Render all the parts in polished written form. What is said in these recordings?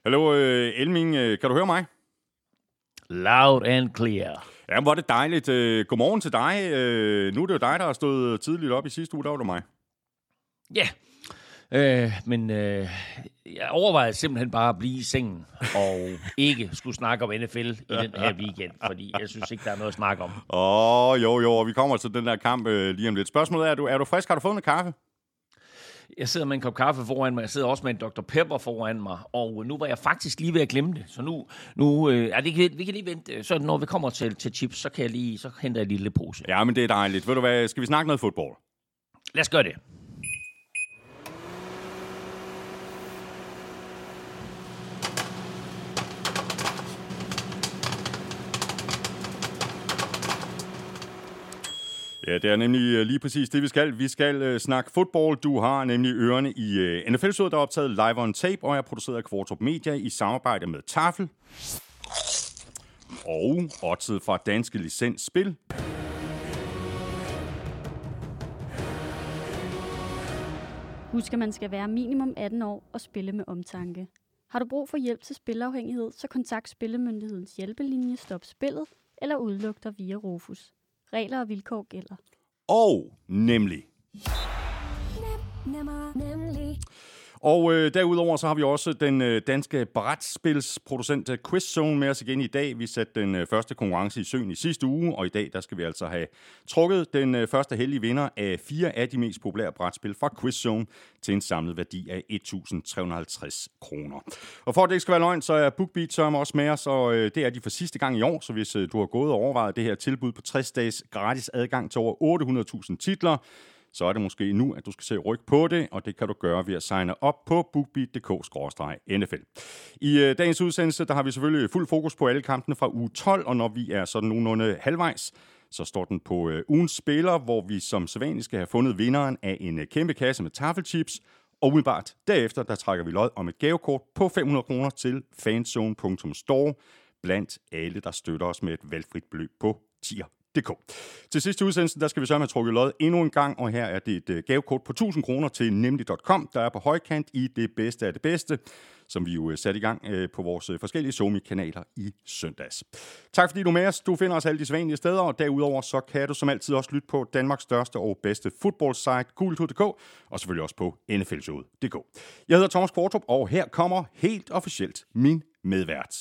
Hallo, Elming, kan du høre mig? Loud and clear. Ja, hvor er det dejligt. Godmorgen til dig. Nu er det jo dig, der har stået tidligt op i sidste uge, der var det mig. Ja, men jeg overvejede simpelthen bare at blive i sengen og ikke skulle snakke om NFL i den her weekend, fordi jeg synes ikke, der er noget at snakke om. Jo, og vi kommer til den der kamp lige om lidt. Spørgsmålet er du frisk? Har du fået noget kaffe? Jeg sidder med en kop kaffe foran mig, jeg sidder også med en Dr. Pepper foran mig, og nu var jeg faktisk lige ved at glemme det. Så vi kan lige vente. Så når vi kommer til chips, så henter jeg en lille pose. Ja, men det er dejligt. Ved du hvad, skal vi snakke noget fodbold? Lad os gøre det. Ja, det er nemlig lige præcis det, vi skal. Vi skal snakke fodbold. Du har nemlig ørerne i NFL-showet, der er optaget live on tape, og er produceret af Kvartrup Media i samarbejde med Tafel. Og oddset fra Danske Licens Spil. Husk, at man skal være minimum 18 år og spille med omtanke. Har du brug for hjælp til spilafhængighed, så kontakt Spillemyndighedens hjælpelinje Stop Spillet eller udluk dig via Rufus. Regler og vilkår gælder. Og nemlig. Og derudover så har vi også den danske brætspilsproducent QuizZone med os igen i dag. Vi satte den første konkurrence i søen i sidste uge, og i dag der skal vi altså have trukket den første heldige vinder af 4 af de mest populære brætspil fra QuizZone til en samlet værdi af 1.350 kroner. Og for at det ikke skal være løgn, så er BookBeat sørme også med os, og det er de for sidste gang i år. Så hvis du har gået og overvejet det her tilbud på 60 dages gratis adgang til over 800.000 titler, så er det måske nu, at du skal se ryk på det, og det kan du gøre ved at signe op på bookbeat.dk/NFL. I dagens udsendelse, der har vi selvfølgelig fuld fokus på alle kampene fra uge 12, og når vi er sådan nogenlunde halvvejs, så står den på ugens spiller, hvor vi som sædvanligt skal have fundet vinderen af en kæmpe kasse med tafelchips, og umiddelbart derefter, der trækker vi lod om et gavekort på 500 kroner til fanzone.store blandt alle, der støtter os med et valgfrit beløb på tier.dk. Til sidste udsendelse, der skal vi så have trukket lod endnu en gang, og her er det et gavekort på 1000 kroner til nemlig.com, der er på højkant i det bedste af det bedste, som vi jo satte i gang på vores forskellige Somi-kanaler i søndags. Tak fordi du er med os. Du finder os alle de sædvanlige steder, og derudover så kan du som altid også lytte på Danmarks største og bedste fodboldsite, Gultud.dk, og selvfølgelig også på nflshowet.dk. Jeg hedder Thomas Kvartrup, og her kommer helt officielt min medvært.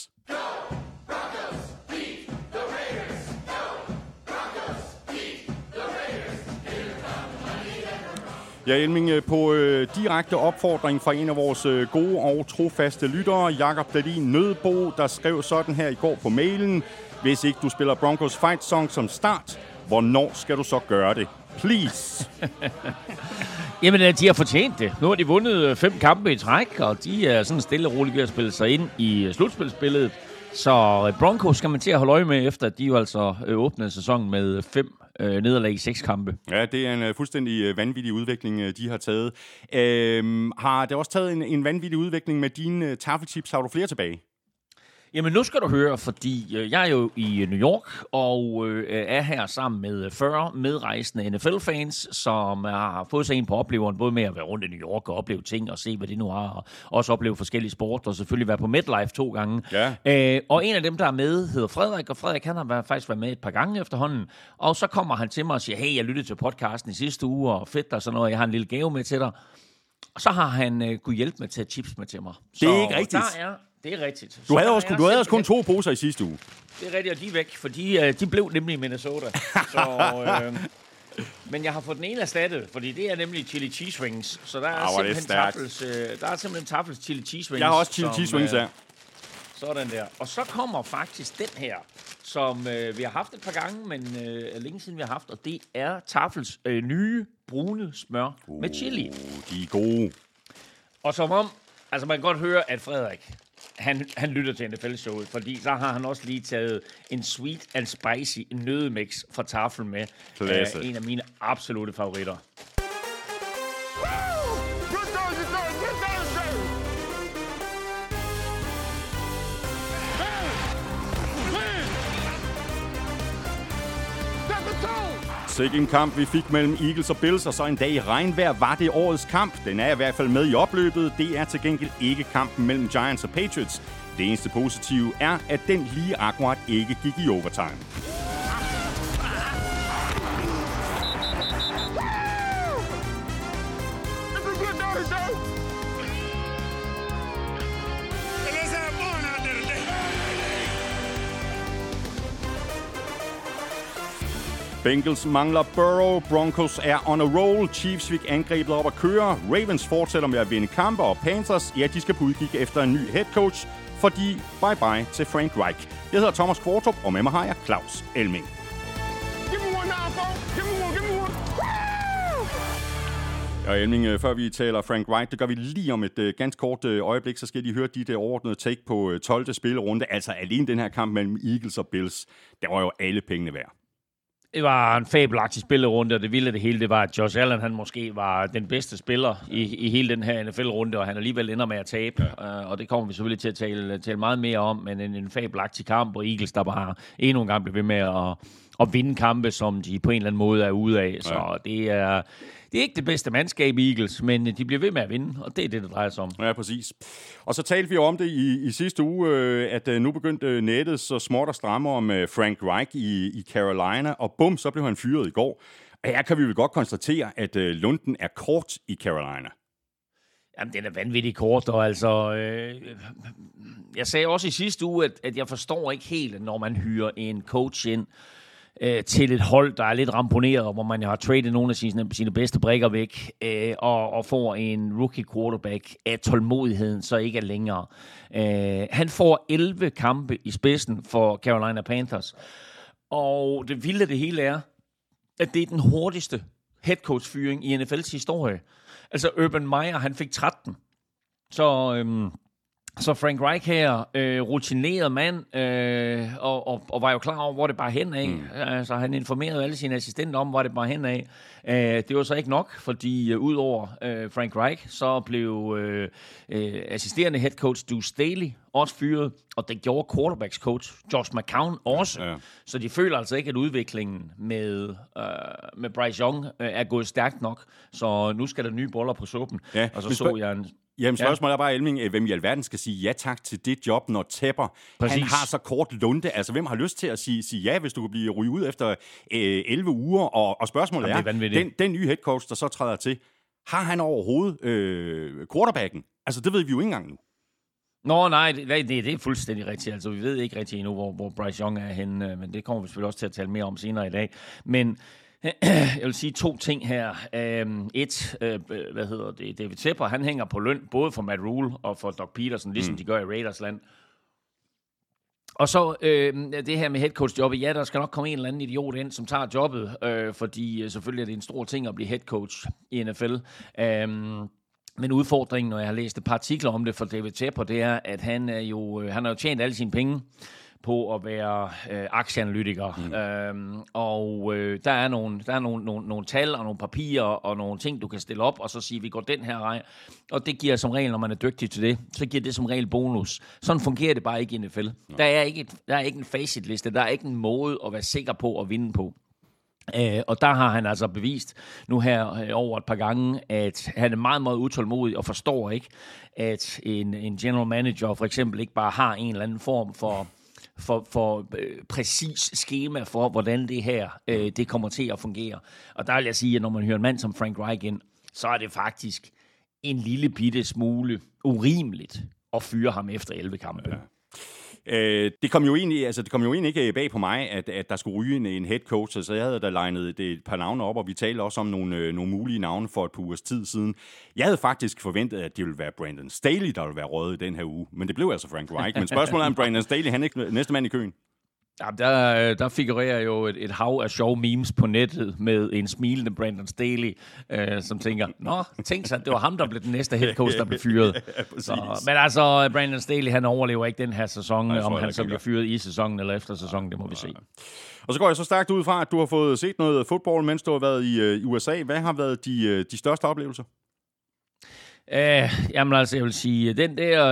Ja, Elming, på direkte opfordring fra en af vores gode og trofaste lyttere, Jakob Dahlin Nødebo, der skrev sådan her i går på mailen: hvis ikke du spiller Broncos Fight Song som start, hvornår skal du så gøre det? Please! Jamen, de har fortjent det. Nu har de vundet 5 kampe i træk, og de er sådan stille og roligt ved at spille sig ind i slutspilsbilledet. Så Broncos skal man til at holde øje med, efter at de jo altså åbnede sæsonen med 5 nederlag i 6 kampe. Ja, det er en fuldstændig vanvittig udvikling, de har taget. Har det også taget en vanvittig udvikling med dine tafelchips? Har du flere tilbage? Jamen, nu skal du høre, fordi jeg er jo i New York og er her sammen med 40 medrejsende NFL-fans, som har fået sig en på opleveren, både med at være rundt i New York og opleve ting og se, hvad det nu har, og også opleve forskellige sport, og selvfølgelig være på MetLife 2 gange. Ja. Og en af dem, der er med, hedder Frederik, og Frederik, han har faktisk været med et par gange efterhånden, og så kommer han til mig og siger: hey, jeg lyttede til podcasten i sidste uge, og fedt og sådan noget, jeg har en lille gave med til dig. Og så har han kunne hjælpe mig til at chips med til mig. Det er ikke rigtigt. Det er rigtigt. Du havde også kun 2 poser i sidste uge. Det er rigtigt, og de er væk, for de blev nemlig i Minnesota. Så, men jeg har fået den ene erstattet, fordi det er nemlig chili cheese wings. Så der er simpelthen Tafels chili cheese wings. Jeg har også chili cheese wings her. Sådan der. Og så kommer faktisk den her, som vi har haft et par gange, men længe siden vi har haft, og det er Tafels nye brune smør med chili. De er gode. Og som om, altså man kan godt høre, at Frederik, han lytter til NFL-showet, fordi så har han også lige taget en sweet and spicy nødemix fra Tafel med. En af mine absolutte favoritter. Sikke en kamp, vi fik mellem Eagles og Bills, og så en dag i regnvejr var det årets kamp. Den er i hvert fald med i opløbet. Det er til gengæld ikke kampen mellem Giants og Patriots. Det eneste positive er, at den lige akkurat ikke gik i overtime. Bengals mangler Burrow, Broncos er on a roll, Chiefs fik angrebet op at køre, Ravens fortsætter med at vinde kampe, og Panthers, ja, de skal på udkig efter en ny head coach, fordi bye-bye til Frank Reich. Jeg hedder Thomas Kvartrup, og med mig har jeg Claus Elming. Og Elming, før vi taler Frank Reich, det gør vi lige om et ganske kort øjeblik, så skal de høre dit overordnede take på 12. spillerunde, altså alene den her kamp mellem Eagles og Bills. Der var jo alle pengene værd. Det var en fabelagtig spillerunde, og det vilde det hele, det var, at Josh Allen, han måske var den bedste spiller i hele den her NFL-runde, og han alligevel ender med at tabe. Ja. Og det kommer vi selvfølgelig til at tale meget mere om, men en fabelagtig kamp, og Eagles, der bare endnu en gang blev ved med at vinde kampe, som de på en eller anden måde er ude af. Så det er ikke det bedste mandskab i Eagles, men de bliver ved med at vinde, og det er det drejer sig om. Ja, præcis. Og så talte vi om det i sidste uge, at nu begyndte nettet så småt at stramme om Frank Reich i Carolina, og bum, så blev han fyret i går. Og her kan vi vel godt konstatere, at lunden er kort i Carolina. Jamen, den er vanvittigt kort, og altså... jeg sagde også i sidste uge, at jeg forstår ikke helt, når man hyrer en coach ind til et hold, der er lidt ramponeret, hvor man har tradet nogle af sine bedste brikker væk, og får en rookie quarterback af tålmodigheden, så ikke er længere. Han får 11 kampe i spidsen for Carolina Panthers, og det vilde det hele er, at det er den hurtigste headcoach-fyring i NFL's historie. Altså Urban Meyer, han fik 13. Så Frank Reich her, rutineret mand, og var jo klar over, hvor det bare hen af. Altså, han informerede alle sine assistenter om, hvor det bare hen af. Det var så ikke nok, fordi udover Frank Reich, så blev assisterende head coach Deuce Staley også fyret, og det gjorde quarterbacks coach Josh McCown også. Ja. Så de føler altså ikke, at udviklingen med Bryce Young er gået stærkt nok. Så nu skal der nye boller på suppen. Ja, og så jeg en... Jamen spørgsmålet er bare, Elming, hvem i alverden skal sige ja tak til det job, når Tepper, han har så kort lunde. Altså, hvem har lyst til at sige ja, hvis du kan blive ryge ud efter 11 uger? Og spørgsmålet er den nye head coach, der så træder til, har han overhovedet quarterbacken? Altså, det ved vi jo ikke engang nu. Nå, nej, det er fuldstændig rigtigt. Altså, vi ved ikke rigtig endnu, hvor Bryce Young er henne, men det kommer vi selvfølgelig også til at tale mere om senere i dag. Men jeg vil sige 2 ting her. David Tepper, han hænger på løn, både for Matt Rule og for Doug Peterson, ligesom de gør i Raidersland. Og så det her med headcoach-jobbet. Ja, der skal nok komme en eller anden idiot ind, som tager jobbet, fordi selvfølgelig er det en stor ting at blive headcoach i NFL. Men udfordringen, når jeg har læst et par artikler om det for David Tepper, det er, at han har jo tjent alle sine penge på at være aktieanalytiker. Der er nogle tal og nogle papirer og nogle ting, du kan stille op, og så sige, vi går den her vej. Og det giver som regel, når man er dygtig til det, så giver det som regel bonus. Sådan fungerer det bare ikke i NFL. Der er ikke en facitliste, der er ikke en måde at være sikker på at vinde på. Og der har han altså bevist nu her over et par gange, at han er meget, meget utålmodig og forstår ikke, at en general manager for eksempel ikke bare har en eller anden form for præcis skema for, hvordan det her det kommer til at fungere. Og der vil jeg sige, at når man hører en mand som Frank Reich ind, så er det faktisk en lille bitte smule urimeligt at fyre ham efter 11 kampe. Ja. Det kom jo egentlig ikke bag på mig, at der skulle ryge en head coach, så jeg havde da legnet et par navne op, og vi talte også om nogle mulige navne for et par ugers tid siden. Jeg havde faktisk forventet, at det ville være Brandon Staley, der ville være røget i den her uge, men det blev altså Frank Reich. Men spørgsmålet er, om Brandon Staley, han er ikke næste mand i køen. Ja, der figurerer jo et hav af sjove memes på nettet med en smilende Brandon Staley, som tænker, tænk sig, det var ham, der blev den næste head coach, der blev fyret. Men altså, Brandon Staley, han overlever ikke den her sæson, om han så bliver fyret i sæsonen eller efter sæsonen, det må vi se. Og så går jeg så stærkt ud fra, at du har fået set noget fodbold, mens du har været i USA. Hvad har været de største oplevelser? Jamen altså, jeg vil sige, den der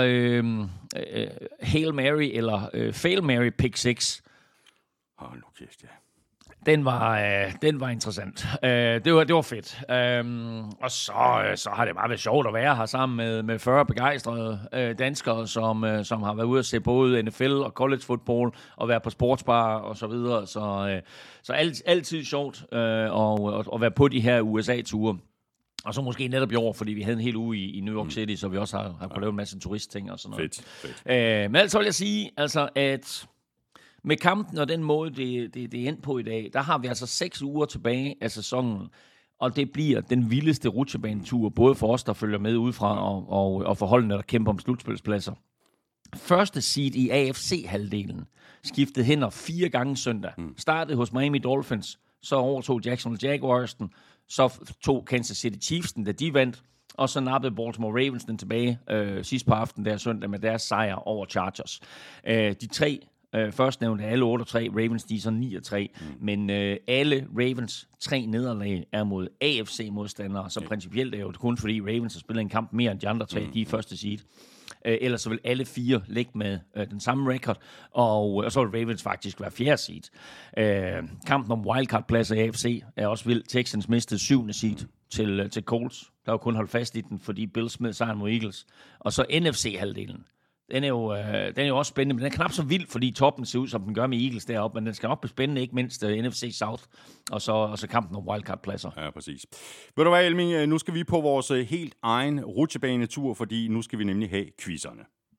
Hail Mary eller Fail Mary pick 6, hold nu kæft, ja. Den var interessant. Det var fedt. Og så har det bare været sjovt at være her sammen med 40 begejstrede danskere, som har været ude at se både NFL og college football og være på sportsbar og så videre. Så altid sjovt at være på de her USA-ture. Og så måske netop i år, fordi vi havde en hel uge i New York City, så vi også har kunnet lave en masse turistting og sådan noget. Fedt. Men altså vil jeg sige, altså, at med kampen og den måde, det er endt på i dag, der har vi altså 6 uger tilbage af sæsonen, og det bliver den vildeste rutsjebanetur, både for os, der følger med udefra, og for holdene, der kæmper om slutspilspladser. Første seed i AFC-halvdelen skiftede hænder 4 gange søndag. Startede hos Miami Dolphins, så overtog Jacksonville Jaguars den, så tog Kansas City Chiefs den, da de vandt, og så nappede Baltimore Ravens den tilbage sidst på aftenen der søndag med deres sejr over Chargers. De 3 førstnævnte, alle 8-3, Ravens de er så 9-3, men alle Ravens 3 nederlag er mod AFC-modstandere, så principielt er jo kun fordi Ravens har spillet en kamp mere end de andre 3, de er første seed. Ellers så vil alle 4 ligge med den samme record, og så vil Ravens faktisk være 4. seed. Kampen om wildcard-pladser i AFC er også vild. Texans mistede 7. seed til Colts. Der var kun holdt fast i den, fordi Bills smed sejren mod Eagles. Og så NFC-halvdelen. Den er jo også spændende, men den er knap så vild, fordi toppen ser ud, som den gør med Eagles deroppe, men den skal nok blive spændende, ikke mindst NFC South, og så kampen om wildcard-pladser. Ja, præcis. Ved du hvad, Elming, nu skal vi på vores helt egen rutsjebanetur, fordi nu skal vi nemlig have quizzerne.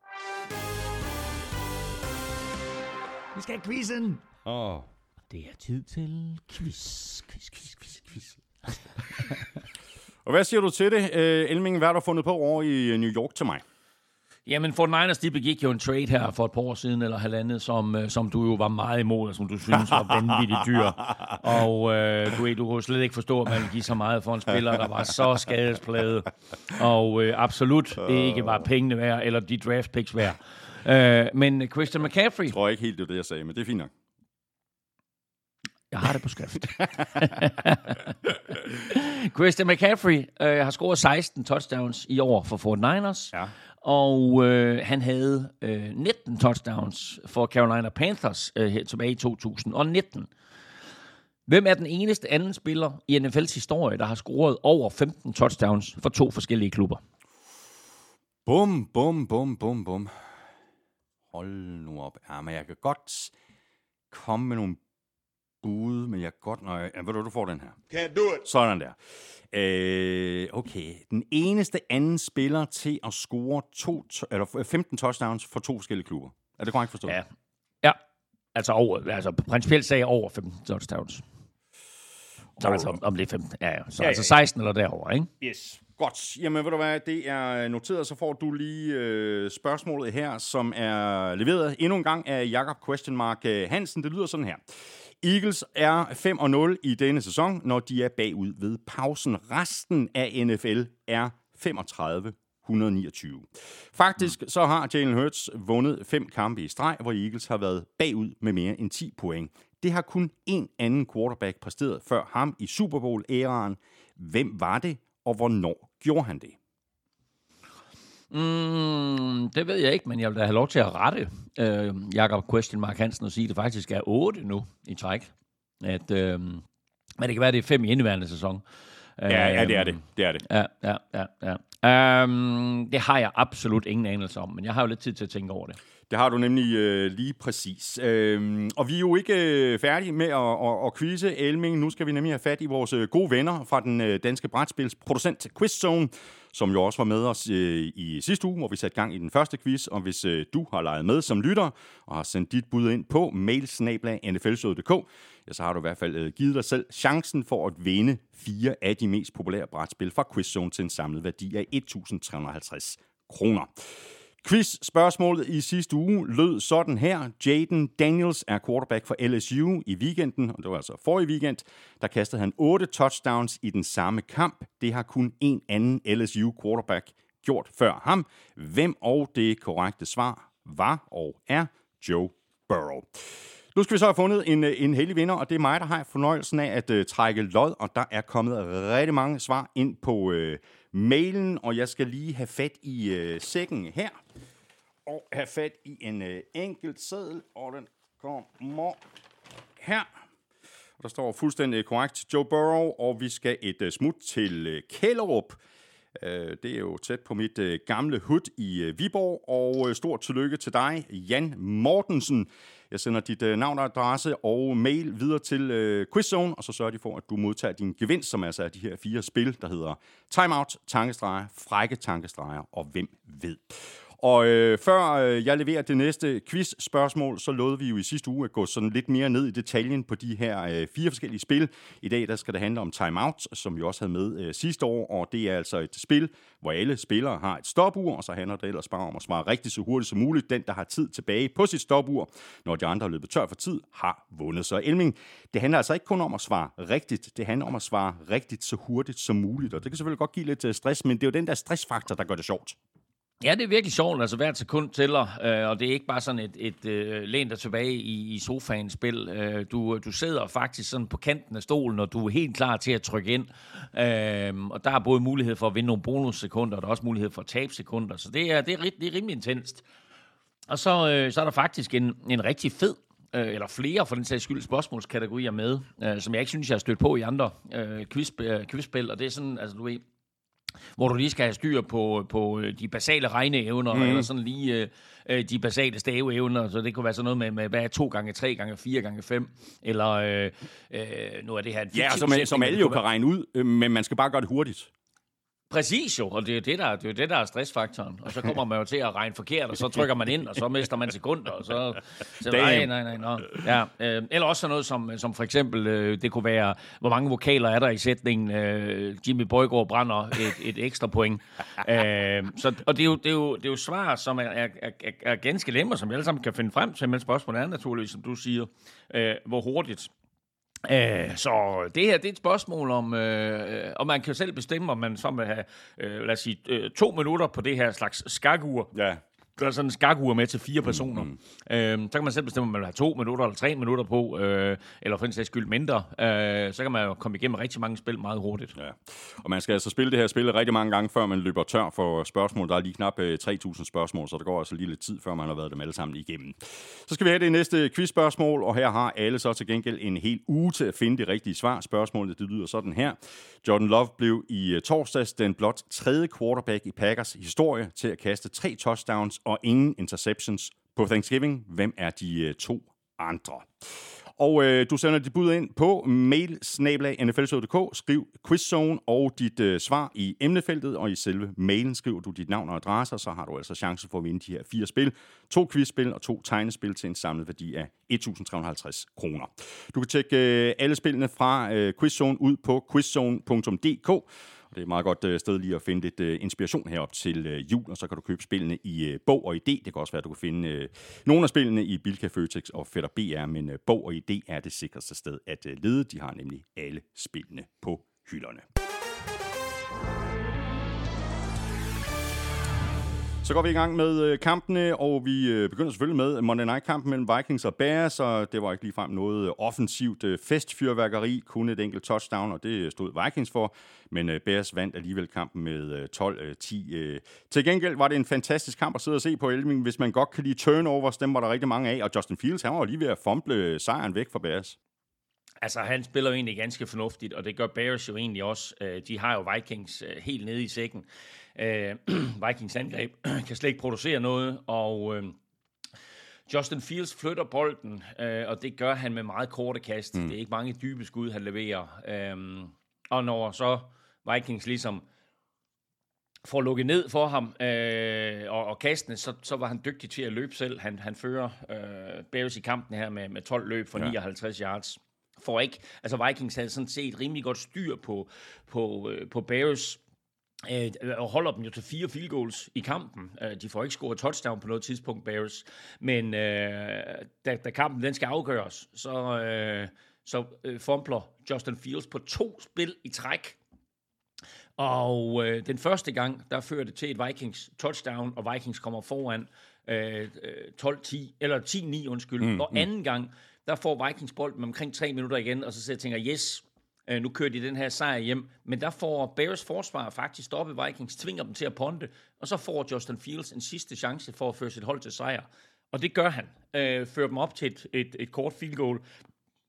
Vi skal have quizzen! Det er tid til quiz. Og hvad siger du til det, Elming? Hvad har du fundet på over i New York til mig? Jamen, 49ers, de begik jo en trade her for et par år siden, eller halvandet, som du jo var meget imod, og som du synes var vanvittigt dyr. Og du kunne slet ikke forstå, at man ville give så meget for en spiller, der var så skadesplaget, og absolut ikke var pengene værd, eller de draft picks værd. Men Christian McCaffrey... Jeg tror ikke helt, det er det, jeg sagde, men det er fint nok. Jeg har det på skrift. Christian McCaffrey har scoret 16 touchdowns i år for 49ers. Ja. Og han havde 19 touchdowns for Carolina Panthers tilbage i 2019. Hvem er den eneste anden spiller i NFL's historie, der har scoret over 15 touchdowns for 2 forskellige klubber? Bum. Hold nu op. Ja, men jeg kan godt komme med nogle bud, men jeg kan godt... ved du får den her. Can't do it. Sådan der. Okay. Den eneste anden spiller til at score 15 touchdowns for 2 forskellige klubber. Er det korrekt forstået? Ja. Altså principielt sagde jeg over 15 touchdowns. Så altså om det er 15. Ja. Så ja. Altså 16 eller derover, ikke? Yes. Godt. Jamen, ved du hvad, det er noteret, så får du lige spørgsmålet her, som er leveret endnu en gang af Jakob Hansen. Det lyder sådan her. Eagles er 5-0 i denne sæson, når de er bagud ved pausen. Resten af NFL er 35-129. Faktisk så har Jalen Hurts vundet 5 kampe i streg, hvor Eagles har været bagud med mere end 10 point. Det har kun én anden quarterback præsteret før ham i Super Bowl-æraen. Hvem var det, og hvornår gjorde han det? Det ved jeg ikke, men jeg vil da have lov til at rette Jakob Hansen og sige, at det faktisk er 8 nu i træk. Men det kan være, at det er 5 i indeværende sæson. Ja, det er det. Det er det. Ja. Det har jeg absolut ingen anelse om, men jeg har jo lidt tid til at tænke over det. Det har du nemlig lige præcis. Og vi er jo ikke færdige med at quizze, Elming. Nu skal vi nemlig have fat i vores gode venner fra den danske brætspilsproducent Quizzone, som jo også var med os i sidste uge, hvor vi satte gang i den første quiz. Og hvis du har leget med som lytter og har sendt dit bud ind på mail@nflshowet.dk, ja, så har du i hvert fald givet dig selv chancen for at vinde 4 af de mest populære brætspil fra Quizzone til en samlet værdi af 1.350 kroner. Quiz-spørgsmålet i sidste uge lød sådan her. Jaden Daniels er quarterback for LSU i weekenden, og det var altså forrige weekend. Der kastede han 8 touchdowns i den samme kamp. Det har kun en anden LSU-quarterback gjort før ham. Hvem? Og det korrekte svar var og er Joe Burrow. Nu skal vi så have fundet en heldig vinder, og det er mig, der har fornøjelsen af at trække lod, og der er kommet rigtig mange svar ind på mailen, og jeg skal lige have fat i sækken her, og have fat i en enkelt seddel, og den kommer her. Der står fuldstændig korrekt Joe Burrow, og vi skal et smut til Kælderup. Det er jo tæt på mit gamle hud i Viborg, og stort tillykke til dig, Jan Mortensen. Jeg sender dit navn og adresse og mail videre til QuizZone, og så sørger de for, at du modtager din gevinst, som altså er de her 4 spil, der hedder Timeout, Tankestreger, Frække Tankestreger og Hvem ved. Og før jeg leverer det næste quiz-spørgsmål, så lovede vi jo i sidste uge at gå sådan lidt mere ned i detaljen på de her 4 forskellige spil. I dag der skal det handle om Timeout, som vi også havde med sidste år, og det er altså et spil, hvor alle spillere har et stopur, og så handler det ellers bare om at svare rigtigt så hurtigt som muligt. Den, der har tid tilbage på sit stopur, når de andre er løbet tør for tid, har vundet. Så Elming, det handler altså ikke kun om at svare rigtigt, det handler om at svare rigtigt så hurtigt som muligt, og det kan selvfølgelig godt give lidt stress, men det er jo den der stressfaktor, der gør det sjovt. Ja, det er virkelig sjovt. Altså hvert sekund tæller, og det er ikke bare sådan et læn dig tilbage i sofaen spil. Du sidder faktisk sådan på kanten af stolen, og du er helt klar til at trykke ind. Og der er både mulighed for at vinde nogle bonussekunder, og der er også mulighed for at tabe sekunder. Så det er rimelig intenst. Og så er der faktisk en rigtig fed, eller flere for den sags skyld, spørgsmålskategorier med, som jeg ikke synes, jeg har stødt på i andre quizspil. Og det er sådan, altså du ved, hvor du lige skal have styr på de basale regneevner, eller sådan lige de basale staveevner. Så det kunne være sådan noget med hvad er 2 gange 3 gange 4 gange 5, eller nu er det her en fiktiv sætning, som alle jo kan regne ud, men man skal bare gøre det hurtigt. Præcis jo, og det er jo det, der er stressfaktoren. Og så kommer man jo til at regne forkert, og så trykker man ind, og så mister man sekunder, og så nej. Ja, eller også sådan noget som for eksempel, det kunne være, hvor mange vokaler er der i sætningen, Jimmy Bøjgaard brænder et ekstra point. Og det er jo svar, som er ganske lemmer, som vi alle sammen kan finde frem til, men spørgsmålet er naturligvis, som du siger, hvor hurtigt. Så det her, det er et spørgsmål om, og man kan selv bestemme, om man så vil have, lad os sige, 2 minutter på det her slags skakur. Ja. Der er sådan en skakur med til 4 personer. Så kan man selv bestemme, om man vil have 2 minutter eller 3 minutter på, eller for en sags skyld mindre. Så kan man jo komme igennem rigtig mange spil meget hurtigt. Ja. Og man skal altså spille det her spil rigtig mange gange, før man løber tør for spørgsmål. Der er lige knap 3.000 spørgsmål, så der går altså lige lidt tid, før man har været dem alle sammen igennem. Så skal vi have det næste quizspørgsmål, og her har alle så til gengæld en hel uge til at finde det rigtige svar. Spørgsmålet det lyder sådan her. Jordan Love blev i torsdags den blot 3. quarterback i Packers historie til at kaste 3 touchdowns og ingen interceptions på Thanksgiving. Hvem er de 2 andre? Og du sender dit bud ind på mail@nflshow.dk. Skriv QuizZone og dit svar i emnefeltet, og i selve mailen skriver du dit navn og adresse, så har du altså chance for at vinde de her 4 spil. 2 quizspil og 2 tegnespil til en samlet værdi af 1.350 kroner. Du kan tjekke alle spillene fra QuizZone ud på quizzone.dk. Det er et meget godt sted lige at finde lidt inspiration herop til jul, og så kan du købe spillene i Bog og ID. Det kan også være, at du kan finde nogle af spillene i Bilka, Føtex og Fætter BR, men Bog og ID er det sikreste sted at lede. De har nemlig alle spillene på hylderne. Så går vi i gang med kampene, og vi begynder selvfølgelig med Monday Night-kampen mellem Vikings og Bears, og det var ikke ligefrem noget offensivt festfyrværkeri, kun et enkelt touchdown, og det stod Vikings for, men Bears vandt alligevel kampen med 12-10. Til gengæld var det en fantastisk kamp at sidde og se på, Elming. Hvis man godt kan lide turnovers, dem var der rigtig mange af, og Justin Fields, han var jo lige ved at fumble sejren væk fra Bears. Altså, han spiller jo egentlig ganske fornuftigt, og det gør Bears jo egentlig også. De har jo Vikings helt nede i sækken. Vikings angreb kan slet ikke producere noget, og Justin Fields flytter bolden, og det gør han med meget korte kast. Det er ikke mange dybe skud, han leverer. Og når så Vikings ligesom får lukket ned for ham og kastene, så var han dygtig til at løbe selv. Han fører Bears i kampen her med 12 løb for 59 yards. For ikke, altså Vikings havde sådan set rimelig godt styr på Bears, og holder dem jo til 4 field goals i kampen. De får ikke scoret touchdown på noget tidspunkt, Bears, men da kampen den skal afgøres, så fumbler Justin Fields på 2 spil i træk. Og den første gang, der fører det til et Vikings touchdown, og Vikings kommer foran 12-10, eller 10-9, undskyld. Og anden gang, der får Vikings bolden med omkring 3 minutter igen, og så tænker jeg, yes, nu kører de den her sejr hjem. Men der får Bears forsvar faktisk stoppet Vikings, tvinger dem til at ponte, og så får Justin Fields en sidste chance for at føre sit hold til sejr. Og det gør han. Fører dem op til et kort field goal.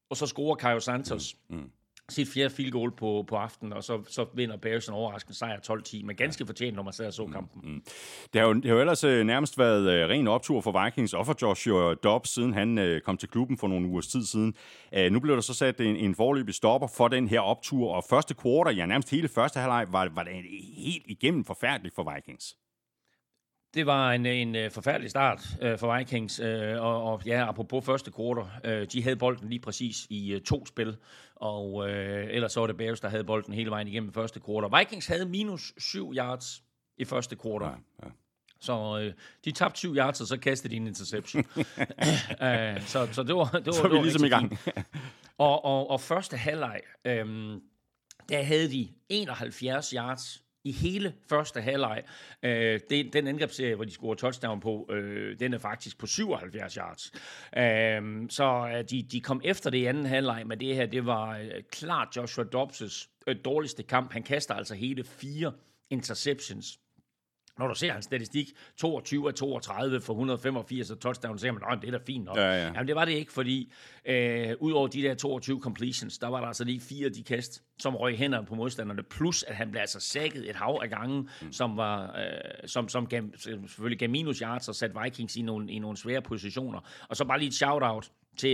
og så scorer Caio Santos sit fjerde field goal på aftenen, og så vinder Bears en overraskende sejr 12-10, men ganske fortjent, når man sad og så kampen. Det har jo ellers nærmest været ren optur for Vikings og for Joshua Dobbs, siden han kom til klubben for nogle ugers tid siden. Nu blev der så sat en foreløbig stopper for den her optur, og første quarter, nærmest hele første halvleg, var det helt igennem forfærdeligt for Vikings. Det var en forfærdelig start for Vikings, og apropos første quarter, de havde bolden lige præcis i 2 spil, og ellers så var det Bears, der havde bolden hele vejen igennem første quarter. Vikings havde minus 7 yards i første quarter. Ja. Så de tabte 7 yards, og så kastede de en interception. Så det var vi ligesom i gang. og første halvleg, der havde de 71 yards i hele første halvleg. Den angrebsserie, hvor de scorer touchdown på, den er faktisk på 77 yards. Så de kom efter det i anden halvleg, men det her, det var klart Joshua Dobbs' dårligste kamp. Han kaster altså hele 4 interceptions. Når du ser hans statistik, 22 af 32 for 185 og touchdown, så siger man, det er da fint nok. Ja. Jamen, det var det ikke, fordi udover de der 22 completions, der var der altså lige 4 de kast, som røg hænderne på modstanderne, plus at han blev altså sækket et hav af gange, som var som selvfølgelig gav minus yards og satte Vikings i nogle svære positioner. Og så bare lige et shout-out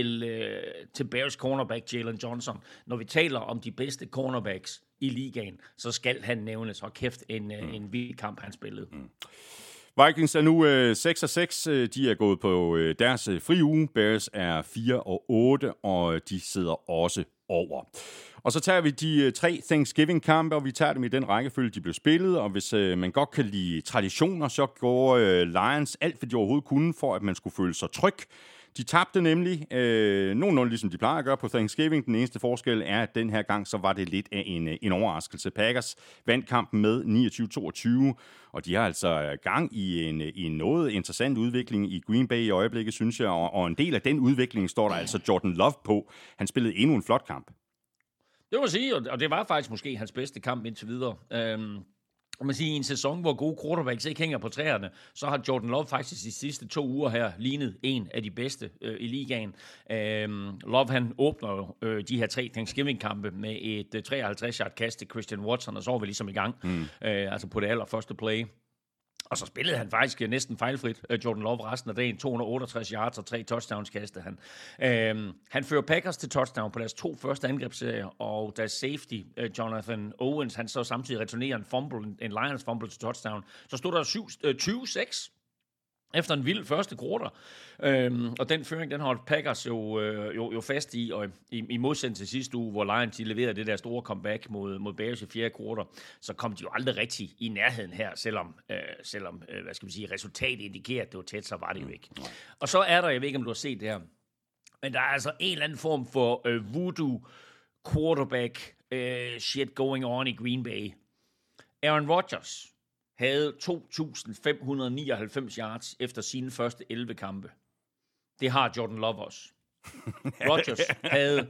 til Bears cornerback Jalen Johnson. Når vi taler om de bedste cornerbacks i ligaen, så skal han nævnes. Og kæft, en vild kamp, han spillede. Vikings er nu 6-6. De er gået på deres fri uge. Bears er 4-8, og de sidder også over. Og så tager vi de 3 Thanksgiving-kampe, og vi tager dem i den rækkefølge, de blev spillet. Og hvis man godt kan lide traditioner, så går Lions alt, hvad de overhovedet kunne, for at man skulle føle sig tryg. De tabte nemlig nogenlunde ligesom de plejer at gøre på Thanksgiving. Den eneste forskel er, at den her gang så var det lidt af en overraskelse. Packers vandt kampen med 29-22, og de har altså gang i en noget interessant udvikling i Green Bay i øjeblikket, synes jeg. Og en del af den udvikling står der altså Jordan Love på. Han spillede endnu en flot kamp. Det må sige, og det var faktisk måske hans bedste kamp indtil videre. Man siger, i en sæson, hvor gode quarterbacks ikke hænger på træerne, så har Jordan Love faktisk de sidste 2 uger her lignet en af de bedste i ligaen. Love, han åbner de her 3 Thanksgiving-kampe med et 53-yard kast til Christian Watson, og så var vi ligesom i gang, altså på det allerførste play. Og så spillede han faktisk næsten fejlfrit, Jordan Love, resten af dagen. 268 yards og 3 touchdowns kastede han. Han fører Packers til touchdown på deres 2 første angrebsserier, og deres safety, Jonathan Owens, han så samtidig returnerer en Lions fumble til touchdown. Så stod der 20-6 efter en vild første quarter. Og den føring, den holdt Packers jo fast i, og i modsætning til sidste uge, hvor Lions leverede det der store comeback mod Bears i 4. quarter, så kom de jo aldrig rigtig i nærheden her, selvom hvad skal vi sige, resultatet indikerer, at det var tæt, så var det jo ikke. Og så er der, jeg ved ikke, om du har set det her, men der er altså en eller anden form for voodoo quarterback shit going on i Green Bay. Aaron Rodgers havde 2.599 yards efter sine første 11 kampe. Det har Jordan Love også. Rodgers havde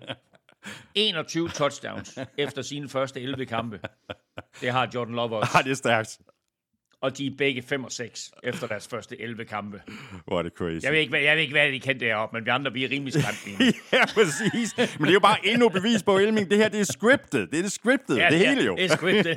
21 touchdowns efter sine første 11 kampe. Det har Jordan Love også. Det er stærkt. Og de er begge 5-6 efter deres første 11 kampe. Hvor er det crazy. Jeg ved ikke, hvad de kendte deroppe, men vi andre, vi er rimelig skræmt. Ja, præcis. Men det er jo bare endnu bevis på, Elming. Det her, det er scriptet. Det er det scriptet. Ja, det hele jo. Det er scriptet.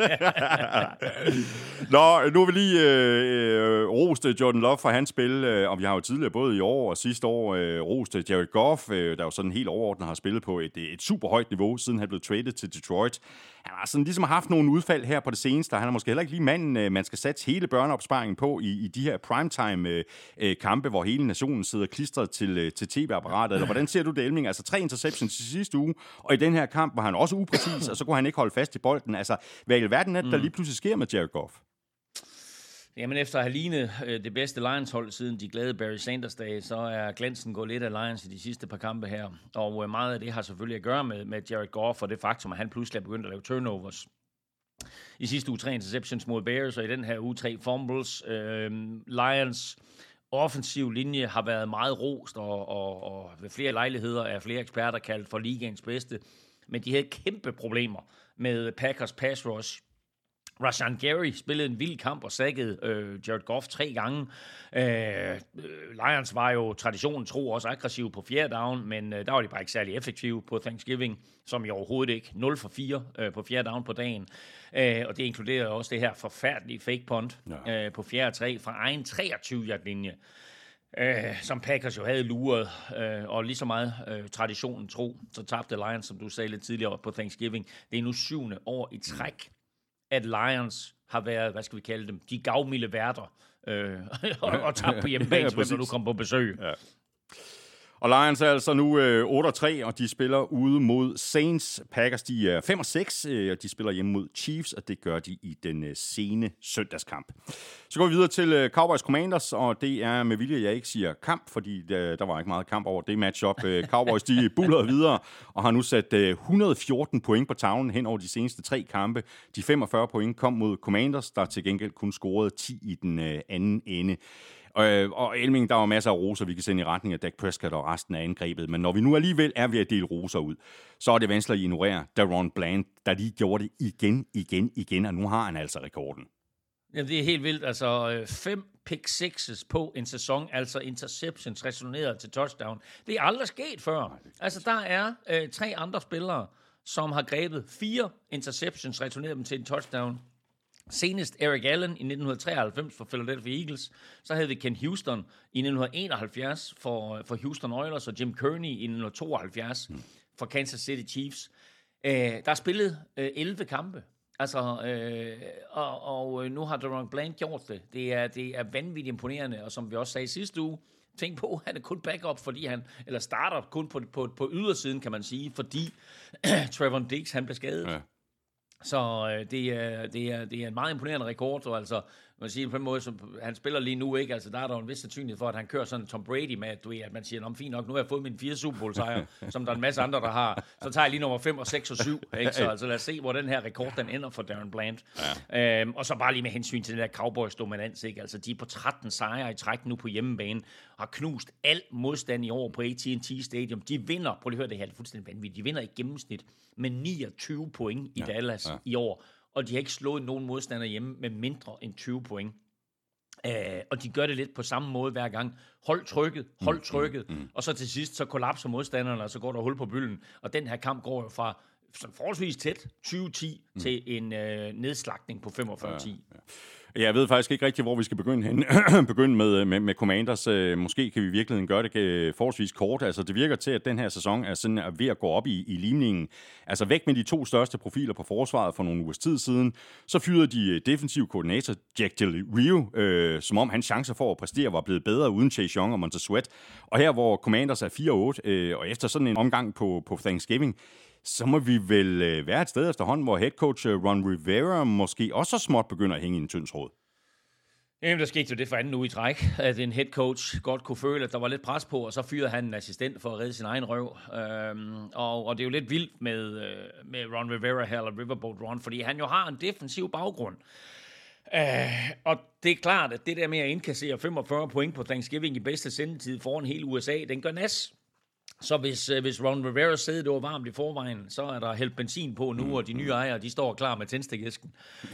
Nå, nu har vi lige rost Jordan Love for hans spil, og vi har jo tidligere, både i år og sidste år, rost Jared Goff, der jo sådan helt overordnet har spillet på et super højt niveau, siden han blev traded til Detroit. Han har sådan ligesom haft nogle udfald her på det seneste, han er måske heller ikke lige manden, man skal satse hele børneopsparingen på i de her primetime-kampe, hvor hele nationen sidder klistret til tv-apparatet. Eller hvordan ser du det, Elming? Altså 3 interceptions i sidste uge, og i den her kamp var han også upræcis, og så kunne han ikke holde fast i bolden. Altså, hvad i alverden er det, der lige pludselig sker med Jared Goff? Jamen efter at have lignet det bedste Lions-hold siden de glade Barry Sanders-dage, så er glansen gået lidt af Lions i de sidste par kampe her. Og meget af det har selvfølgelig at gøre med Jared Goff og det faktum, at han pludselig er begyndt at lave turnovers. I sidste uge 3 interceptions mod Bears, og i den her uge 3 fumbles. Lions offensiv linje har været meget rost, og ved flere lejligheder er flere eksperter kaldt for ligaens bedste. Men de havde kæmpe problemer med Packers pass rush. Rashan Gary spillede en vild kamp og sackede Jared Goff 3 gange. Lions var jo traditionen tro også aggressiv på 4. down, men der var de bare ikke særlig effektive på Thanksgiving, som i overhovedet ikke. 0 for 4 på 4. down på dagen. Og det inkluderede også det her forfærdelige fake punt på 4. og 3 fra egen 23-yard-linje. Som Packers jo havde luret, og lige så meget traditionen tro, så tabte Lions, som du sagde lidt tidligere på Thanksgiving. Det er nu 7. år i træk, at Lions har været, hvad skal vi kalde dem, de gavmilde værter, og tabt på hjemmebane, når du kommer på besøg. Ja. Og Lions er altså nu 8-3, og de spiller ude mod Saints. Packers, de er 5-6, og de spiller hjemme mod Chiefs, og det gør de i den sene søndagskamp. Så går vi videre til Cowboys Commanders, og det er med vilje, jeg ikke siger kamp, fordi der var ikke meget kamp over det matchup. Cowboys, de buller videre, og har nu sat 114 point på tavlen hen over de seneste 3 kampe. De 45 point kom mod Commanders, der til gengæld kun scorede 10 i den anden ende. Og Elming, der var masser af roser, vi kan sende i retning af Dak Prescott og resten af angrebet. Men når vi nu alligevel er ved at dele roser ud, så er det vanskeligt at ignorere DaRon Bland, der lige gjorde det igen, og nu har han altså rekorden. Ja, det er helt vildt. Altså 5 pick sixes på en sæson, altså interceptions returneret til touchdown. Det er aldrig sket før. Altså der er 3 andre spillere, som har grebet 4 interceptions, returneret dem til en touchdown. Senest Eric Allen i 1993 for Philadelphia Eagles. Så havde vi Ken Houston i 1971 for Houston Oilers, og Jim Kearney i 1972 for Kansas City Chiefs. Der er spillet 11 kampe. Altså, og nu har DaRon Bland gjort det. Det er vanvittigt imponerende, og som vi også sagde sidste uge, tænk på, han er kun backup, fordi eller starter kun på ydersiden, kan man sige, fordi Trevon Diggs, han blev skadet. Ja. Så det er en meget imponerende rekord, og altså, man siger på en måde, som han spiller lige nu, ikke? Altså, der er der en vis sandsynlighed for, at han kører sådan Tom Brady med, at man siger, fint nok, nu har jeg fået mine 4 Super Bowl-sejre, som der er en masse andre, der har. Så tager jeg lige nummer 5 og 6 og 7, ikke? Så altså, lad os se, hvor den her rekord, den ender for DaRon Bland. Ja. Og så bare lige med hensyn til den der Cowboys-dominans, ikke? Altså, de er på 13 sejre i træk nu på hjemmebane, har knust al modstand i år på AT&T Stadium. De vinder, prøv lige at høre det her, det er fuldstændig vanvittigt, de vinder i gennemsnit med 29 point i Dallas i år, og de har ikke slået nogen modstander hjemme med mindre end 20 point. Og de gør det lidt på samme måde hver gang. Hold trykket, og så til sidst, så kollapser modstanderne, og så går der hul på bylden. Og den her kamp går jo fra forholdsvis tæt, 20-10, til en nedslagning på 45-10. Jeg ved faktisk ikke rigtig, hvor vi skal begynde med Commanders. Måske kan vi i virkeligheden gøre det forholdsvis kort. Altså, det virker til, at den her sæson er sådan ved at gå op i limningen. Altså, væk med de 2 største profiler på forsvaret for nogle ugers tid siden. Så fyrede de defensive koordinator Jack Del Rio, som om hans chancer for at præstere var blevet bedre uden Chase Young og Montez Sweat. Og her, hvor Commanders er 4-8, og efter sådan en omgang på Thanksgiving, så må vi vel være et sted efterhånden, hvor headcoach Ron Rivera måske også så småt begynder at hænge i en tynd tråd. Jamen, der skete jo det for anden uge i træk, at en headcoach godt kunne føle, at der var lidt pres på, og så fyrede han en assistent for at redde sin egen røv. Og det er jo lidt vildt med Ron Rivera her, eller Riverboat Ron, fordi han jo har en defensiv baggrund. Og det er klart, at det der med at indkassere 45 point på Thanksgiving i bedste sendetid foran hele USA, den gør nas. Så hvis Ron Rivera sæde det var varmt i forvejen, så er der hældt benzin på nu, og de nye ejere, de står klar med tændstikæsken.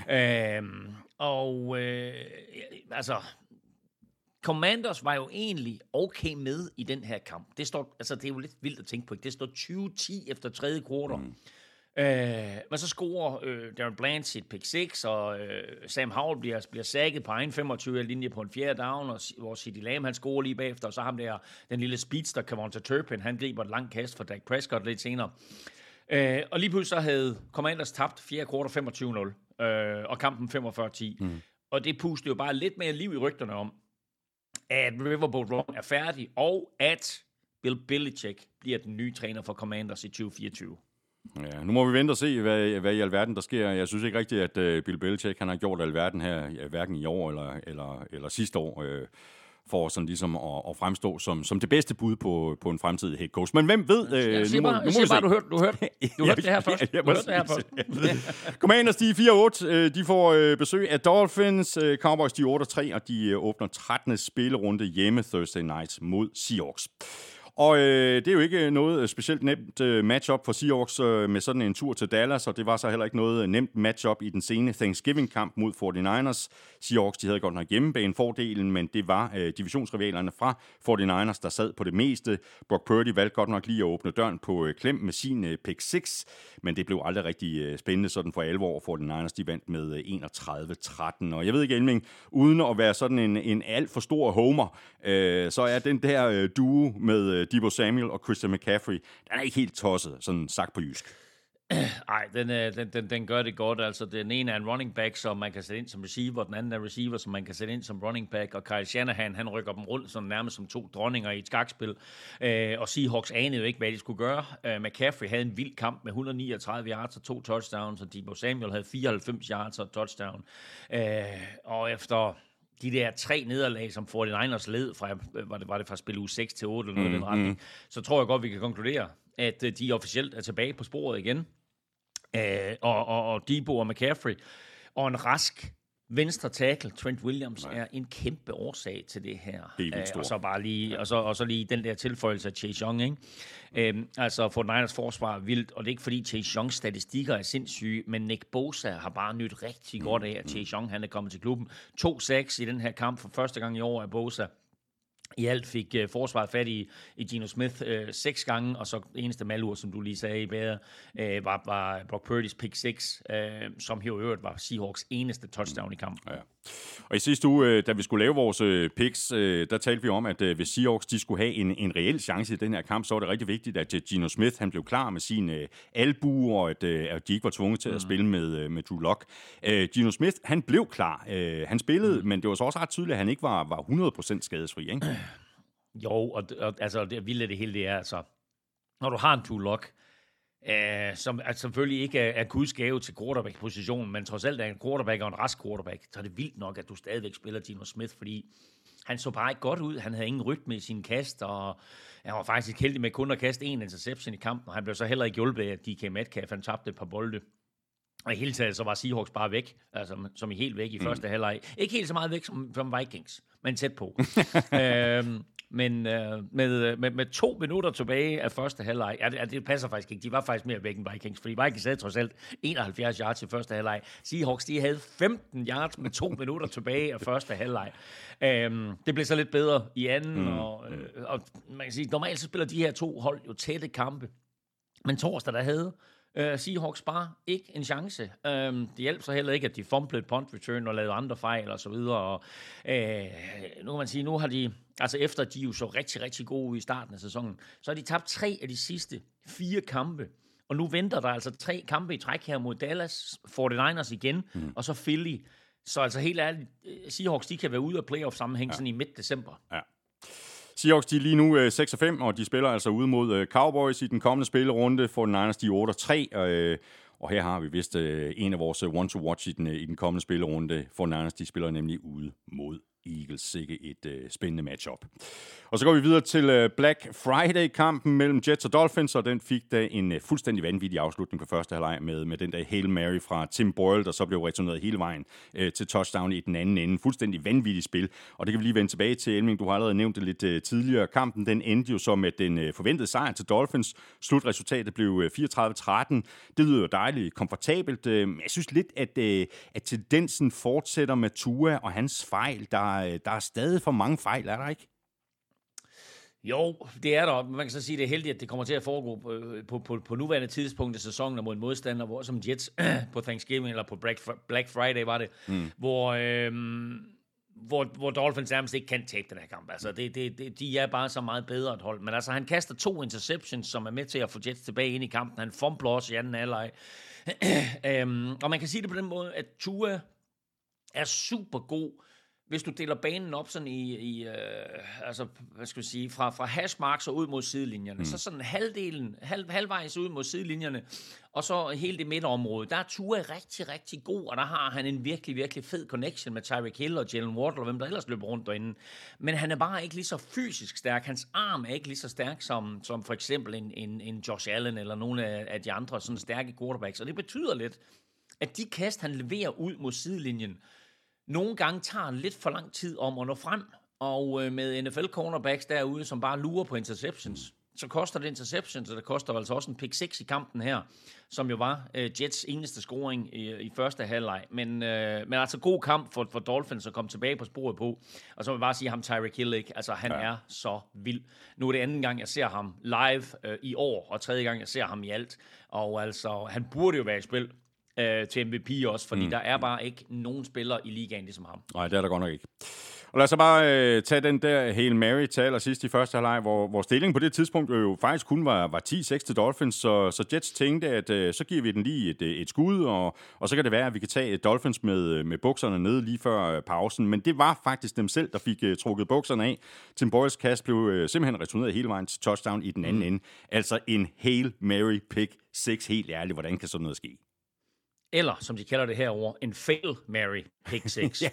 Altså, Commanders var jo egentlig okay med i den her kamp. Det er jo lidt vildt at tænke på, ikke? Det står 20-10 efter 3. kvartal. Men så scorer DaRon Bland sit pick 6, og Sam Howell bliver sacket på egen 25-linje på en 4. down, og hvor CeeDee Lamb han scorer lige bagefter, og så ham der, den lille speedster, Kevonta Turpin, han griber et langt kast for Dak Prescott lidt senere. Og lige pludselig så havde Commanders tabt 4. kvartal 25-0, og kampen 45-10. Og det pustede jo bare lidt mere liv i rygterne om, at Riverboat Ron er færdig, og at Bill Belichick bliver den nye træner for Commanders i 2024. Ja, nu må vi vente og se, hvad i alverden der sker. Jeg synes ikke rigtigt, at Bill Belichick han har gjort alverden her, hverken i år eller sidste år, for sådan ligesom at fremstå som det bedste bud på en fremtidig head coach. Men hvem ved? Du hørte det her først. Commanders, de er 4-8. De får besøg af Dolphins. Cowboys, de er 8-3, og de åbner 13. spillerunde hjemme Thursday night mod Seahawks. Og det er jo ikke noget specielt nemt matchup for Seahawks med sådan en tur til Dallas, og det var så heller ikke noget nemt matchup i den sene Thanksgiving-kamp mod 49ers. Seahawks, de havde godt nok hjemmebanefordelen, men det var divisionsrivalerne fra 49ers, der sad på det meste. Brock Purdy valgte godt nok lige at åbne døren på klem med sin pick 6, men det blev aldrig rigtig spændende sådan for alvor. 49ers, de vandt med 31-13, og jeg ved ikke, Elming, uden at være sådan en alt for stor homer, så er den der duo med Deebo Samuel og Christian McCaffrey, den er ikke helt tosset, sådan sagt på jysk. Nej, den gør det godt. Altså, den ene er en running back, som man kan sætte ind som receiver, den anden er receiver, som man kan sætte ind som running back, og Kyle Shanahan, han rykker dem rundt sådan nærmest som to dronninger i et skakspil. Og Seahawks anede jo ikke, hvad de skulle gøre. McCaffrey havde en vild kamp med 139 yards og 2 touchdowns, og Deebo Samuel havde 94 yards og touchdown. Og efter de der 3 nederlag, som 49ers led fra, var det fra spil uge 6 til 8 eller noget i den retning, så tror jeg godt, vi kan konkludere, at de officielt er tilbage på sporet igen. Og Deebo og McCaffrey og en rask venstre tackle, Trent Williams, er en kæmpe årsag til det her. Og så bare lige og så lige den der tilføjelse af Chase Young, ikke? Altså for Niners forsvar er vildt, og det er ikke fordi Chase Youngs statistikker er sindssyge, men Nick Bosa har bare nyt rigtig godt af, at Chase Young han er kommet til klubben. 2 sacks i den her kamp for første gang i år af Bosa. I alt fik forsvaret fat i Geno Smith 6 gange, og så eneste malur, som du lige sagde i bedre, var Brock Purdy's pick 6, som jo i øvrigt var Seahawks eneste touchdown i kampen. Ja. Og i sidste uge, da vi skulle lave vores picks, der talte vi om, at hvis Seahawks de skulle have en reel chance i den her kamp, så var det rigtig vigtigt, at Geno Smith han blev klar med sin albue, og at de ikke var tvunget til at spille med Drew Lock. Geno Smith, han blev klar. Han spillede, men det var så også ret tydeligt, at han ikke var 100% skadesfri, ikke? Jo, og altså det vilde det hele, det er altså, når du har en Drew Lock, som selvfølgelig ikke er Guds gave til quarterback-positionen, men trods alt er en quarterback og en rask quarterback, så er det vildt nok, at du stadigvæk spiller Geno Smith, fordi han så bare ikke godt ud. Han havde ingen rytme i sin kast, og han var faktisk heldig med kun at kaste 1 interception i kampen, og han blev så heller ikke hjulpet af, at DK Metcalf, han tabte et par bolde. Og i hele taget så var Seahawks bare væk, altså som i helt væk i første halvleg. Ikke helt så meget væk som Vikings, men tæt på. Men med 2 minutter tilbage af første halvleg, det passer faktisk ikke. De var faktisk mere væk end Vikings, fordi Vikings havde trods alt 71 yards i første halvleg. Seahawks, de havde 15 yards med 2 minutter tilbage af første halvleg. Det blev så lidt bedre i anden, og man kan sige, normalt så spiller de her 2 hold jo tætte kampe. Men torsdag, der havde Seahawks bare ikke en chance. Det hjælper så heller ikke, at de fumblede punt return og lavede andre fejl og så videre. Og, nu kan man sige, nu har de, altså efter de jo så rigtig, rigtig gode i starten af sæsonen, så har de tabt 3 af de sidste 4 kampe. Og nu venter der altså 3 kampe i træk her mod Dallas, 49ers igen, og så Philly. Så altså helt ærligt, Seahawks, de kan være ude af playoff-sammenhæng sådan i midt december. Ja. Seahawks, de er lige nu 6-5, og de spiller altså ude mod Cowboys i den kommende spillerunde. 49ers, de er 8-3, og her har vi vist en af vores one-to-watch i den kommende spillerunde. 49ers, de spiller nemlig ude mod Eagles. Sikke et spændende matchup. Og så går vi videre til Black Friday-kampen mellem Jets og Dolphins, og den fik da en fuldstændig vanvittig afslutning på første halvleg med den der Hail Mary fra Tim Boyle, der så blev returneret hele vejen til touchdown i den anden ende. Fuldstændig vanvittigt spil, og det kan vi lige vende tilbage til, Elming. Du har allerede nævnt det lidt tidligere. Kampen den endte jo så med den forventede sejr til Dolphins. Slutresultatet blev 34-13. Det lyder jo dejligt komfortabelt. Jeg synes lidt, at tendensen fortsætter med Tua og hans fejl. Der er stadig for mange fejl, er der ikke? Jo, det er der. Man kan så sige, at det er heldigt, at det kommer til at foregå på nuværende tidspunkt af sæsonen og mod en modstander, hvor som Jets på Thanksgiving eller på Black Friday var det, hvor Dolphins nærmest ikke kan tabe den her kamp. Altså, de er bare så meget bedre et hold. Men altså, han kaster 2 interceptions, som er med til at få Jets tilbage ind i kampen. Han fumbler også i anden halvleg. Og man kan sige det på den måde, at Tua er super god, hvis du deler banen op sådan altså, hvad skal vi sige, fra hashmarks og ud mod sidelinjerne, så sådan halvvejs ud mod sidelinjerne, og så hele det midterområde, der er Tua rigtig, rigtig god, og der har han en virkelig, virkelig fed connection med Tyreek Hill og Jalen Waddle, og hvem der ellers løber rundt derinde. Men han er bare ikke lige så fysisk stærk. Hans arm er ikke lige så stærk som for eksempel en Josh Allen eller nogle af de andre sådan stærke quarterbacks, og det betyder lidt, at de kast, han leverer ud mod sidelinjen, nogle gange tager lidt for lang tid om at nå frem, og med NFL-cornerbacks derude, som bare lurer på interceptions, så koster det interceptions, og det koster altså også en pick 6 i kampen her, som jo var Jets eneste scoring i første halvleg. Men altså god kamp for Dolphins at komme tilbage på sporet på. Og så vil jeg bare sige ham, Tyreek Hill, ikke? Altså han er så vild. Nu er det anden gang, jeg ser ham live i år, og tredje gang, jeg ser ham i alt. Og altså, han burde jo være i spil til MVP også, fordi der er bare ikke nogen spillere i ligaen ligesom ham. Nej, det er der godt nok ikke. Og lad os så bare tage den der Hail Mary til allersidst i første halvleg, hvor stillingen på det tidspunkt jo faktisk kun var 10-6 til Dolphins, så Jets tænkte, at så giver vi den lige et skud, og så kan det være, at vi kan tage Dolphins med bukserne nede lige før pausen. Men det var faktisk dem selv, der fik trukket bukserne af. Tim Boyles kast blev simpelthen returneret hele vejen til touchdown i den anden ende. Altså en Hail Mary pick 6, helt ærligt. Hvordan kan sådan noget ske? Eller, som de kalder det herovre, en Fail Mary pick 6.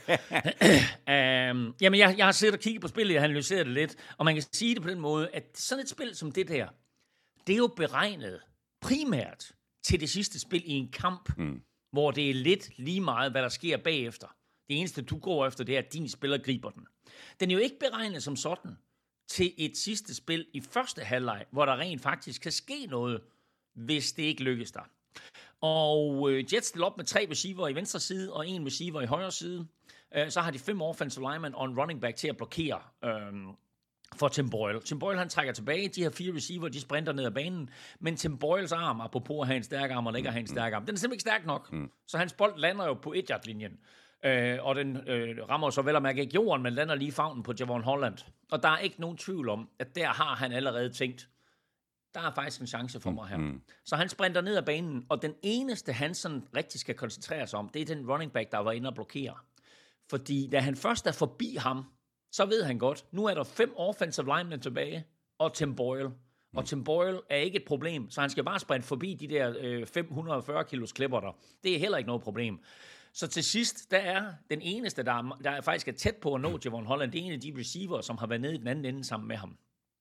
Jamen, jeg har siddet og kigget på spillet, jeg har analyseret det lidt, og man kan sige det på den måde, at sådan et spil som det der, det er jo beregnet primært til det sidste spil i en kamp, hvor det er lidt lige meget, hvad der sker bagefter. Det eneste, du går efter, det er, at din spiller griber den. Den er jo ikke beregnet som sådan til et sidste spil i første halvleg, hvor der rent faktisk kan ske noget, hvis det ikke lykkes dig. Og Jets stiller op med 3 receiver i venstre side og 1 receiver i højre side. Så har de 5 offensive linemen og en running back til at blokere for Tim Boyle. Tim Boyle, han trækker tilbage. De her 4 receiver, de sprinter ned ad banen. Men Tim Boyles arm, apropos at have en stærk arm og ikke at have en stærk arm, den er simpelthen ikke stærk nok. Så hans bold lander jo på 1-yard-linjen. Og den rammer så vel at mærke ikke jorden, men lander lige i favnen på Javon Holland. Og der er ikke nogen tvivl om, at der har han allerede tænkt, der er faktisk en chance for mig her. Så han sprinter ned ad banen, og den eneste, han sådan rigtig skal koncentrere sig om, det er den running back, der var inde og blokere. Fordi da han først er forbi ham, så ved han godt, nu er der 5 offensive linemen tilbage, og Tim Boyle. Og Tim Boyle er ikke et problem, så han skal bare sprinte forbi de der 540 kilos klipper der. Det er heller ikke noget problem. Så til sidst, der er den eneste, der faktisk er tæt på at nå Javon Holland, det er en af de receiver, som har været nede i den anden ende sammen med ham.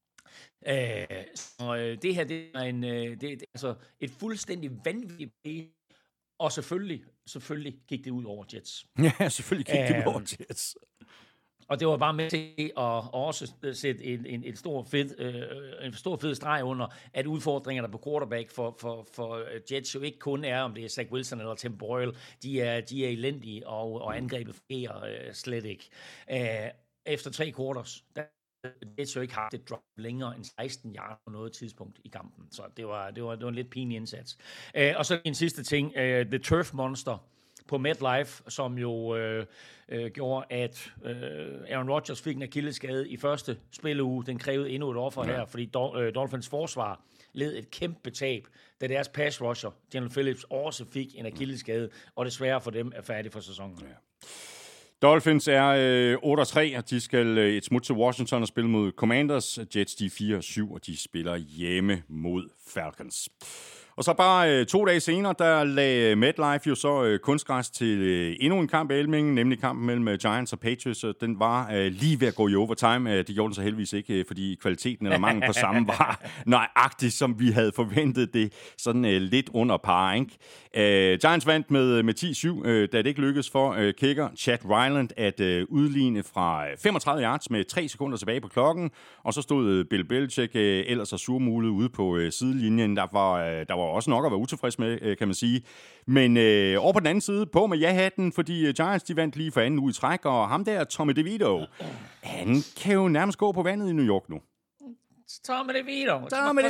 Og det her, det er det er altså et fuldstændig vanvittigt play, og selvfølgelig gik det ud over Jets. Ja, selvfølgelig gik det ud over Jets. Og det var bare med til at også sætte en stor fed streg under, at udfordringerne på quarterback for Jets jo ikke kun er, om det er Zach Wilson eller Tim Boyle. De er elendige, og angrebet fungerer slet ikke. Efter 3 quarters, der Jets jo ikke haft et drop længere end 16 yards på noget tidspunkt i kampen. Så det var en lidt pinlig indsats. Og så en sidste ting. The Turf Monster på MetLife, som jo gjorde, at Aaron Rodgers fik en akillesskade i første spilleuge. Den krævede endnu et offer her, fordi Dolphins forsvar led et kæmpe tab, da deres pass rusher, General Phillips, også fik en akillesskade, og desværre for dem er færdig for sæsonen. Ja. Dolphins er 8-3, og de skal et smut til Washington og spille mod Commanders. Jets, de er 4-7, og de spiller hjemme mod Falcons. Og så bare 2 dage senere, der lagde MetLife jo så kunstgræs til endnu en kamp i Elmingen, nemlig kampen mellem Giants og Patriots, og den var lige ved at gå i overtime. Det gjorde den så heldigvis ikke, fordi kvaliteten eller mangel på samme var nøjagtigt, som vi havde forventet det, sådan lidt under par, ikke? Giants vandt med 10-7, da det ikke lykkedes for kicker Chad Ryland at udligne fra 35 yards med 3 sekunder tilbage på klokken, og så stod Bill Belichick ellers og surmulet ude på sidelinjen. Der var også nok at være utilfreds med, kan man sige. Men over på den anden side, på med ja-hatten, fordi Giants, de vandt lige for anden uge i træk, og ham der, Tommy DeVito, han kan jo nærmest gå på vandet i New York nu. Tommy DeVito.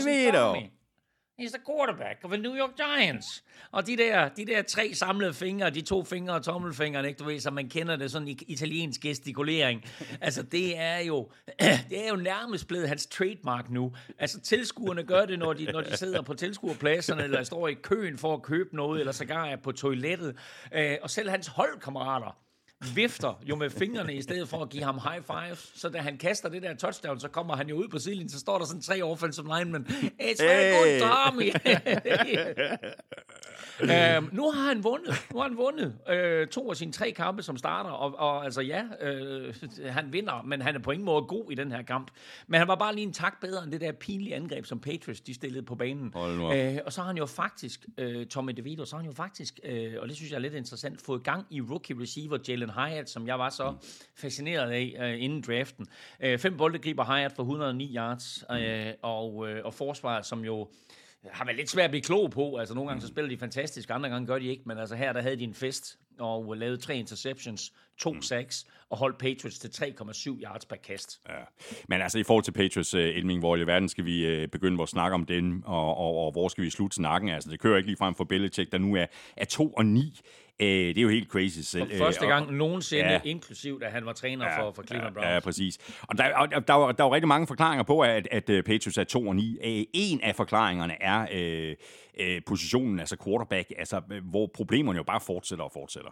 He's the quarterback of the New York Giants. Og de der 3 samlede fingre, de 2 fingre og tommelfingeren, ikke, du ved, så man kender det sådan i italiensk gestikulering. Altså, det er jo nærmest blevet hans trademark nu. Altså, tilskuerne gør det, når de sidder på tilskuerpladserne, eller står i køen for at købe noget, eller sågar er på toilettet. Og selv hans holdkammerater vifter jo med fingrene i stedet for at give ham high fives. Så da han kaster det der touchdown, så kommer han jo ud på sidelinjen, så står der sådan 3 offensive linemen. It's very good, Tommy. Nu har han vundet 2 af sine 3 kampe som starter, og altså han vinder, men han er på ingen måde god i den her kamp. Men han var bare lige en tak bedre end det der pinlige angreb, som Patriots de stillede på banen. Og så har han jo faktisk, Tommy DeVito, og det synes jeg er lidt interessant, fået gang i rookie receiver Jalen Hyatt, som jeg var så fascineret af inden draften. 5 bolde griber Hyatt for 109 yards, og forsvaret, som jo har været lidt svært at blive klog på. Altså nogle gange så spiller de fantastisk, andre gange gør de ikke, men altså her der havde de en fest og lavede 3 interceptions, 2 sacks og holdt Patriots til 3,7 yards per kast. Ja. Men altså i forhold til Patriots, Elming, hvor i verden skal vi begynde vores snak om den, og hvor skal vi slutte snakken? Altså det kører ikke lige frem for Belichick, der nu er 2-9. Det er jo helt crazy selv. For første gang nogensinde, inklusivt, at han var træner for Cleveland Browns. Ja, præcis. Og der er jo rigtig mange forklaringer på, at Patriots er 2-9. En af forklaringerne er positionen, altså quarterback, altså, hvor problemerne jo bare fortsætter.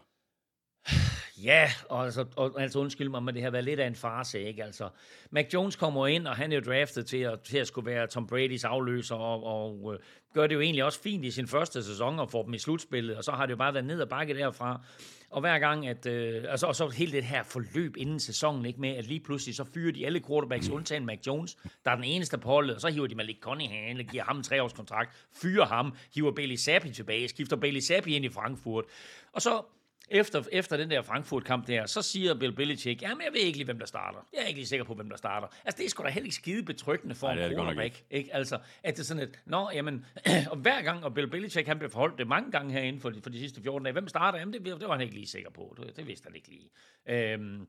Ja, og altså undskyld mig, men det har været lidt af en farce, ikke? Altså, Mac Jones kommer ind, og han er jo draftet til at skulle være Tom Bradys afløser, og gør det jo egentlig også fint i sin første sæson, og får dem i slutspillet, og så har det jo bare været ned ad bakke derfra. Og hver gang, og så hele det her forløb inden sæsonen, ikke, med at lige pludselig, så fyrer de alle quarterbacks, undtagen Mac Jones, der er den eneste på holdet, og så hiver de Malik Cunningham, giver ham en 3-årskontrakt, fyrer ham, hiver Bailey Zappi tilbage, skifter Bailey Zappi ind i Frankfurt, og så efter den der Frankfurt-kamp der, så siger Bill Belichick, jamen jeg ved ikke lige, hvem der starter. Jeg er ikke lige sikker på, hvem der starter. Altså det er sgu da heller ikke skide betryggende for en quarterback. Ikke? Altså, at det er sådan et, og hver gang, og Bill Belichick, han bliver forholdt det mange gange herinde for de sidste 14 dage. Hvem starter? Jamen det var han ikke lige sikker på. Det vidste han ikke lige.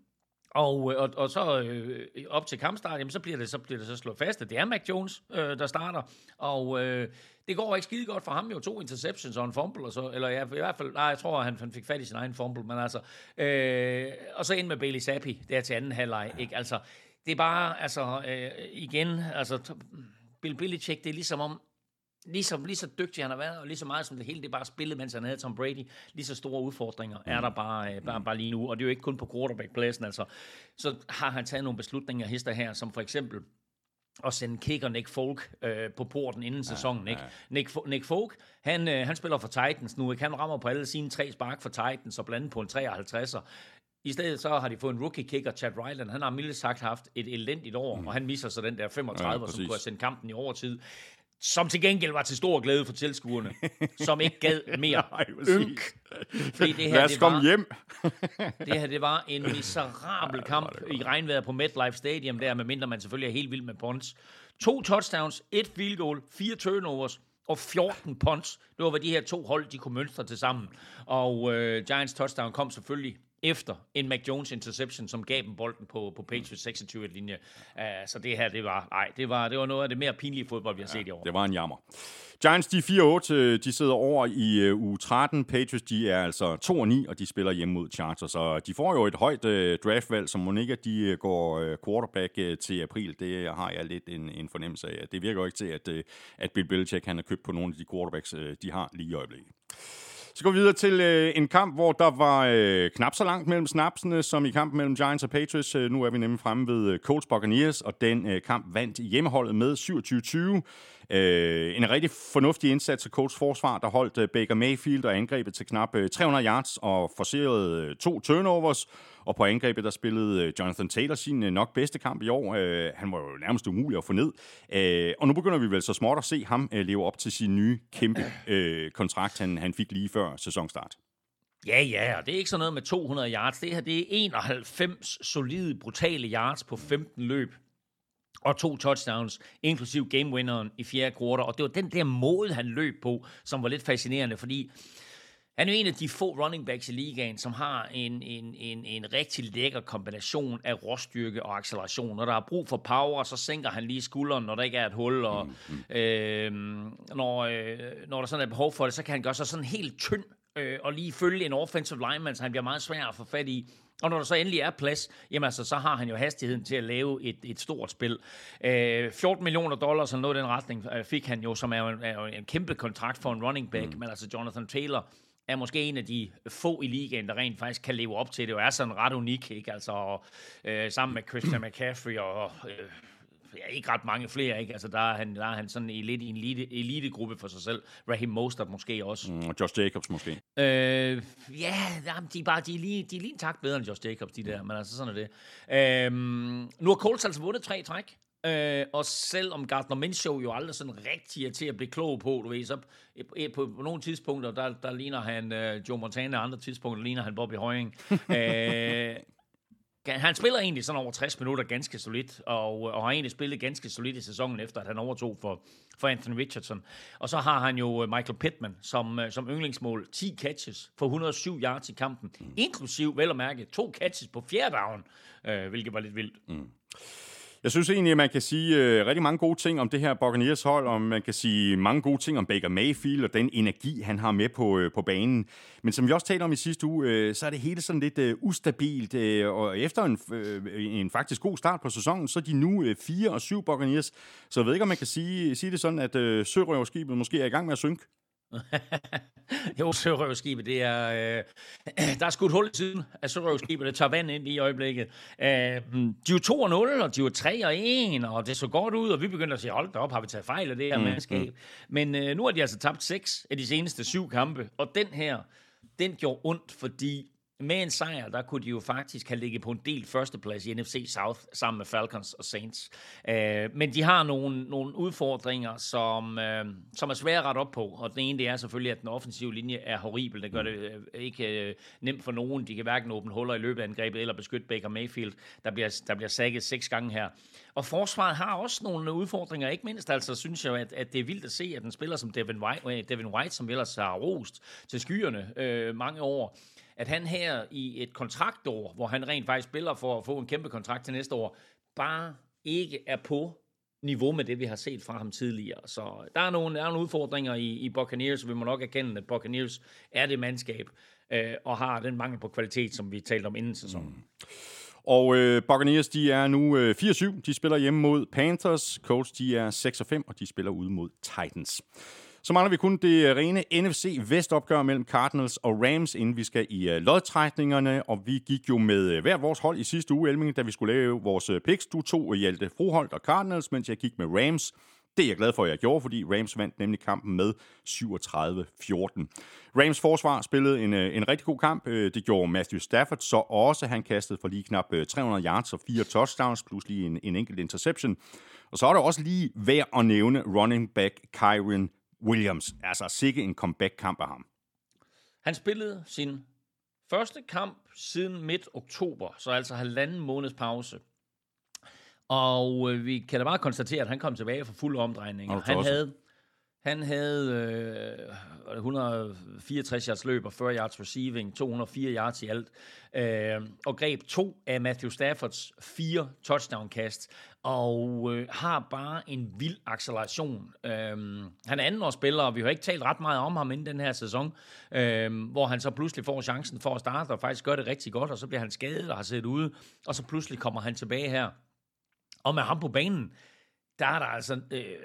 Og så op til kampstart, jamen, så bliver det så slået fast, at det er Mac Jones, der starter. Og det går ikke skide godt for ham, jo 2 interceptions og en fumble, og så, eller ja, i hvert fald, jeg tror, han fik fat i sin egen fumble, men altså, og så ind med Bailey Zappi, der til anden halvleg, ikke? Altså, det er bare, altså, igen, altså, Bill Belichick, det er ligesom om, lige så dygtig han har været, og lige så meget som det hele, det er bare spillet, mens han havde Tom Brady, lige så store udfordringer er der bare lige nu, og det er jo ikke kun på quarterback-pladsen, altså, så har han taget nogle beslutninger hister her, som for eksempel at sende kicker Nick Folk på porten inden sæsonen, ikke? Nick Folk, han spiller for Titans nu, ikke? Han rammer på alle sine 3 spark for Titans, og blandt andet på en 53'er. I stedet så har de fået en rookie-kicker, Chad Ryland. Han har mildt sagt haft et elendigt år, og han misser så den der 35, som kunne have sendt kampen i overtid. Som til gengæld var til stor glæde for tilskuerne, som ikke gad mere ynk. Fordi det her, hjem. Det her, det var en miserabel kamp i regnvejret på MetLife Stadium, der medmindre man selvfølgelig er helt vild med punts. 2 touchdowns, 1 field goal, 4 turnovers og 14 punts. Det var, hvad de her 2 hold, de kunne mønstre til sammen. Og Giants touchdown kom selvfølgelig efter en Mac Jones interception, som gav dem bolden på Patriots 26-linje. Så det her, det var noget af det mere pinlige fodbold, vi har set i år. Det var en jammer. Giants, de 4-8, de sidder over i uge 13. Patriots, de er altså 2-9, og de spiller hjemme mod Chargers. Så de får jo et højt draftvalg, som Monica, de går quarterback til april. Det har jeg lidt en fornemmelse af. Det virker jo ikke til, at Bill Belichick, han har købt på nogle af de quarterbacks, de har lige i øjeblikket. Så går vi videre til en kamp, hvor der var knap så langt mellem snapsene, som i kampen mellem Giants og Patriots. Nu er vi nemlig fremme ved Colts Buccaneers, og den kamp vandt hjemmeholdet med 27-20. En rigtig fornuftig indsats af Colts forsvar, der holdt Baker Mayfield og angrebet til knap 300 yards og forcerede 2 turnovers. Og på angrebet, der spillede Jonathan Taylor sin nok bedste kamp i år. Han var jo nærmest umulig at få ned. Og nu begynder vi vel så småt at se ham leve op til sin nye kæmpe kontrakt, han fik lige før sæsonstart. Ja, og det er ikke sådan noget med 200 yards. Det her, det er 91 solide, brutale yards på 15 løb. Og 2 touchdowns, inklusiv gamewinderen i 4. kvartal. Og det var den der måde, han løb på, som var lidt fascinerende, fordi han er jo en af de få running backs i ligaen, som har en rigtig lækker kombination af råstyrke og acceleration. Når der er brug for power, så sænker han lige skulderen, når der ikke er et hul. Og, når der sådan er behov for det, så kan han gøre sig sådan helt tynd og lige følge en offensive lineman, så han bliver meget svær at få fat i. Og når der så endelig er plads, jamen altså, så har han jo hastigheden til at lave et stort spil. $14 million, eller noget i den retning, fik han jo, som er jo en kæmpe kontrakt for en running back. Men altså, Jonathan Taylor er måske en af de få i ligaen, der rent faktisk kan leve op til det, og er sådan ret unik, ikke? Altså, sammen med Christian McCaffrey og ikke ret mange flere, ikke? Altså, der er han sådan lidt i en elitegruppe for sig selv. Raheem Mostert måske også. Og Josh Jacobs måske. De er lige en tak bedre end Josh Jacobs, de der, men altså sådan er det. Nu har Colts altså vundet 3 træk. Og selvom Gardner Minshew jo aldrig sådan rigtig er til at blive klog på, du ved, så på nogle tidspunkter, der ligner han Joe Montana, og andre tidspunkter ligner han Bobby Højing. Han spiller egentlig sådan over 60 minutter ganske solidt, og har egentlig spillet ganske solidt i sæsonen efter, at han overtog for Anthony Richardson. Og så har han jo Michael Pittman som yndlingsmål, 10 catches for 107 yards i kampen, inklusiv vel at mærke 2 catches på 4. down, hvilket var lidt vildt. Jeg synes egentlig, at man kan sige rigtig mange gode ting om det her Buccaneers hold, og man kan sige mange gode ting om Baker Mayfield og den energi, han har med på banen. Men som vi også talte om i sidste uge, så er det hele sådan lidt ustabilt, og efter en faktisk god start på sæsonen, så er de nu 4-7 Buccaneers. Så jeg ved ikke, om man kan sige det sådan, at sørøverskibet måske er i gang med at synke. Jo, sørøverskibet, det er... der er skudt hul i siden af sørøverskibet, det tager vand ind i øjeblikket. De er jo 2-0, og de er 3-1, og det så godt ud, og vi begynder at sige, hold da op, har vi taget fejl af det her mandskab. Men nu har de altså tabt 6 af de seneste 7 kampe, og den gjorde ondt, fordi med en sejr, der kunne de jo faktisk have ligget på en del førsteplads i NFC South sammen med Falcons og Saints. Men de har nogle udfordringer, som er svære at rette op på. Og den ene, det er selvfølgelig, at den offensive linje er horribel. Det gør det ikke nemt for nogen. De kan hverken åbne huller i løbet af angrebet eller beskytte Baker Mayfield. Der bliver sækket 6 gange her. Og forsvaret har også nogle udfordringer. Ikke mindst altså, synes jeg, at det er vildt at se, at den spiller som Devin White, som ellers har rost til skyerne mange år, at han her i et kontraktår, hvor han rent faktisk spiller for at få en kæmpe kontrakt til næste år, bare ikke er på niveau med det, vi har set fra ham tidligere. Så der er nogle udfordringer i Buccaneers, og vi må nok erkende, at Buccaneers er det mandskab, og har den mangel på kvalitet, som vi talte om inden sæsonen. Og Buccaneers, de er nu 4-7. De spiller hjemme mod Panthers. Colts, de er 6-5, og de spiller ude mod Titans. Så mangler vi kun det rene NFC Vest-opgør mellem Cardinals og Rams, inden vi skal i lodtrækningerne. Og vi gik jo med hvert vores hold i sidste uge, Elming, da vi skulle lave vores picks. Du tog Hjalte Froholt og Cardinals, mens jeg gik med Rams. Det er jeg glad for, at jeg gjorde, fordi Rams vandt nemlig kampen med 37-14. Rams forsvar spillede en rigtig god kamp. Det gjorde Matthew Stafford så også. Han kastede for lige knap 300 yards og 4 touchdowns, plus lige en enkelt interception. Og så er der også lige værd at nævne running back Kyren Williams. Altså sikke en comeback-kamp af ham. Han spillede sin første kamp siden midt oktober, så altså 1,5 måneds pause. Og vi kan da bare konstatere, at han kom tilbage for fuld omdrejning. Han havde 164 yards løb og 40 yards receiving, 204 yards i alt, og greb 2 af Matthew Staffords 4 touchdown-kast, og har bare en vild acceleration. Han er andenårsspiller, og vi har ikke talt ret meget om ham inden den her sæson, hvor han så pludselig får chancen for at starte, og faktisk gør det rigtig godt, og så bliver han skadet og har siddet ude, og så pludselig kommer han tilbage her. Og med ham på banen, der er der altså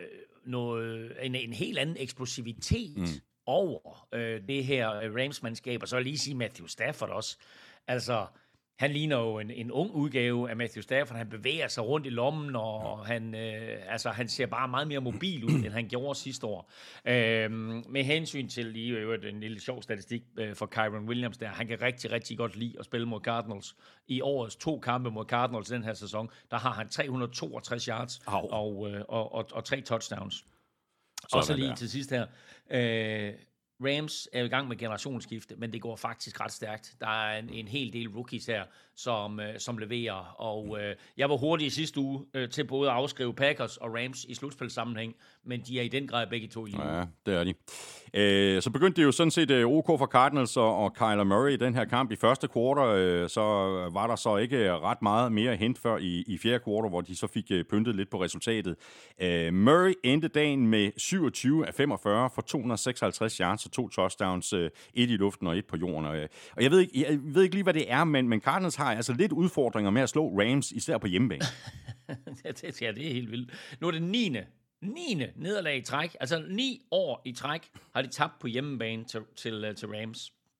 en helt anden eksplosivitet over det her Rams-mandskab, og så vil jeg lige sige Matthew Stafford også. Altså, han ligner jo en ung udgave af Matthew Stafford. Han bevæger sig rundt i lommen, og han ser bare meget mere mobil ud, end han gjorde sidste år. Med hensyn til lige en lille sjov statistik for Kyren Williams der. Han kan rigtig, rigtig godt lide at spille mod Cardinals. I årets 2 kampe mod Cardinals den her sæson, der har han 362 yards og 3 touchdowns. Og så lige til sidst her. Rams er i gang med generationsskifte, men det går faktisk ret stærkt. Der er en hel del rookies her, som leverer, og jeg var hurtig i sidste uge til både at afskrive Packers og Rams i slutspilssammenhæng, men de er i den grad begge to i. Ja, det er de. Så begyndte det jo sådan set OK for Cardinals og Kyler Murray i den her kamp i første kvartal. Så var der så ikke ret meget mere hent før i fjerde kvartal, hvor de så fik pyntet lidt på resultatet. Murray endte dagen med 27 af 45 for 256 yards og 2 touchdowns, 1 i luften og 1 på jorden. Og jeg ved ikke lige, hvad det er, men Cardinals har altså lidt udfordringer med at slå Rams, især på hjemmebane. det er helt vildt. Nu er det 9. nederlag i træk. Altså 9 år i træk har de tabt på hjemmebane til Rams.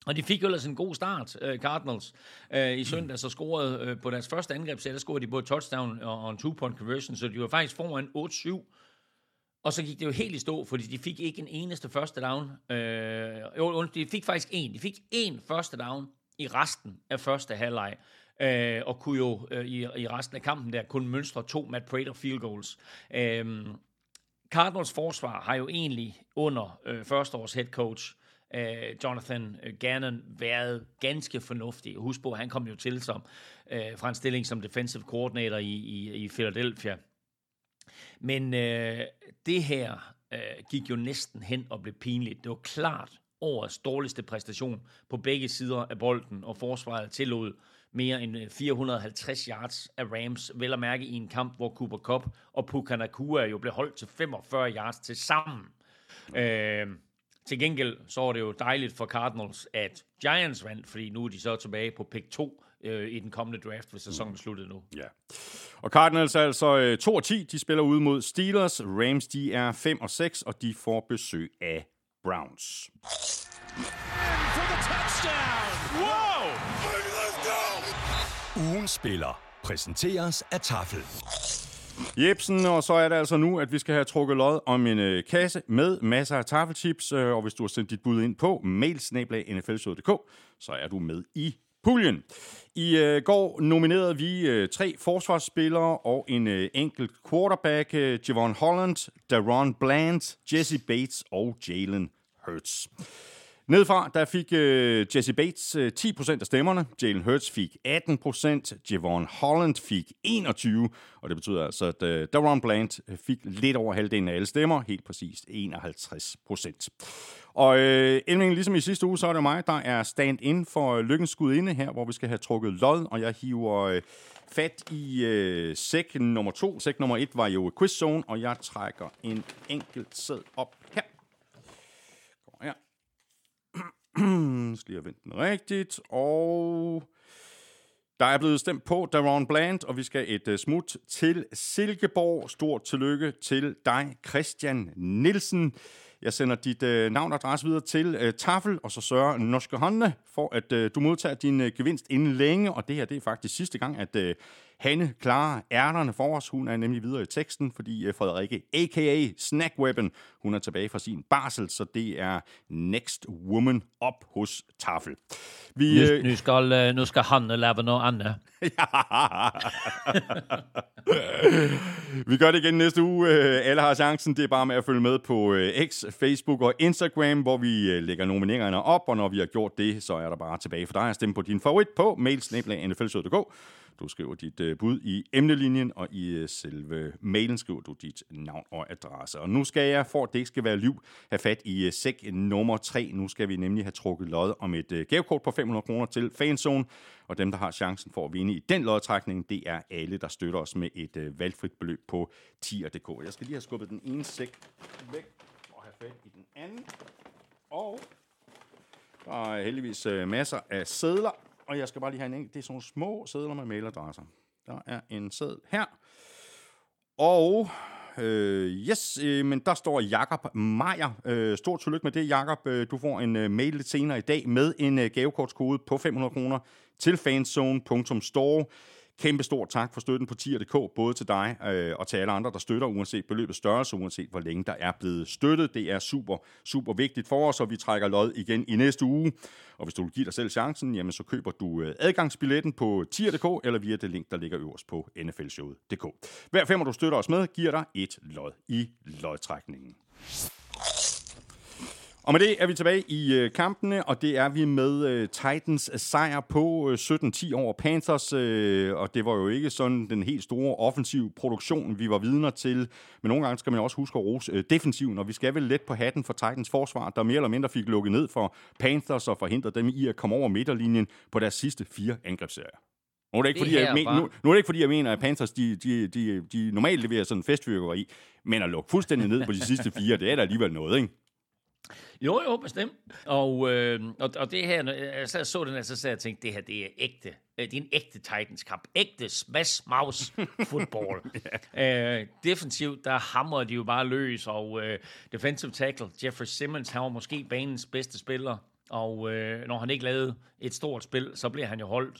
Og de fik jo ellers en god start, Cardinals. I søndag så scorede på deres første angrebsserie, der scorede de både touchdown og en 2-point conversion, så de var faktisk foran 8-7. Og så gik det jo helt i stå, fordi de fik ikke en eneste første down. De fik faktisk en. De fik en første down i resten af første halvleg. Og kunne jo i resten af kampen der kun mønstre 2 Matt Prater field goals. Cardinals forsvar har jo egentlig under førsteårs head coach Jonathan Gannon været ganske fornuftig. Husk på, han kom jo til som fra en stilling som defensive coordinator i Philadelphia. Men det her gik jo næsten hen og blev pinligt. Det var klart årets dårligste præstation på begge sider af bolden, og forsvaret tillod mere end 450 yards af Rams, vel at mærke i en kamp, hvor Cooper Kupp og Puka Nacua jo blev holdt til 45 yards til sammen. Til gengæld så var det jo dejligt for Cardinals, at Giants vandt, fordi nu er de så tilbage på pick 2 i den kommende draft, hvis sæsonen sluttede nu. Ja. Og Cardinals er altså 2-10. De spiller ude mod Steelers. Rams, de er 5-6, og de får besøg af Browns. Ugens spiller præsenteres af Tafel. Jebsen, og så er det altså nu, at vi skal have trukket lod om en kasse med masser af tafelchips, og hvis du har sendt dit bud ind på mail@nflshowet.dk, så er du med i puljen. I går nominerede vi 3 forsvarsspillere og en enkelt quarterback, Javon Holland, Daron Bland, Jesse Bates og Jalen Hurts. Nedefra, der fik Jesse Bates 10% af stemmerne, Jalen Hurts fik 18%, Javon Holland fik 21%, og det betyder altså, at Daron Bland fik lidt over halvdelen af alle stemmer, helt præcist 51%. Og endelig ligesom i sidste uge, så er det mig, der er stand-in for Lykkens Skudinde her, hvor vi skal have trukket lod, og jeg hiver fat i sæk nummer 2. Sæk nummer 1 var jo Quiz Zone, og jeg trækker en enkelt sæd op her. Kommer her. Skal lige have vendt den rigtigt, og der er blevet stemt på Daron Bland, og vi skal et smut til Silkeborg. Stort tillykke til dig, Christian Nielsen. Jeg sender dit navn og adresse videre til Tafel, og så sørger Norske Hånde for, at du modtager din gevinst inden længe, og det her det er faktisk sidste gang, at Hanne klarer ærterne for os. Hun er nemlig videre i teksten, fordi Frederikke, a.k.a. Snack Weapon, hun er tilbage fra sin barsel, så det er next woman op hos Tafel. Nu skal Hanne lave noget andet. Vi gør det igen næste uge. Alle har chancen. Det er bare med at følge med på X, Facebook og Instagram, hvor vi lægger nomineringerne op, og når vi har gjort det, så er der bare tilbage for dig at stemme på din favorit på mail@nflshowet.dk. Du skriver dit bud i emnelinjen, og i selve mailen skriver du dit navn og adresse. Og nu skal jeg, for at det ikke skal være liv, have fat i sæk nummer 3. Nu skal vi nemlig have trukket lod om et gavekort på 500 kroner til Fanzone. Og dem, der har chancen for at vinde i den lodtrækning, det er alle, der støtter os med et valgfrit beløb på tier.dk. Jeg skal lige have skubbet den ene sæk væk og have fat i den anden. Og der er heldigvis masser af sedler. Og jeg skal bare lige have en enkelt. Det er sådan nogle små sedler med mailadresser. Der er en seddel her. Og men der står Jakob Meier. Stort tillykke med det, Jakob. Du får en mail lidt senere i dag med en gavekortskode på 500 kroner til fanzone.store. Kæmpe stort tak for støtten på tier.dk, både til dig og til alle andre, der støtter, uanset beløbets størrelse, uanset hvor længe der er blevet støttet. Det er super, super vigtigt for os, og vi trækker lod igen i næste uge. Og hvis du vil give dig selv chancen, jamen så køber du adgangsbilletten på tier.dk, eller via det link, der ligger øverst på nflshowet.dk. Hver 5, du støtter os med, giver dig et lod i lodtrækningen. Og med det er vi tilbage i kampene, og det er vi med Titans sejr på 17-10 over Panthers, og det var jo ikke sådan den helt store offensiv produktion, vi var vidner til, men nogle gange skal man også huske at rose defensiven, og vi skal vel let på hatten for Titans forsvar, der mere eller mindre fik lukket ned for Panthers og forhindret dem i at komme over midterlinjen på deres sidste 4 angrebsserier. Nu er det ikke fordi, jeg mener, at Panthers de normalt leverer sådan en festfyrkeri, men at lukke fuldstændig ned på de sidste 4, det er der alligevel noget, ikke? Jo, bestemt. Og det her, jeg så den her, så jeg tænkte, det her, det er ægte. Det er en ægte Titans-kamp. Ægte smash-mouse-fodbold. Defensivt, der hamrer de jo bare løs, og defensive tackle, Jeffrey Simmons, han var måske banens bedste spiller Og når han ikke lavede et stort spil, så blev han jo holdt.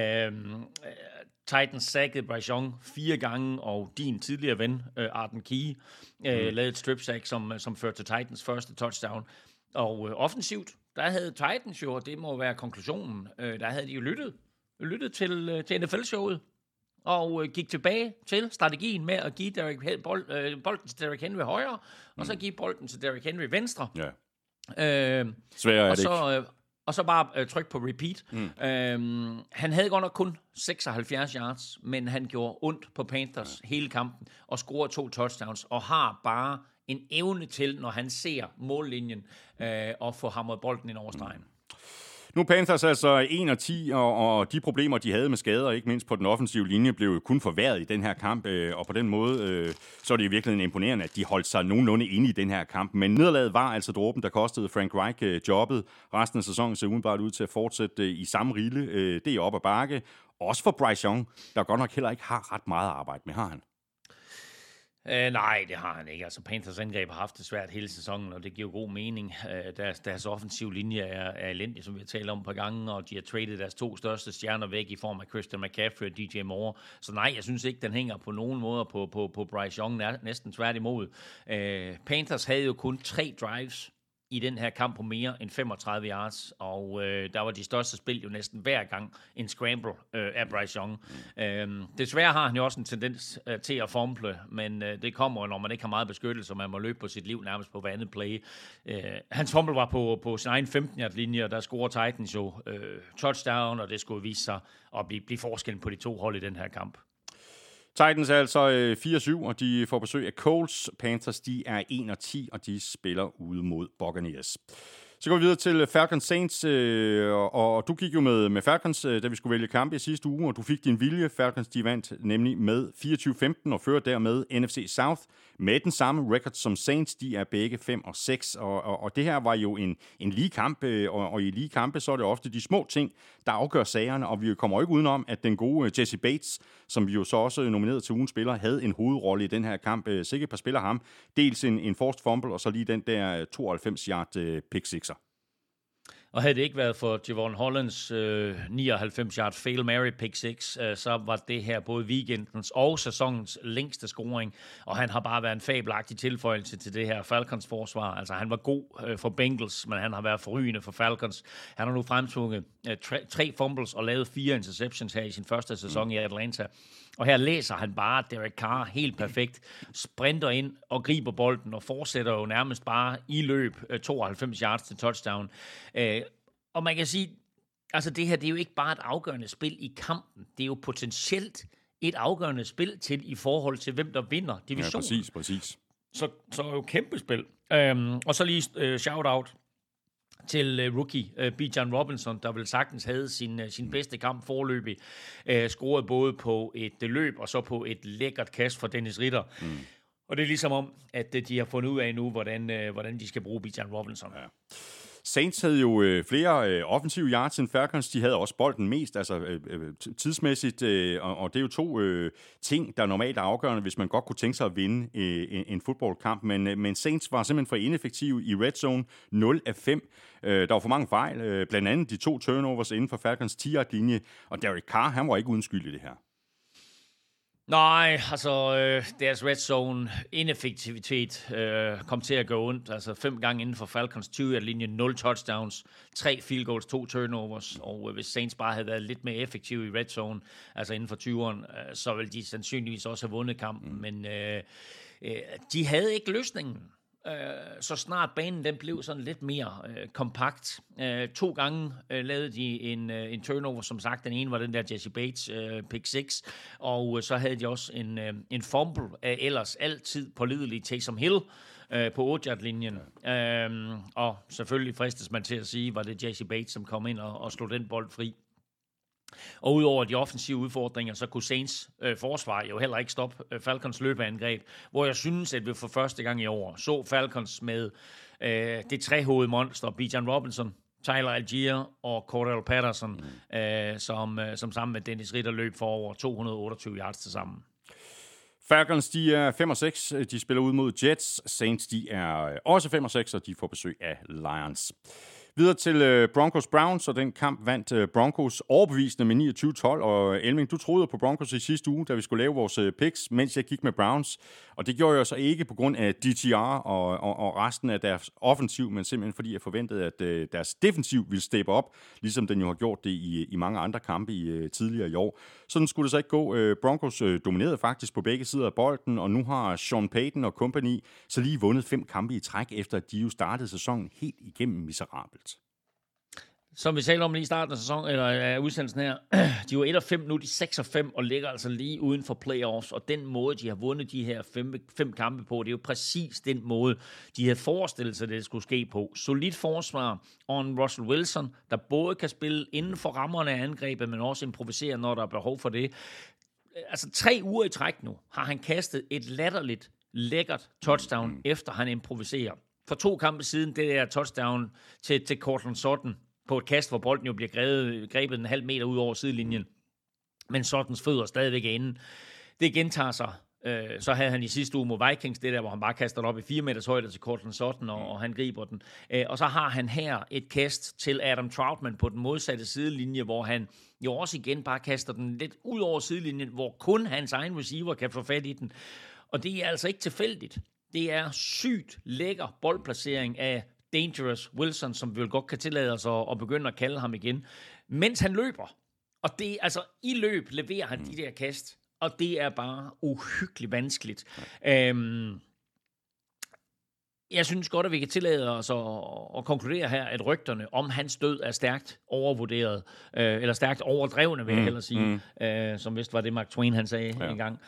Titans sackede Bryce Young 4 gange, og din tidligere ven, Arden Key, lavede et strip sack, som førte til Titans første touchdown. Og offensivt, der havde Titans jo, og det må være konklusionen, der havde de jo lyttet til NFL-showet, og gik tilbage til strategien med at give bolden til Derrick Henry højre, og så give bolden til Derrick Henry venstre. Ja. Sværere er det ikke. Og så bare tryk på repeat. Han havde godt nok kun 76 yards, men han gjorde ondt på Panthers hele kampen, og scorede 2 touchdowns, og har bare en evne til, når han ser mållinjen, at få hamret bolden ind over stregen. Nu er Panthers altså 1-10, og de problemer, de havde med skader, ikke mindst på den offensive linje, blev kun forværret i den her kamp, og på den måde, så er det i virkeligheden imponerende, at de holdt sig nogenlunde inde i den her kamp. Men nederlaget var altså dråben, der kostede Frank Reich jobbet. Resten af sæsonen ser udenbart ud til at fortsætte i samme rille. Det er op ad bakke. Også for Bryce Young, der godt nok heller ikke har ret meget arbejde med, har han? Nej, det har han ikke. Altså, Panthers angreb har haft det svært hele sæsonen, og det giver god mening. Deres offensiv linje er elendig, som vi har talt om et par gange, og de har traded deres 2 største stjerner væk i form af Christian McCaffrey og DJ Moore. Så nej, jeg synes ikke, den hænger på nogen måder på Bryce Young, næsten tværtimod. Panthers havde jo kun 3 drives i den her kamp på mere end 35 yards, og der var de største spil jo næsten hver gang en scramble af Bryce Young. Desværre har han jo også en tendens til at fumble, men det kommer jo, når man ikke har meget beskyttelse, og man må løbe på sit liv nærmest på hver andet play. Hans fumble var på sin egen 15-yard-linje, og der scorer Titans jo touchdown, og det skulle vise sig at blive forskellen på de 2 hold i den her kamp. Titans er altså 4-7, og de får besøg af Colts. Panthers, de er 1-10, og de spiller ude mod Buccaneers. Så går vi videre til Falcons Saints, og du gik jo med Falcons, da vi skulle vælge kampe i sidste uge, og du fik din vilje. Falcons, de vandt nemlig med 24-15 og fører dermed NFC South med den samme record som Saints. De er begge 5-6, og det her var jo en lige kamp, og i lige kampe, så er det ofte de små ting, der afgør sagerne, og vi kommer ikke udenom, at den gode Jesse Bates, som vi jo så også nomineret til ugens spiller, havde en hovedrolle i den her kamp. Sikkert et par spiller ham. Dels en forced fumble, og så lige den der 92-yard pick sixer. Og havde det ikke været for Javon Hollands 99-yard Fail Mary pick 6, så var det her både weekendens og sæsonens længste scoring, og han har bare været en fabelagtig tilføjelse til det her Falcons forsvar. Altså han var god for Bengals, men han har været forrygende for Falcons. Han har nu fremtvunget 3 fumbles og lavet 4 interceptions her i sin første sæson i Atlanta. Og her læser han bare Derek Carr helt perfekt, sprinter ind og griber bolden og fortsætter jo nærmest bare i løb 92 yards til touchdown. Og man kan sige, altså det her, det er jo ikke bare et afgørende spil i kampen. Det er jo potentielt et afgørende spil til i forhold til, hvem der vinder divisionen. Ja, præcis. Så er jo kæmpe spil. Og så lige shout-out til rookie Bijan Robinson, der vel sagtens havde sin bedste kamp forløbig, scorede både på et løb og så på et lækkert kast for Dennis Ritter. Og det er ligesom om, at de har fundet ud af nu, hvordan de skal bruge Bijan Robinson. Ja. Saints havde jo flere offensive yards end Falcons. De havde også bolden mest, altså tidsmæssigt, og det er jo 2 ting, der normalt er afgørende, hvis man godt kunne tænke sig at vinde en fodboldkamp. Men Saints var simpelthen for ineffektive i red zone, 0 af 5. Der var for mange fejl, blandt andet de 2 turnovers inden for Falcons 10-yard-linje, og Derek Carr, han var ikke uden skyld i det her. Nej, altså deres red zone ineffektivitet kom til at gå ondt. Altså 5 gange inden for Falcons 20-yard-linje, 0 touchdowns, 3 field goals, 2 turnovers. Og hvis Saints bare havde været lidt mere effektive i red zone, altså inden for 20'eren, så ville de sandsynligvis også have vundet kampen. Men de havde ikke løsningen. Så snart banen den blev sådan lidt mere kompakt. 2 gange lavede de en turnover, som sagt. Den ene var den der Jesse Bates pick 6, og så havde de også en fumble af ellers altid pålidelig Taysom Hill på 8-yard-linjen. Og selvfølgelig fristes man til at sige, var det Jesse Bates, som kom ind og slog den bold fri. Og udover de offensive udfordringer, så kunne Saints forsvar jo heller ikke stoppe Falcons løbeangreb, hvor jeg synes, at vi for første gang i år så Falcons med det 3-hovedede monster, Bijan Robinson, Tyler Algier og Cordell Patterson, som sammen med Dennis Ritter løb for over 228 yards til sammen. Falcons, de er 5-6. De spiller ud mod Jets. Saints, de er også 5-6, og de får besøg af Lions. Videre til Broncos-Browns, og den kamp vandt Broncos overbevisende med 29-12. Og Elming, du troede på Broncos i sidste uge, da vi skulle lave vores picks, mens jeg gik med Browns. Og det gjorde jeg så ikke på grund af DTR og resten af deres offensiv, men simpelthen fordi jeg forventede, at deres defensiv ville steppe op, ligesom den jo har gjort det i mange andre kampe tidligere i år. Sådan skulle det så ikke gå. Broncos dominerede faktisk på begge sider af bolden, og nu har Sean Payton og company så lige vundet 5 kampe i træk, efter at de jo startede sæsonen helt igennem miserabelt. Som vi talte om lige i starten af sæsonen, eller af udsendelsen her, de var 1-5, nu er de 6-5 og ligger altså lige uden for playoffs, og den måde, de har vundet de her 5 kampe på, det er jo præcis den måde, de havde forestillet sig, det skulle ske på. Solidt forsvar og en Russell Wilson, der både kan spille inden for rammerne af angrebet, men også improvisere, når der er behov for det. Altså 3 uger i træk nu har han kastet et latterligt, lækkert touchdown, efter han improviserer. For 2 kampe siden, det der touchdown til Courtland Sutton, på et kast, hvor bolden jo bliver grebet en halv meter ud over sidelinjen, men Suttons fødder stadigvæk er inde. Det gentager sig. Så havde han i sidste uge mod Vikings, det der, hvor han bare kaster den op i 4 meters højde til Courtland Sutton, og han griber den. Og så har han her et kast til Adam Troutman på den modsatte sidelinje, hvor han jo også igen bare kaster den lidt ud over sidelinjen, hvor kun hans egen receiver kan få fat i den. Og det er altså ikke tilfældigt. Det er sygt lækker boldplacering af Dangerous Wilson, som vi vel godt kan tillade os at begynde at kalde ham igen, mens han løber. Og det, altså i løb leverer han de der kast, og det er bare uhyggeligt vanskeligt. Jeg synes godt, at vi kan tillade os at konkludere her, at rygterne om hans død er stærkt overvurderet, eller stærkt overdrevne, vil jeg hellere sige, som vist var det Mark Twain, han sagde engang.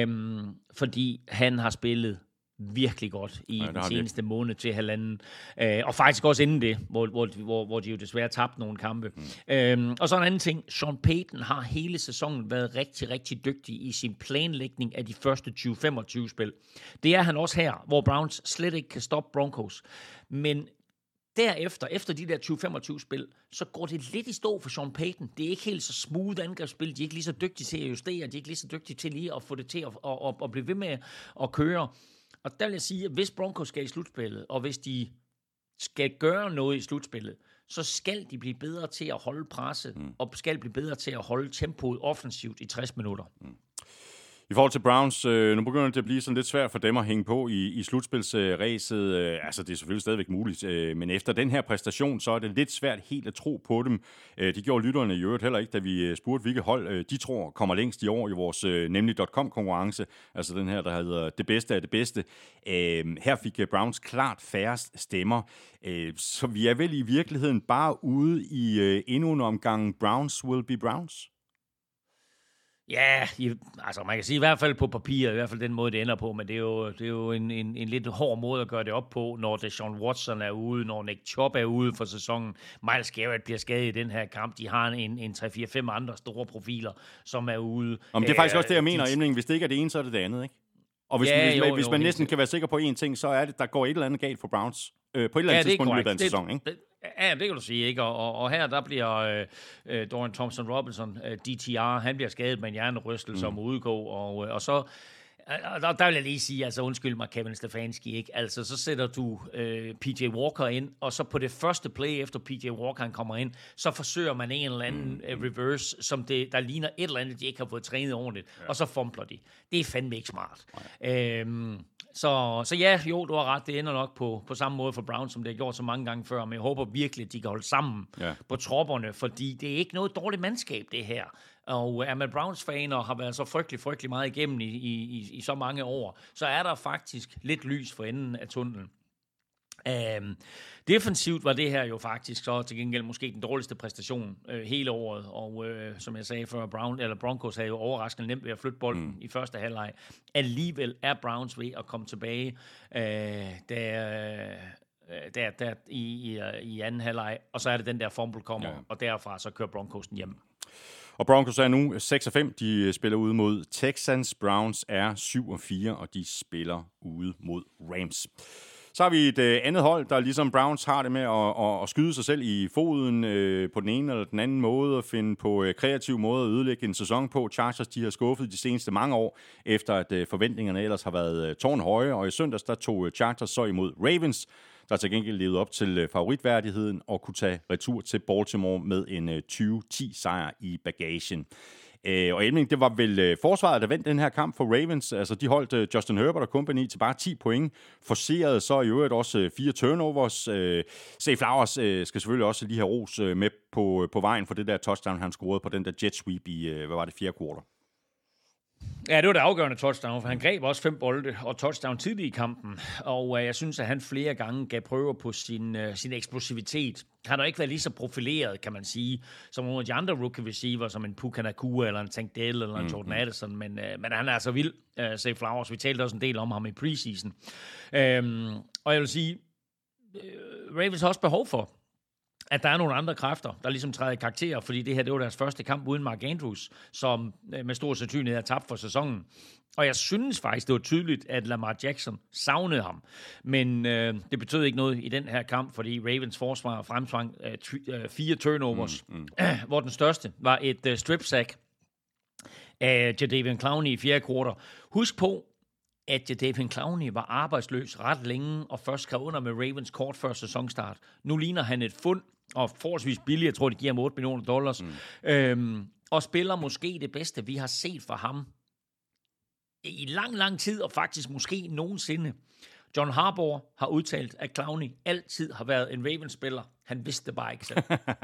Fordi han har spillet virkelig godt i den seneste måned til halvanden. Og faktisk også inden det, hvor de jo desværre tabte nogle kampe. Og så en anden ting. Sean Payton har hele sæsonen været rigtig, rigtig dygtig i sin planlægning af de første 20-25 spil. Det er han også her, hvor Browns slet ikke kan stoppe Broncos. Men derefter, efter de der 20-25 spil, så går det lidt i stå for Sean Payton. Det er ikke helt så smooth angrebsspil. De er ikke lige så dygtige til at justere. De er ikke lige så dygtige til lige at få det til at blive ved med at køre. Og der vil jeg sige, at hvis Broncos skal i slutspillet, og hvis de skal gøre noget i slutspillet, så skal de blive bedre til at holde presset, og skal blive bedre til at holde tempoet offensivt i 60 minutter. I forhold til Browns, nu begynder det at blive sådan lidt svært for dem at hænge på i slutspilsræset. Altså, det er selvfølgelig stadigvæk muligt, men efter den her præstation, så er det lidt svært helt at tro på dem. Det gjorde lytterne i øvrigt heller ikke, da vi spurgte, hvilke hold de tror kommer længst i år i vores nemlig.com-konkurrence. Altså den her, der hedder Det Bedste af det Bedste. Her fik Browns klart færrest stemmer. Så vi er vel i virkeligheden bare ude i endnu en omgang Browns will be Browns? Ja, altså man kan sige i hvert fald på papir, i hvert fald den måde, det ender på, men det er jo en lidt hård måde at gøre det op på, når Deshaun Watson er ude, når Nick Chubb er ude for sæsonen. Miles Garrett bliver skadet i den her kamp. De har en 3-4-5 andre store profiler, som er ude. Men det er faktisk også det, jeg mener, Emling. Hvis det ikke er det ene, så er det det andet, ikke? Og hvis man næsten kan være sikker på én ting, så er det, der går et eller andet galt for Browns på et eller andet tidspunkt i løbet af en sæson, ikke? Ja, det kan du sige, ikke? Og her, der bliver Dorian Thompson-Robinson, DTR, han bliver skadet med en hjernerystelse som udgå, og så der vil jeg lige sige, altså undskyld mig, Kevin Stefanski, ikke? Altså, så sætter du PJ Walker ind, og så på det første play, efter PJ Walker han kommer ind, så forsøger man en eller anden reverse, som der ligner et eller andet, de ikke har fået trænet ordentligt, og så fumbler de. Det er fandme ikke smart. Så ja, jo, du har ret, det ender nok på samme måde for Browns, som det har gjort så mange gange før, men jeg håber virkelig, at de kan holde sammen på tropperne, fordi det er ikke noget dårligt mandskab, det her. Og er man Browns-fan og har været så frygtelig meget igennem i så mange år, så er der faktisk lidt lys for enden af tunnelen. Defensivt var det her jo faktisk så til gengæld måske den dårligste præstation hele året, og som jeg sagde før, Broncos havde jo overraskende nemt ved at flytte bolden i første halvleg. Alligevel er Browns ved at komme tilbage der i anden halvleg, og så er det den der fumble kommer, og derfra så kører Broncos hjem. Og Broncos er nu 6-5. De spiller ude mod Texans. Browns er 7-4, og de spiller ude mod Rams. Så har vi et andet hold, der ligesom Browns har det med at skyde sig selv i foden på den ene eller den anden måde, og finde på kreativ måde at ødelægge en sæson på. Chargers, de har skuffet de seneste mange år, efter at forventningerne ellers har været tårnhøje, og i søndags der tog Chargers så imod Ravens, der til gengæld levede op til favoritværdigheden og kunne tage retur til Baltimore med en 20-10-sejr i bagagen. Og Elming, det var vel forsvaret, der vandt den her kamp for Ravens. Altså, de holdt Justin Herbert og company til bare 10 point. Forcerede så i øvrigt også 4 turnovers. Zay Flowers skal selvfølgelig også lige have ros med på vejen for det der touchdown, han scorede på den der jet sweep i, hvad var det, 4. kvartal. Ja, det var det afgørende touchdown, for han greb også 5 bolde og touchdown tidligt i kampen, og jeg synes, at han flere gange gav prøver på sin eksplosivitet. Han har ikke været lige så profileret, kan man sige, som nogle af de andre rookie receiver, som en Puka Nacua, eller en Tank Dell, eller en Jordan Addison, men han er altså vild, Zay Flowers. Vi talte også en del om ham i preseason. Og jeg vil sige, Ravens har også behov for, at der er nogle andre kræfter, der ligesom træder i karakter, fordi det her, det var deres første kamp uden Mark Andrews, som med stor sandsynlighed er tabt for sæsonen. Og jeg synes faktisk, det var tydeligt, at Lamar Jackson savnede ham. Men det betød ikke noget i den her kamp, fordi Ravens forsvar fremtvang 4 turnovers, hvor den største var et strip sack af Jadeveon Clowney i 4. kvartal. Husk på, at Jadeveon Clowney var arbejdsløs ret længe, og først skrev under med Ravens kort før sæsonstart. Nu ligner han et fund, og forholdsvis billigt, jeg tror, det giver ham $8 million, og spiller måske det bedste, vi har set fra ham i lang tid, og faktisk måske nogensinde. John Harbaugh har udtalt, at Clowney altid har været en Ravens-spiller. Han vidste det bare ikke selv.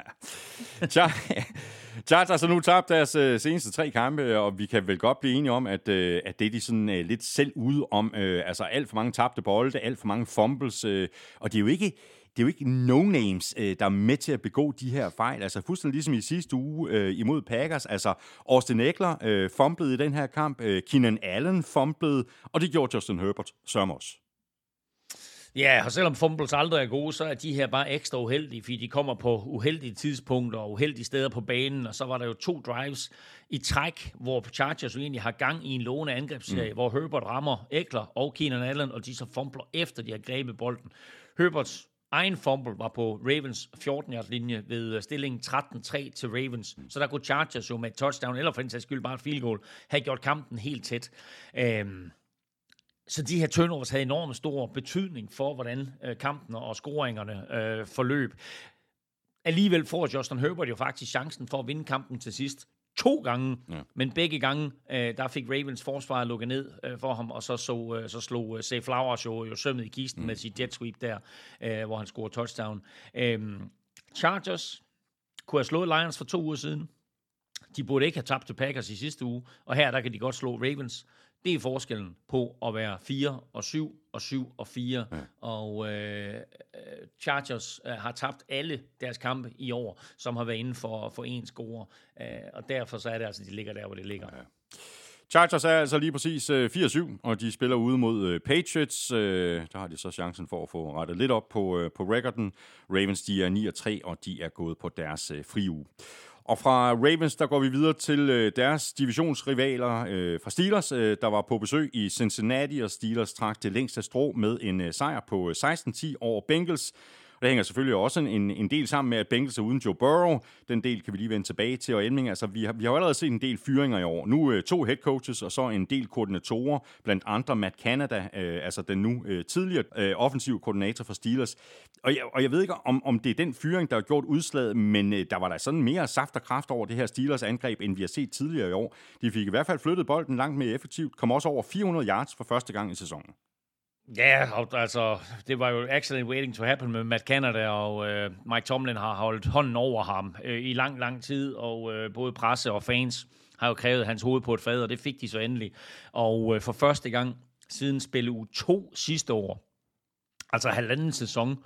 Chargers har så nu tabt deres seneste 3 kampe, og vi kan vel godt blive enige om, at det er de sådan lidt selv ude om. Altså alt for mange tabte bolde, alt for mange fumbles, og det er jo ikke no-names, der er med til at begå de her fejl. Altså fuldstændig ligesom i sidste uge imod Packers. Altså Austin Eckler fumblede i den her kamp, Keenan Allen fumblede, og det gjorde Justin Herbert sørme også. Ja, og selvom fumbles aldrig er gode, så er de her bare ekstra uheldige, fordi de kommer på uheldige tidspunkter og uheldige steder på banen, og så var der jo 2 drives i træk, hvor Chargers jo egentlig har gang i en lovende angrebsserie, hvor Herbert rammer Eckler og Keenan Allen, og de så fumbler efter, de har grebet bolden. Herberts egen fumble var på Ravens 14-yard-linje ved stillingen 13-3 til Ravens, så der kunne Chargers jo med et touchdown, eller for en sags skyld bare et field goal, have gjort kampen helt tæt. Så de her turnovers havde enormt stor betydning for, hvordan kampen og scoringerne forløb. Alligevel får Justin Herbert jo faktisk chancen for at vinde kampen til sidst 2 gange, men begge gange, der fik Ravens forsvar lukket ned for ham, og så slog Zay Flowers jo sømmet i kisten med sit jet sweep der, hvor han scorede touchdown. Chargers kunne have slået Lions for 2 uger siden. De burde ikke have tabt til Packers i sidste uge, og her der kan de godt slå Ravens. Det er forskellen på at være 4-7 og 7-4. Ja. Og Chargers har tabt alle deres kampe i år, som har været inden for en score. Og derfor så er det altså, de ligger der, hvor det ligger. Ja. Chargers er altså lige præcis 4-7, og de spiller ude mod Patriots. Der har de så chancen for at få rettet lidt op på recorden. Ravens, de er 9-3, og de er gået på deres friuge. Og fra Ravens, der går vi videre til deres divisionsrivaler fra Steelers, der var på besøg i Cincinnati, og Steelers trak det længste strå med en sejr på 16-10 over Bengals. Det hænger selvfølgelig også en del sammen med, at Bengals er uden Joe Burrow. Den del kan vi lige vende tilbage til. Og Elming, altså, vi har jo allerede set en del fyringer i år. Nu 2 head coaches og så en del koordinatorer, blandt andre Matt Canada, altså den nu tidligere offensiv koordinator for Steelers. Og jeg ved ikke, om det er den fyring, der har gjort udslaget, men der var der sådan mere saft og kraft over det her Steelers angreb, end vi har set tidligere i år. De fik i hvert fald flyttet bolden langt mere effektivt, kom også over 400 yards for første gang i sæsonen. Ja, altså, det var jo accident waiting to happen med Matt Canada, og Mike Tomlin har holdt hånden over ham i lang tid, og både presse og fans har jo krævet hans hoved på et fad, og det fik de så endelig. Og for første gang siden spil uge 2 sidste år, altså halvanden sæson,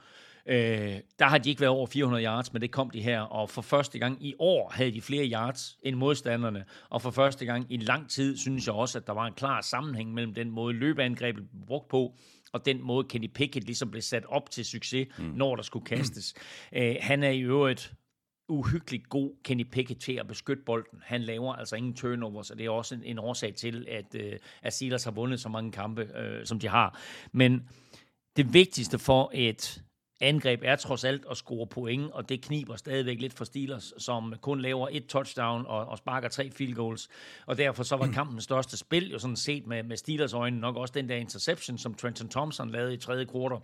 der har de ikke været over 400 yards, men det kom de her, og for første gang i år havde de flere yards end modstanderne, og for første gang i lang tid synes jeg også, at der var en klar sammenhæng mellem den måde løbeangrebet blev brugt på, og den måde Kenny Pickett ligesom blev sat op til succes, når der skulle kastes. Han er i øvrigt uhyggeligt god, Kenny Pickett, til at beskytte bolden. Han laver altså ingen turnovers, og det er også en årsag til, at Steelers har vundet så mange kampe, som de har. Men det vigtigste for et angreb er trods alt at score point, og det kniber stadigvæk lidt for Steelers, som kun laver 1 touchdown og sparker 3 field goals. Og derfor så var kampens største spil jo sådan set med Steelers øjne nok også den der interception, som Trenton Thompson lavede i 3. kvartal,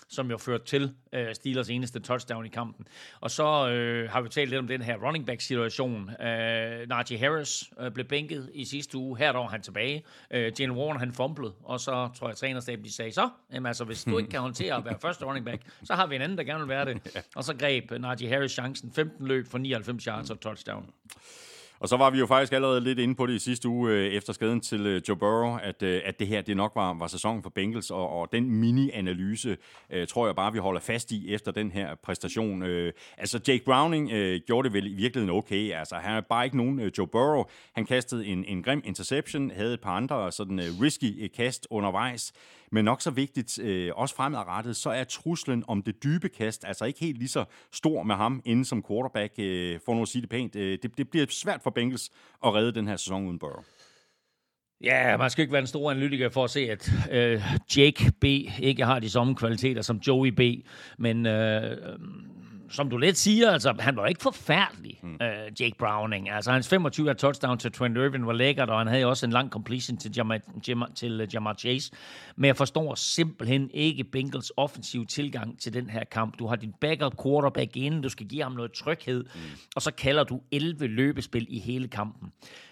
som jo førte til Steelers eneste touchdown i kampen. Og så har vi talt lidt om den her running back-situation. Najee Harris blev bænket i sidste uge. Her var han tilbage. Jalen Warren, han fumblede, og så tror jeg, trænerstaben de sagde så, altså hvis du ikke kan håndtere at være første running back, så har vi en anden, der gerne vil være det. Og så greb Najee Harris chancen. 15 løb for 99 yards og touchdown. Og så var vi jo faktisk allerede lidt inde på det i sidste uge efter skaden til Joe Burrow, at det her det nok var sæsonen for Bengals, og den mini-analyse tror jeg bare, vi holder fast i efter den her præstation. Altså Jake Browning gjorde det vel i virkeligheden okay. Altså han er bare ikke nogen Joe Burrow. Han kastede en grim interception, havde et par andre sådan risky kast undervejs. Men nok så vigtigt, også fremadrettet, så er truslen om det dybe kast altså ikke helt lige så stor med ham inde som quarterback, for nu at sige det pænt. Det bliver svært for Bengals at redde den her sæson uden Burrow. Ja, man skal ikke være en stor analytiker for at se, at Jake B. ikke har de samme kvaliteter som Joey B. Men som du lidt siger, altså, han var ikke forfærdelig, Jake Browning. Altså, hans 25 touchdown til Trent Irwin var lækkert, og han havde også en lang completion til Jamar Chase. Men jeg forstår simpelthen ikke Bengals offensiv tilgang til den her kamp. Du har din backup quarterback inde, du skal give ham noget tryghed, og så kalder du 11 løbespil i hele kampen.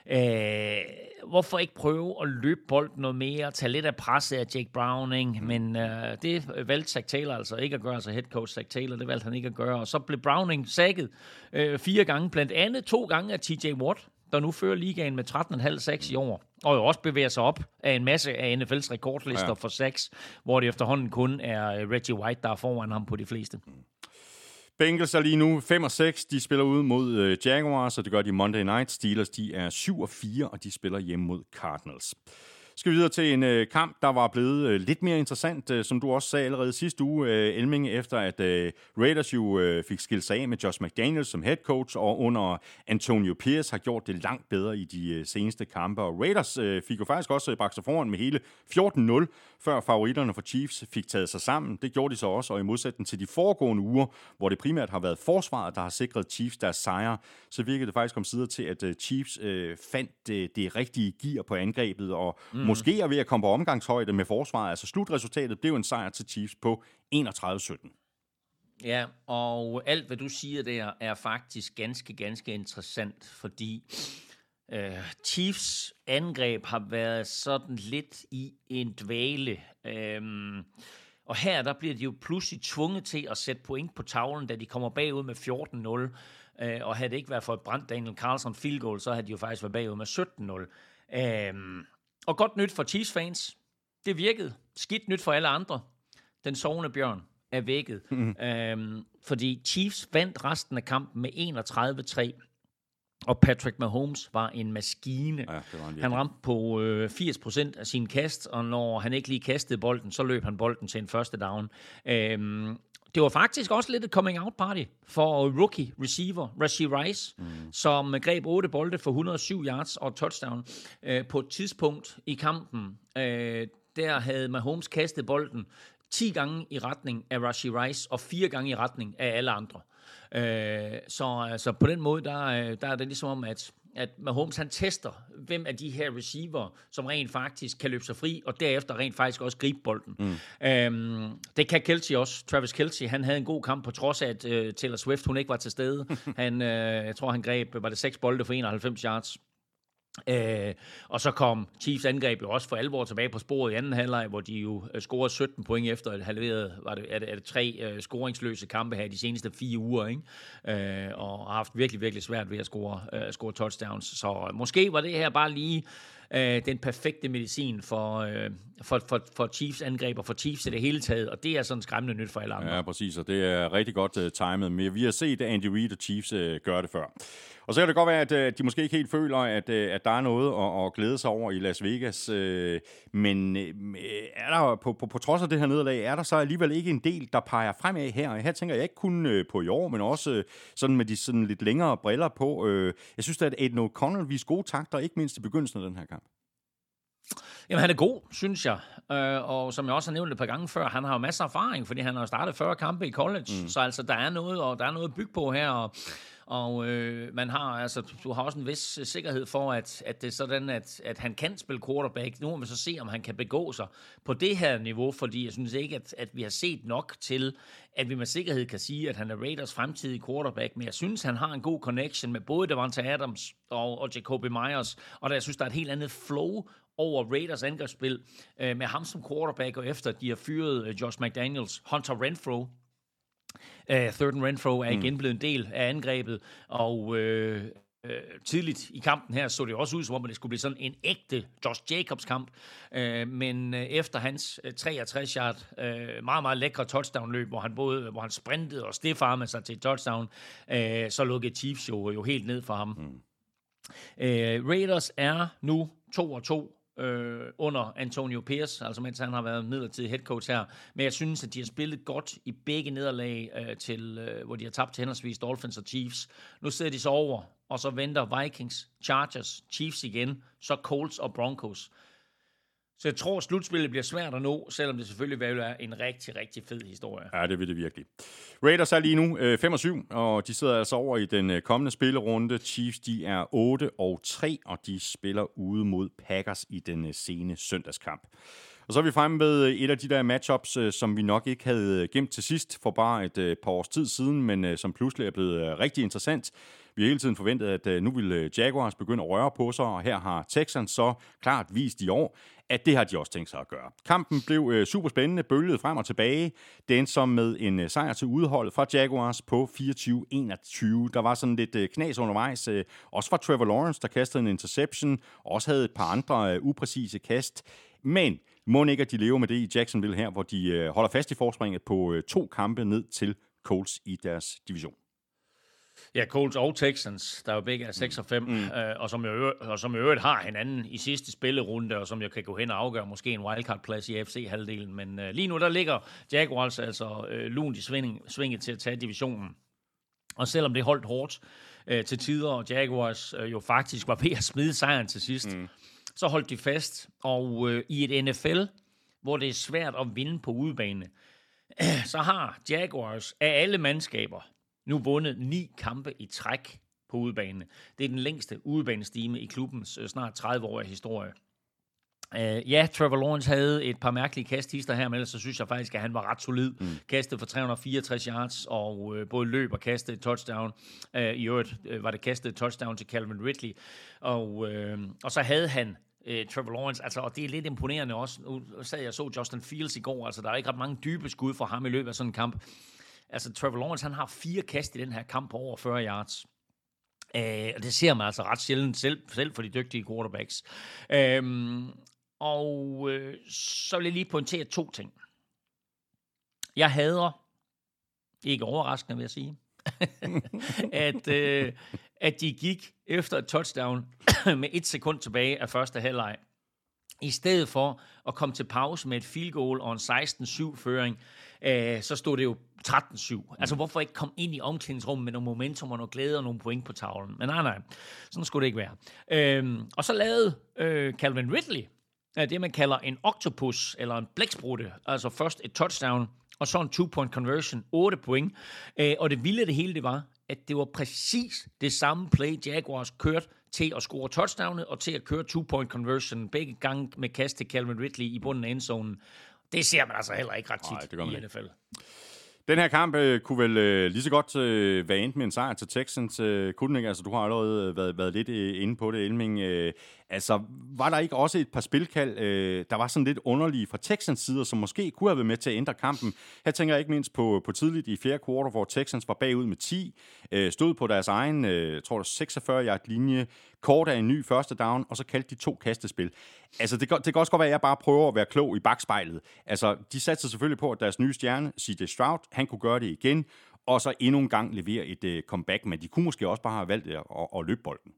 Hvorfor ikke prøve at løbe bolden noget mere, tage lidt af presset af Jake Browning, men det valgte Zach Taylor altså ikke at gøre, altså head coach Zach Taylor, det valgte han ikke at gøre, og så blev Browning sacket 4 gange, blandt andet 2 gange af TJ Watt, der nu fører ligaen med 13,5 sacks i år, og jo også bevæger sig op af en masse af NFL's rekordlister for sacks, hvor det efterhånden kun er Reggie White, der er foran ham på de fleste. Bengals er lige nu 5-6. De spiller ude mod Jaguars, og det gør de Monday Night. Steelers, de er 7-4, og de spiller hjemme mod Cardinals. Skal vi videre til en kamp, der var blevet lidt mere interessant, som du også sagde allerede sidste uge, Elming, efter at Raiders jo fik skilt sig af med Josh McDaniels som head coach, og under Antonio Pierce har gjort det langt bedre i de seneste kampe. Og Raiders fik jo faktisk også bragt sig foran med hele 14-0, før favoritterne for Chiefs fik taget sig sammen. Det gjorde de så også, og i modsætning til de foregående uger, hvor det primært har været forsvaret, der har sikret Chiefs deres sejre, så virkede det faktisk omsider til, at Chiefs fandt det rigtige gear på angrebet, og måske er ved at komme på omgangshøjde med forsvaret. Altså slutresultatet blev en sejr til Chiefs på 31-17. Ja, og alt hvad du siger der er faktisk ganske interessant, fordi Chiefs angreb har været sådan lidt i en dvale. Og her der bliver de jo pludselig tvunget til at sætte point på tavlen, da de kommer bagud med 14-0. Og havde det ikke været for et brændt Daniel Carlson field goal, så havde de jo faktisk været bagud med 17-0. Og godt nyt for Chiefs-fans. Det virkede. Skidt nyt for alle andre. Den sovende bjørn er vækket. Fordi Chiefs vandt resten af kampen med 31-3. Og Patrick Mahomes var en maskine. Ja, han ramte på 80% af sin kast, og når han ikke lige kastede bolden, så løb han bolden til en første down. Det var faktisk også lidt et coming-out-party for rookie receiver Rashee Rice, som greb 8 bolde for 107 yards og touchdown. På et tidspunkt i kampen, der havde Mahomes kastet bolden 10 gange i retning af Rashee Rice og 4 gange i retning af alle andre. Så på den måde, der er det ligesom om, at Mahomes han tester, hvem af de her receiver, som rent faktisk kan løbe sig fri, og derefter rent faktisk også gribe bolden. Det kan Kelce også. Travis Kelce, han havde en god kamp, på trods af, at Taylor Swift, hun ikke var til stede. Jeg tror, han greb, var det 6 bolde for 91 yards. Og så kom Chiefs angreb jo også for alvor tilbage på sporet i anden halvleg, hvor de jo scorede 17 point efter at halveret, er det 3 scoringsløse kampe her i de seneste 4 uger, ikke? Og har haft virkelig svært ved at score touchdowns. Så måske var det her bare lige den perfekte medicin for Chiefs angreb og for Chiefs i det hele taget, og det er sådan skræmmende nyt for alle andre. Ja, præcis, og det er rigtig godt timet, men vi har set Andy Reid og Chiefs gøre det før. Og så kan det godt være, at de måske ikke helt føler, at der er noget at glæde sig over i Las Vegas, men er der på trods af det her nederlag, er der så alligevel ikke en del, der peger fremad her? Og her tænker jeg ikke kun på i år, men også sådan med de sådan lidt længere briller på. Jeg synes, at Aiden O'Connell viser gode takter, ikke mindst i begyndelsen af den her kamp. Jamen, han er god, synes jeg. Og som jeg også har nævnt et par gange før, han har jo masser af erfaring, fordi han har startet 40 kampe i college. Så altså, der er noget at bygge på her. Og man har, altså, du har også en vis sikkerhed for, at det er sådan, at han kan spille quarterback. Nu må vi så se, om han kan begå sig på det her niveau, fordi jeg synes ikke, at vi har set nok til, at vi med sikkerhed kan sige, at han er Raiders fremtidige quarterback, men jeg synes, han har en god connection med både Davante Adams og Jacoby Myers, og jeg synes, der er et helt andet flow over Raiders angrebsspil med ham som quarterback, og efter de har fyret Josh McDaniels, Hunter Renfrow. Third and Renfrow er igen blevet en del af angrebet, og tidligt i kampen her så det også ud, som om det skulle blive sådan en ægte Josh Jacobs kamp, men efter hans 63-yard meget, meget lækre touchdown-løb, hvor han sprintede og stiffarmede sig til touchdown, så lukkede Chiefs jo helt ned for ham. Raiders er nu 2-2 under Antonio Pierce, altså mens han har været midlertidig head coach her. Men jeg synes, at de har spillet godt i begge nederlag, hvor de har tabt til henholdsvis Dolphins og Chiefs. Nu sidder de så over, og så venter Vikings, Chargers, Chiefs igen, så Colts og Broncos. Så jeg tror, at slutspillet bliver svært at nå, selvom det selvfølgelig vil være en rigtig, rigtig fed historie. Ja, det vil det virkelig. Raiders er lige nu 5-7, og de sidder altså over i den kommende spillerunde. Chiefs, de er 8-3, og de spiller ude mod Packers i den sene søndagskamp. Og så er vi fremme ved et af de der matchups, som vi nok ikke havde gemt til sidst for bare et par års tid siden, men som pludselig er blevet rigtig interessant. Vi har hele tiden forventet, at nu vil Jaguars begynde at røre på sig, og her har Texans så klart vist i år, at det har de også tænkt sig at gøre. Kampen blev super spændende, bølgede frem og tilbage. Det endte som med en sejr til udhold fra Jaguars på 24-21. Der var sådan lidt knas undervejs, også fra Trevor Lawrence, der kastede en interception, og også havde et par andre upræcise kast. Men må ikke, at de lever med det i Jacksonville her, hvor de holder fast i forspringet på 2 kampe ned til Colts i deres division. Ja, Colts og Texans, der jo begge er 6 og 5, og som i øvrigt har hinanden i sidste spillerunde, og som jo kan gå hen og afgøre måske en wildcard-plads i AFC-halvdelen. Men lige nu, der ligger Jaguars altså lunt i svinget til at tage divisionen. Og selvom det holdt hårdt til tider, og Jaguars jo faktisk var ved at smide sejren til sidst, så holdt de fast. Og i et NFL, hvor det er svært at vinde på udebane, så har Jaguars af alle mandskaber nu vundet 9 kampe i træk på udebane. Det er den længste udebanestime i klubbens snart 30-årige historie. Ja, Trevor Lawrence havde et par mærkelige kasthister her, men ellers så synes jeg faktisk, at han var ret solid. Kastet for 364 yards, og både løb og kastede et touchdown. I øvrigt var det kastet et touchdown til Calvin Ridley. Og så havde han Trevor Lawrence, altså, og det er lidt imponerende også. Nu sad jeg så Justin Fields i går, altså der er ikke ret mange dybe skud for ham i løbet af sådan en kamp. Altså, Trevor Lawrence, han har 4 kast i den her kamp på over 40 yards. Og det ser man altså ret sjældent selv for de dygtige quarterbacks. Så vil jeg lige pointere 2 ting. Jeg hader, ikke overraskende vil jeg sige, at de gik efter et touchdown med 1 sekund tilbage af første halvleg, i stedet for at komme til pause med et field goal og en 16-7-føring, så stod det jo 13-7. Altså, hvorfor ikke komme ind i omklædningsrummet med nogle momentum og noget glæde og nogle point på tavlen? Men nej, sådan skulle det ikke være. Og så lavede Calvin Ridley det, man kalder en octopus, eller en blæksprutte. Altså først et touchdown, og så en 2-point conversion, 8 point. Og det vilde det hele, det var, at det var præcis det samme play, Jaguars kørte til at score touchdownet, og til at køre 2-point conversion, begge gange med kast til Calvin Ridley i bunden af endzonen. Det ser man altså heller ikke ret tit i NFL. Den her kamp kunne vel lige så godt være endt med en sejr til Texans. Kunne den ikke? Altså, du har allerede været lidt inde på det, Elming. Altså, var der ikke også et par spilkald, der var sådan lidt underlige fra Texans side, som måske kunne have været med til at ændre kampen? Her tænker jeg ikke mindst på tidligt i fjerde kvartal, hvor Texans var bagud med 10, stod på deres egen, 46-yard linje, kort af en ny første down, og så kaldte de 2 kastespil. Altså, det kan også godt være, at jeg bare prøver at være klog i bagspejlet. Altså, de satte selvfølgelig på, at deres nye stjerne, CJ Stroud, han kunne gøre det igen, og så endnu en gang levere et comeback, men de kunne måske også bare have valgt at løbe bolden.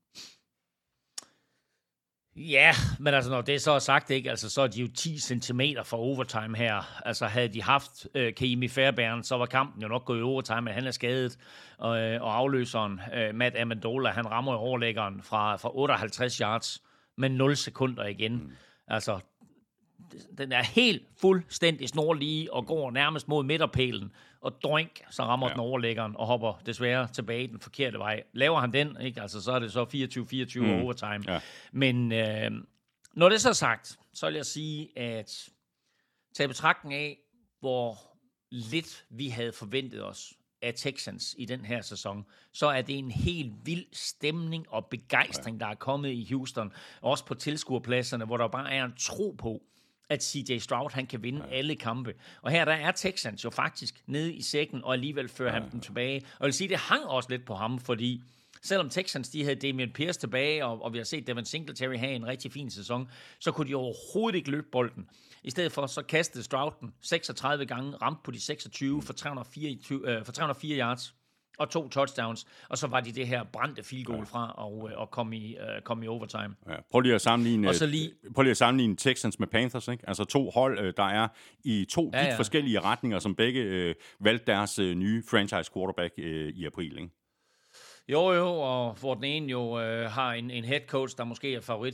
Ja, men altså når det så er sagt, ikke, altså så er de jo 10 centimeter fra overtime her. Altså havde de haft Kaimi Fairbairn, så var kampen jo nok gået i overtime, men han er skadet, og afløseren Matt Amendola, han rammer overlæggeren fra 58 yards med 0 sekunder igen. Altså den er helt fuldstændig snorlige og går nærmest mod midterpælen, og doink, så rammer den overlæggeren og hopper desværre tilbage den forkerte vej. Laver han den, ikke? Altså, så er det så 24-24 overtime. Ja. Men når det så er sagt, så vil jeg sige, at tage betragtning af, hvor lidt vi havde forventet os af Texans i den her sæson, så er det en helt vild stemning og begejstring, der er kommet i Houston, også på tilskuerpladserne, hvor der bare er en tro på, at CJ Stroud, han kan vinde alle kampe. Og her der er Texans jo faktisk nede i sækken, og alligevel fører han dem tilbage. Og jeg vil sige, det hang også lidt på ham, fordi selvom Texans, de havde Damian Pierce tilbage, og vi har set Devin Singletary have en rigtig fin sæson, så kunne de overhovedet ikke løbe bolden. I stedet for, så kastede Stroud den 36 gange, ramte på de 26 for 304 yards og 2 touchdowns, og så var de det her brændte field goal fra og kom i overtime. Ja. Prøv lige at sammenligne Texans med Panthers, ikke? Altså 2 hold, der er i 2 vidt forskellige retninger, som begge valgte deres nye franchise quarterback i april, ikke? Jo, og hvor den ene jo har en head coach, der måske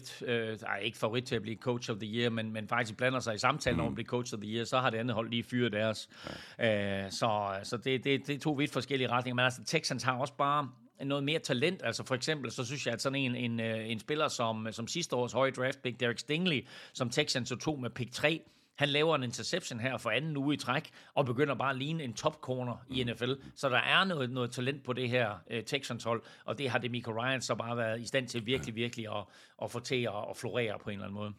er ikke favorit til at blive coach of the year, men faktisk blander sig i samtalen om at blive coach of the year, så har det andet hold lige fyret deres. Ja. Så det er 2 vidt forskellige retninger. Men altså, Texans har også bare noget mere talent. Altså for eksempel, så synes jeg, at sådan en spiller som sidste års høje draft pick, Derek Stingley, som Texans så tog med pick 3, han laver en interception her for anden uge i træk, og begynder bare at ligne en top corner i NFL. Så der er noget talent på det her Texans-hold, og det har DeMeco Ryans så bare været i stand til virkelig at få til at florere på en eller anden måde.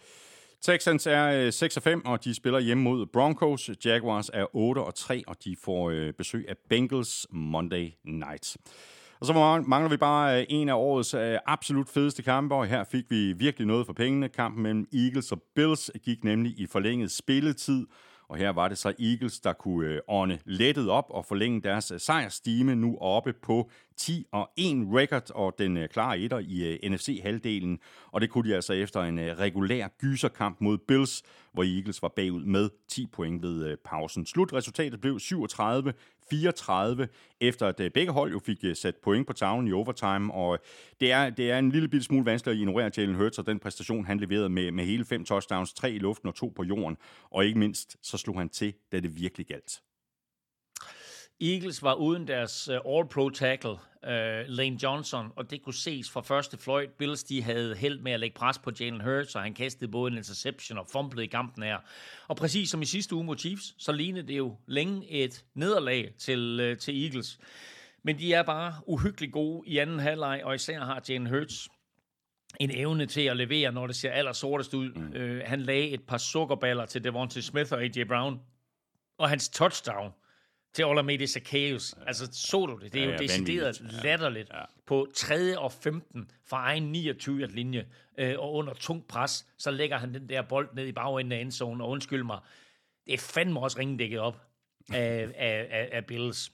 Texans er 6-5, og de spiller hjemme mod Broncos. Jaguars er 8-3, og de får besøg af Bengals Monday Night. Og så mangler vi bare en af årets absolut fedeste kampe, og her fik vi virkelig noget for pengene. Kampen mellem Eagles og Bills gik nemlig i forlænget spilletid, og her var det så Eagles, der kunne ånde lettet op og forlænge deres sejrstime, nu oppe på 10-1 record og den klare etter i NFC-halvdelen. Og det kunne de altså efter en regulær gyserkamp mod Bills, hvor Eagles var bagud med 10 point ved pausen. Slutresultatet blev 37-34, efter at begge hold jo fik sat point på tavlen i overtime, og det er en lille bitte smule vanskeligt at ignorere Jalen Hurts og den præstation, han leverede med hele 5 touchdowns, 3 i luften og 2 på jorden, og ikke mindst så slog han til, da det virkelig galt. Eagles var uden deres all-pro tackle, Lane Johnson, og det kunne ses fra første fløjt. Bills, de havde held med at lægge pres på Jalen Hurts, og han kastede både en interception og fumblede i kampen her. Og præcis som i sidste uge mod Chiefs, så lignede det jo længe et nederlag til Eagles. Men de er bare uhyggeligt gode i anden halvleg, og især har Jalen Hurts en evne til at levere, når det ser allersortest ud. Han lagde et par sukkerballer til Devontae Smith og A.J. Brown, og hans touchdown til Olamide Zaccheaus. Altså, så du det? Det er jo decideret latterligt. Ja. På 3. og 15 fra egen 29-linje, og under tungt pres, så lægger han den der bold ned i bagenden af endzone, og undskyld mig, det er fandme også ringdækket op af Bills.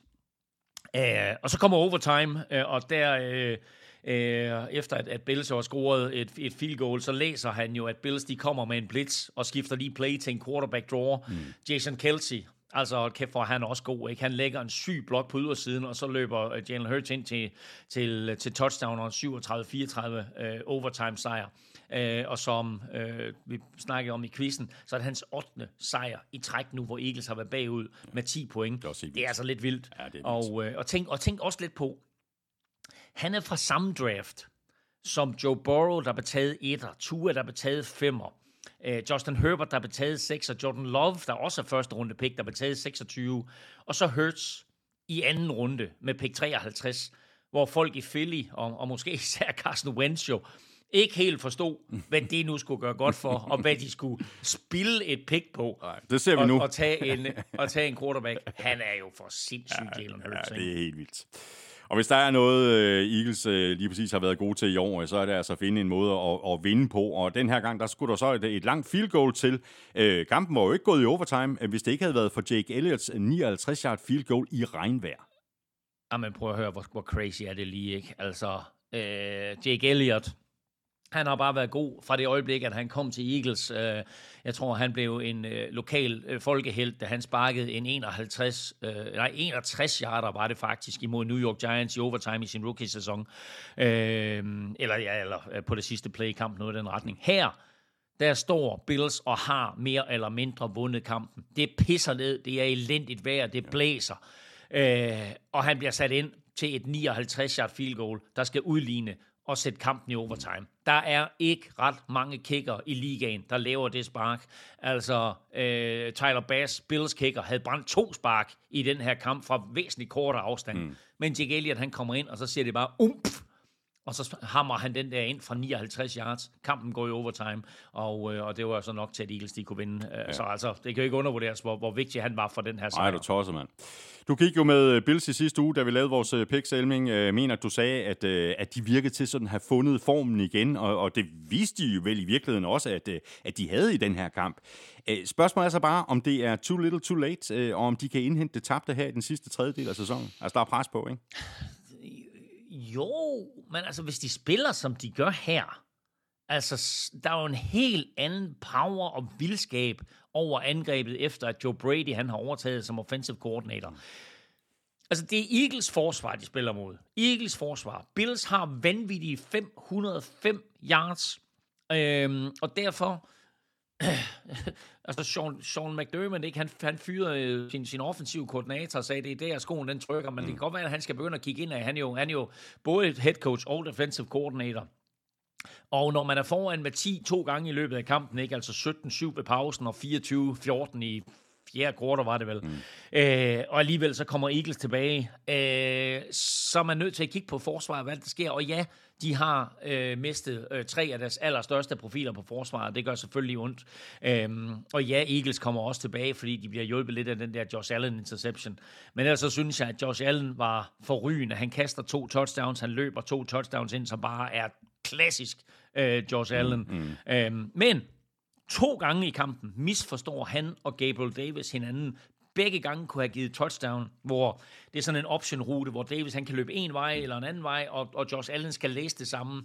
Og så kommer overtime, og der efter at Bills har scoret et field goal, så læser han jo, at Bills de kommer med en blitz og skifter lige play til en quarterback draw. Jason Kelce, altså kæft for han er også god, ikke? Han lægger en syg blok på ydersiden, og så løber Jalen Hurts ind til touchdown og 37-34 overtime sejr. Og som vi snakkede om i quizzen, så er det hans 8. sejr i træk nu, hvor Eagles har været bagud med 10 point. Det er altså lidt vildt. Ja, det er vildt. Og tænk også lidt på, han er fra samme draft som Joe Burrow, der blev taget 1'er, Tua, der blev taget 5'er, Justin Herbert, der blev taget 6'er, Jordan Love, der også er første runde pick, der blev taget 26, og så Hurts i anden runde med pick 53, hvor folk i Philly, og måske især Carson Wentz jo, ikke helt forstod, hvad det nu skulle gøre godt for, og hvad de skulle spille et pick på. Nej, det ser vi nu. Og tage en quarterback. Han er jo for sindssygt, Jalen Hurts. Ja, det er helt vildt. Og hvis der er noget, Eagles lige præcis har været gode til i år, så er det altså at finde en måde at vinde på. Og den her gang, der skulle der så et langt field goal til. Kampen var jo ikke gået i overtime, hvis det ikke havde været for Jake Elliots 59-yard field goal i regnvejr. Jamen prøv at høre, hvor crazy er det lige, ikke? Altså, Jake Elliott, han har bare været god fra det øjeblik, at han kom til Eagles. Jeg tror, han blev en lokal folkehelt, da han sparkede en 61 yarder var det faktisk imod New York Giants i overtime i sin rookie-sæson. Eller på det sidste play-kamp, noget i den retning. Her, der står Bills og har mere eller mindre vundet kampen. Det pisser ned, det er elendigt vejr, det blæser. Og han bliver sat ind til et 59-yard field goal, der skal udligne og sætte kampen i overtime. Der er ikke ret mange kicker i ligaen, der laver det spark. Altså, Tyler Bass, Bills kicker, havde brændt 2 spark i den her kamp fra væsentligt kortere afstand. Men Jake Elliott, han kommer ind, og så siger det bare, og så hammer han den der ind fra 59 yards. Kampen går i overtime, og det var så nok til, at Eagles de kunne vinde. Ja. Så altså, det kan jo ikke undervurderes, hvor vigtig han var for den her sejr. Nej, du tosser, mand. Du gik jo med Bills i sidste uge, da vi lavede vores picks, Elming. Mener, at du sagde, at de virkede til sådan at have fundet formen igen, og det viste de jo vel i virkeligheden også, at de havde i den her kamp. Spørgsmålet er så bare, om det er too little too late, og om de kan indhente det tabte her i den sidste tredjedel af sæsonen. Altså, der er pres på, ikke? Jo, men altså, hvis de spiller, som de gør her, altså, der er jo en helt anden power og vildskab over angrebet, efter at Joe Brady, han har overtaget som offensive coordinator. Altså, det er Eagles forsvar, de spiller mod. Eagles forsvar. Bills har vanvittige 505 yards, og derfor... altså Sean McDermott, ikke? Han fyrede sin offensive koordinator og sagde, det er der skoen den trykker, men det kan godt være, at han skal begynde at kigge ind af. Han er jo både head coach og defensive coordinator. Og når man er foran med 10 2 gange i løbet af kampen, ikke? Altså 17-7 ved pausen og 24-14 i fjerde kvartal var det vel. Og alligevel så kommer Eagles tilbage. Så er man nødt til at kigge på forsvaret, hvad der sker. Og ja, de har mistet 3 af deres allerstørste profiler på forsvaret. Det gør selvfølgelig ondt. Og ja, Eagles kommer også tilbage, fordi de bliver hjulpet lidt af den der Josh Allen interception. Men ellers så synes jeg, at Josh Allen var forrygende. Han kaster 2 touchdowns, han løber 2 touchdowns ind, som bare er klassisk Josh Allen. Men 2 gange i kampen misforstår han og Gabriel Davis hinanden. Begge gange kunne have givet touchdown, hvor det er sådan en option-rute, hvor Davis han kan løbe en vej eller en anden vej, og Josh Allen skal læse det samme.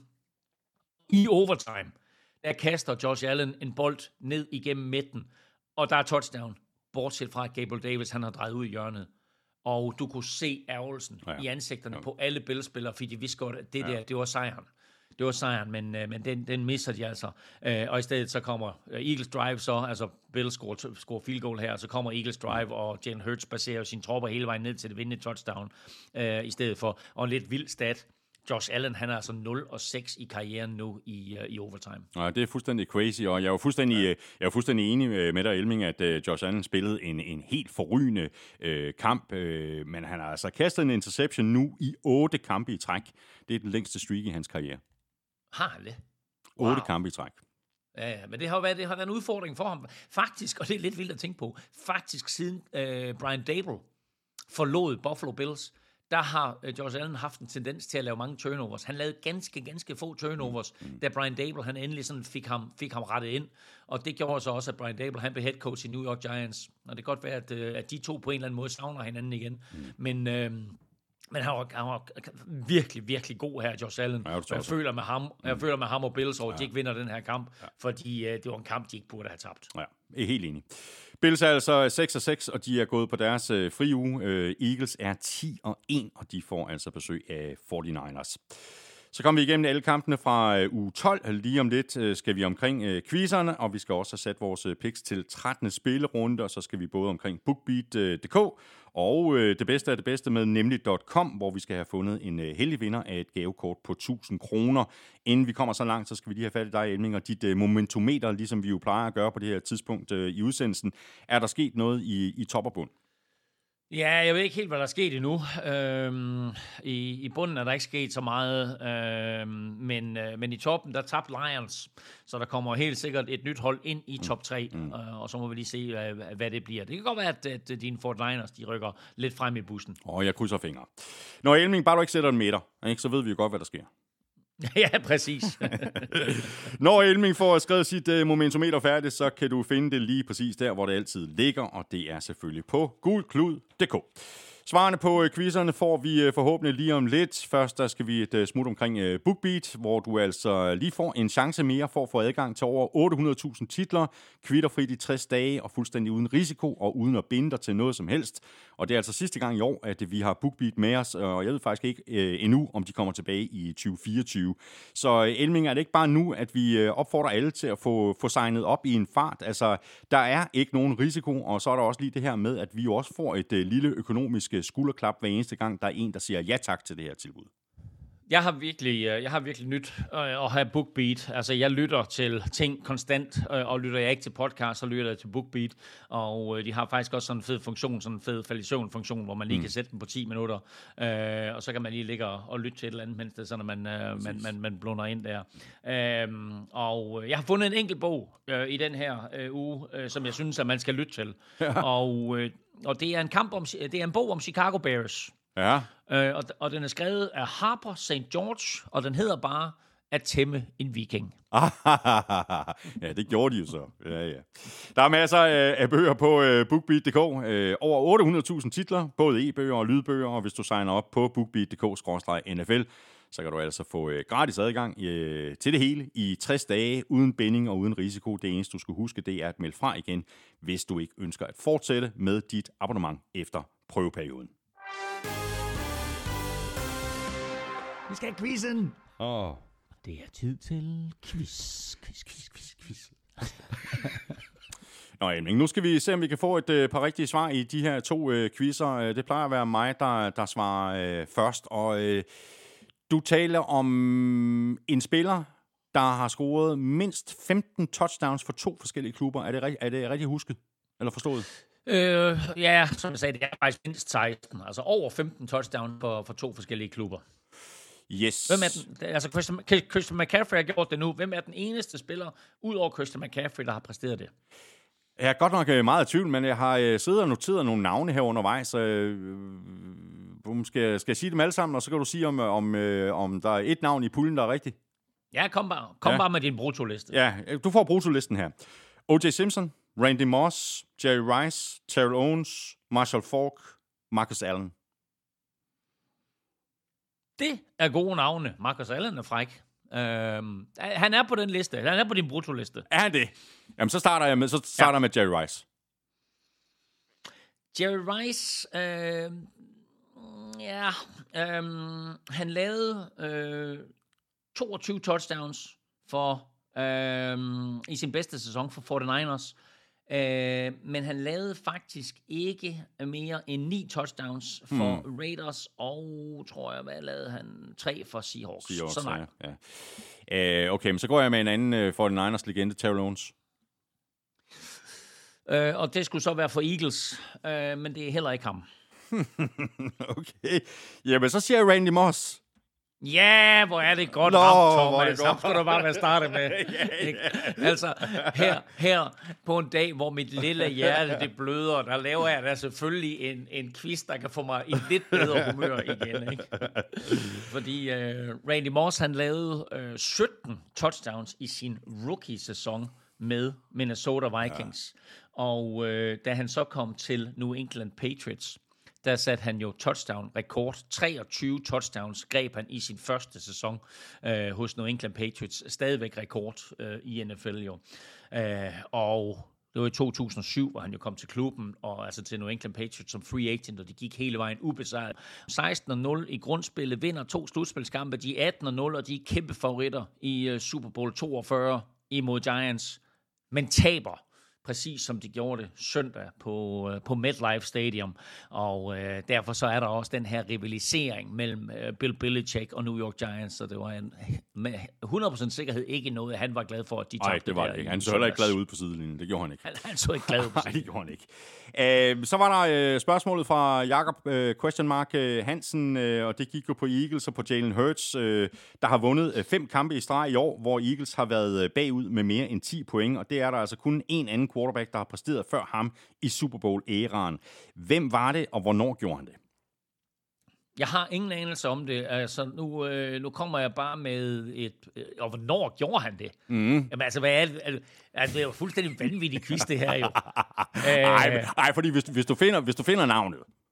I overtime, der kaster Josh Allen en bold ned igennem midten, og der er touchdown, bortset fra at Gabriel Davis han har drejet ud i hjørnet. Og du kunne se ærgelsen i ansigterne på alle Bills-spillere, fordi de vidste godt, at det var sejren. Det var sejren, men den misser de altså. Og i stedet så kommer Eagles drive så, altså Bills scorer field goal her, så kommer Eagles drive, og Jalen Hurts baserer sine tropper hele vejen ned til det vindende touchdown i stedet for. Og en lidt vild stat. Josh Allen, han er altså 0-6 i karrieren nu i overtime. Ja, det er fuldstændig crazy, og jeg er fuldstændig enig med dig, Elming, at Josh Allen spillede en helt forrygende kamp, men han har altså kastet en interception nu i 8 kampe i træk. Det er den længste streak i hans karriere. Har han det? 8 kampe i træk. Ja, men det har været en udfordring for ham. Faktisk, og det er lidt vildt at tænke på, faktisk siden Brian Daboll forlod Buffalo Bills, der har Josh Allen haft en tendens til at lave mange turnovers. Han lavede ganske få turnovers, da Brian Daboll han endelig sådan fik ham rettet ind. Og det gjorde så også, at Brian Daboll han blev head coach i New York Giants. Og det kan godt være, at de to på en eller anden måde savner hinanden igen. Men han var virkelig, virkelig god her, Josh Allen. Ja, jeg føler med ham og Bills over, at de ikke vinder den her kamp, fordi det var en kamp, de ikke burde have tabt. Ja, jeg er helt enig. Bills er altså 6-6, og de er gået på deres fri uge. Eagles er 10-1, og de får altså besøg af 49ers. Så kommer vi igennem alle kampene fra uge 12. Lige om lidt skal vi omkring quizerne, og vi skal også have sat vores picks til 13. spillerunde, og så skal vi både omkring bookbeat.dk og det bedste af det bedste med nemlig.com, hvor vi skal have fundet en heldig vinder af et gavekort på 1.000 kroner. Inden vi kommer så langt, så skal vi lige have fat i dig, Elming, og dit momentometer, ligesom vi jo plejer at gøre på det her tidspunkt i udsendelsen. Er der sket noget i top og bund? Ja, jeg ved ikke helt, hvad der er sket endnu. I bunden er der ikke sket så meget, men i toppen, der tabte Lions, så der kommer helt sikkert et nyt hold ind i top 3, og så må vi lige se, hvad det bliver. Det kan godt være, at dine 49ers, de rykker lidt frem i bussen. Jeg krydser fingre. Når Elming, bare du ikke sætter en meter, så ved vi jo godt, hvad der sker. Ja, præcis. Når Elming får skrevet sit momentometer færdigt, så kan du finde det lige præcis der, hvor det altid ligger, og det er selvfølgelig på gulklud.dk. Svarene på quizzerne får vi forhåbentlig lige om lidt. Først der skal vi et smut omkring BookBeat, hvor du altså lige får en chance mere for at få adgang til over 800.000 titler, kvitterfrit i 60 dage og fuldstændig uden risiko og uden at binde dig til noget som helst. Og det er altså sidste gang i år, at vi har BookBeat med os, og jeg ved faktisk ikke endnu, om de kommer tilbage i 2024. Så Elming, er det ikke bare nu, at vi opfordrer alle til at få signet op i en fart? Altså, der er ikke nogen risiko, og så er der også lige det her med, at vi jo også får et lille økonomisk skulderklap hver eneste gang, der er en, der siger ja tak til det her tilbud. Jeg har virkelig nyt at have BookBeat. Altså, jeg lytter til ting konstant, og lytter jeg ikke til podcast, så lytter jeg til BookBeat. Og de har faktisk også sådan en fed funktion, sådan en fed fallition-funktion, hvor man lige kan sætte den på 10 minutter, og så kan man lige ligge og lytte til et eller andet, mens det er sådan, at man blunder ind der. Og jeg har fundet en enkelt bog i den her uge, som jeg synes, at man skal lytte til. Ja. Og det er en bog om Chicago Bears. Ja. Og den er skrevet af Harper St. George, og den hedder bare At tæmme en viking. Ja, det gjorde de jo så. Ja. Der er masser af bøger på BookBeat.dk. Over 800.000 titler, både e-bøger og lydbøger, og hvis du signer op på BookBeat.dk/NFL, så kan du altså få gratis adgang til det hele i 60 dage, uden binding og uden risiko. Det eneste, du skal huske, det er at melde fra igen, hvis du ikke ønsker at fortsætte med dit abonnement efter prøveperioden. Vi skal have quizzen. Det er tid til quiz. Nå, Elming, nu skal vi se, om vi kan få et par rigtige svar i de her 2 quizzer. Det plejer at være mig, der svarer først. Og du taler om en spiller, der har scoret mindst 15 touchdowns for 2 forskellige klubber. Er det rigtigt husket? Eller forstået? Ja, som jeg sagde, det er faktisk mindst 16. Altså over 15 touchdowns for 2 forskellige klubber. Yes. Hvem er den? Altså, Christian McCaffrey har gjort det nu. Hvem er den eneste spiller, ud over Christian McCaffrey, der har præsteret det? Jeg er godt nok meget i tvivl, men jeg har siddet og noteret nogle navne her undervejs. Skal jeg sige dem alle sammen, og så kan du sige, om der er et navn i puljen, der er rigtigt? Ja, kom bare med din brutoliste. Ja, du får brutolisten her. O.J. Simpson, Randy Moss, Jerry Rice, Terrell Owens, Marshall Faulk, Marcus Allen. Det er gode navne. Marcus Allen er fræk. Han er på den liste. Han er på din brutoliste. Er han det? Jamen, så starter jeg med Jerry Rice. Jerry Rice, han lavede 22 touchdowns i sin bedste sæson for 49ers. Men han lavede faktisk ikke mere end 9 touchdowns for Raiders, og tror jeg, hvad lavede han? 3 for Seahawks. Så nej. Ja. Okay, men så går jeg med en anden 49ers legende, Terrell Owens. Og det skulle så være for Eagles, men det er heller ikke ham. Okay. Jamen, så siger jeg Randy Moss. Ja, hvor er det godt ramt, Thomas. Så skulle du bare være startet med. Altså, her på en dag, hvor mit lille hjerte det bløder, der laver jeg da selvfølgelig en quiz, der kan få mig i lidt bedre humør igen. Ikke? Fordi Randy Moss, han lavede 17 touchdowns i sin rookie-sæson med Minnesota Vikings. Ja. Og da han så kom til New England Patriots, der satte han jo touchdown-rekord. 23 touchdowns greb han i sin første sæson hos New England Patriots. Stadigvæk rekord i NFL jo. Og det var i 2007, hvor han jo kom til klubben, og altså til New England Patriots som free agent, og de gik hele vejen ubesejret. 16-0 i grundspillet, vinder 2 slutspilskampe, de er 18-0, og de er kæmpe favoritter i Super Bowl 42 imod Giants, men taber. Præcis som de gjorde det søndag på MetLife Stadium. Og derfor så er der også den her rivalisering mellem Bill Belichick og New York Giants. Så det var med 100% sikkerhed ikke noget, han var glad for, at de tabte. Nej, det var det ikke. Han så heller ikke glad ud på sidelinjen. Det gjorde han ikke. Han så ikke glad ud på sidelinjen. Nej, det gjorde han ikke. Så var der spørgsmålet fra Jakob Hansen, og det gik jo på Eagles og på Jalen Hurts, der har vundet 5 kampe i streg i år, hvor Eagles har været bagud med mere end 10 point, og det er der altså kun en anden quarterback, der har præsteret før ham i Super Bowl-æraen. Hvem var det, og hvornår gjorde han det? Jeg har ingen anelse om det. Altså, nu kommer jeg bare med og hvornår gjorde han det? Jamen, altså, hvad er det? Altså, det er jo fuldstændig vanvittig quiz, det her jo. Nej, fordi hvis du finder navnet,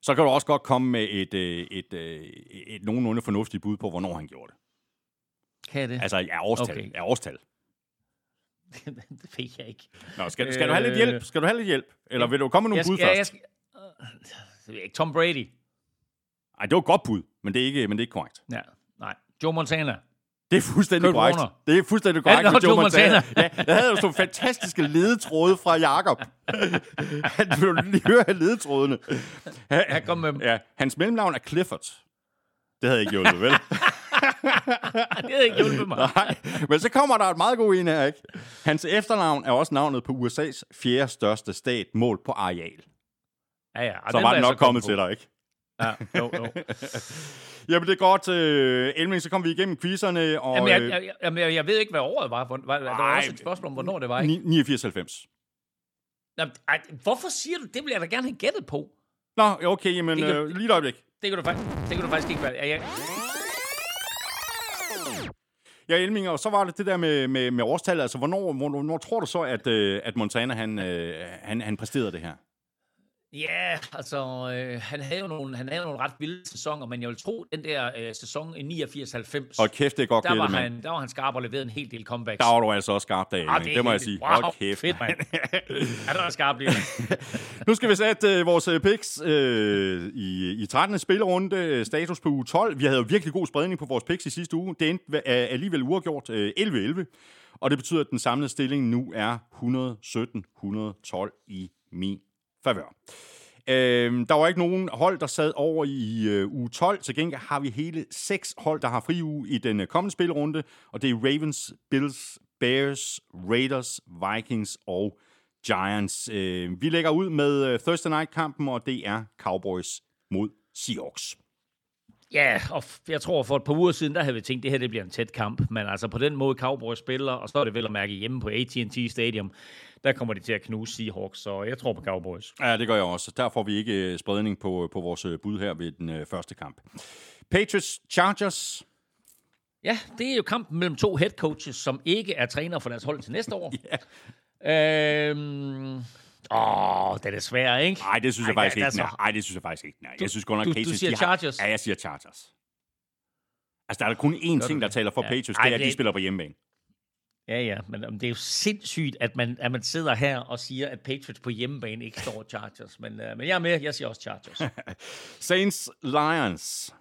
Så kan du også godt komme med et nogenlunde fornuftigt bud på, hvornår han gjorde det. Kan jeg det? Altså, årstal. Okay. Årstal. Det fik jeg ikke. Nå, skal du have lidt hjælp? Skal du have lidt hjælp? Eller vil du komme med nogle bud først? Det er ikke Tom Brady. Nej, det var et godt bud, men det er ikke korrekt. Ja, nej. Joe Montana. Det er fuldstændig Kurt korrekt. Warner. Det er fuldstændig korrekt med Joe Montana. Ja, jeg havde jo så fantastiske ledetråde fra Jakob. Han vil lige høre ledetrådene. Jeg kom med dem. Ja, hans mellemnavn er Clifford. Det havde jeg ikke hjulpet, vel? Det havde ikke hjulpet mig. Nej, men så kommer der et meget god en her, ikke? Hans efternavn er også navnet på USA's 4. største stat, målt på areal. Ja. Så var det nok kommet til dig, ikke? Ja, jo. Jamen, det er godt. Elming, så kom vi igennem quizzerne. Og, Jamen, jeg ved ikke, hvad året var. Der var også et spørgsmål om, hvornår det var, ikke? 89-90. Hvorfor siger du det? Vil jeg da gerne have gættet på. Nå, okay, men lige et øjeblik. Det kan du faktisk ikke være. Ja, Elming, og så var det der med årstallet. Altså, hvornår tror du så, at Montana, han præsterede det her? Ja, altså, han havde jo nogle ret vilde sæsoner, men jeg vil tro, den der sæson i 89-90... Og kæft, det er godt gættet, mand. Der var han skarp og leverede en hel del comebacks. Der var du altså også skarp der, det må jeg sige. Wow, kæft, fedt, mand. Ja, der var skarp lige. Nu skal vi sætte vores picks i 13. spillerunde, status på uge 12. Vi havde jo virkelig god spredning på vores picks i sidste uge. Det endte alligevel uafgjort 11-11, og det betyder, at den samlede stilling nu er 117-112 i min favør. Der var ikke nogen hold, der sad over i uge 12. Til gengæld har vi hele 6 hold, der har fri uge i den kommende spillerunde, og det er Ravens, Bills, Bears, Raiders, Vikings og Giants. Vi lægger ud med Thursday Night-kampen, og det er Cowboys mod Seahawks. Ja, og jeg tror, for et par uger siden, der havde vi tænkt, at det her det bliver en tæt kamp. Men altså på den måde, Cowboys spiller, og så er det vel at mærke hjemme på AT&T Stadium, der kommer de til at knuse Seahawks, så jeg tror på Cowboys. Ja, det gør jeg også. Der får vi ikke spredning på vores bud her ved den første kamp. Patriots, Chargers. Ja, det er jo kampen mellem 2 head coaches, som ikke er træner for deres hold til næste år. Den er svær, ikke? Nej, det synes jeg faktisk ikke. Nej, det synes jeg faktisk ikke. Jeg synes godt nok, Patriots... Du siger Chargers? Ja, jeg siger Chargers. Altså, der er kun én ting, der taler for Patriots, det er, at de spiller på hjemmebane. Ja, men det er jo sindssygt, at man sidder her og siger, at Patriots på hjemmebane ikke står Chargers. Men jeg er med, jeg siger også Chargers. Saints, Lions.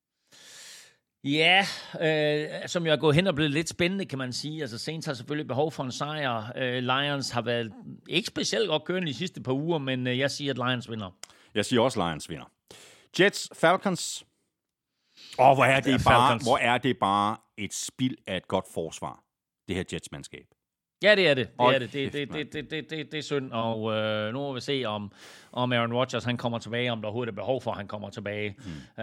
Ja, som jo er gået hen og blevet lidt spændende, kan man sige. Altså, Saints har selvfølgelig behov for en sejr. Lions har været ikke specielt godt kørende de sidste par uger, men jeg siger, at Lions vinder. Jeg siger også, Lions vinder. Jets, Falcons. Hvor er det bare et spild af et godt forsvar, det her Jets-mandskab. Ja, det er det. Det er synd, og nu må vi se, om Aaron Rodgers han kommer tilbage, om der overhovedet er behov for, at han kommer tilbage.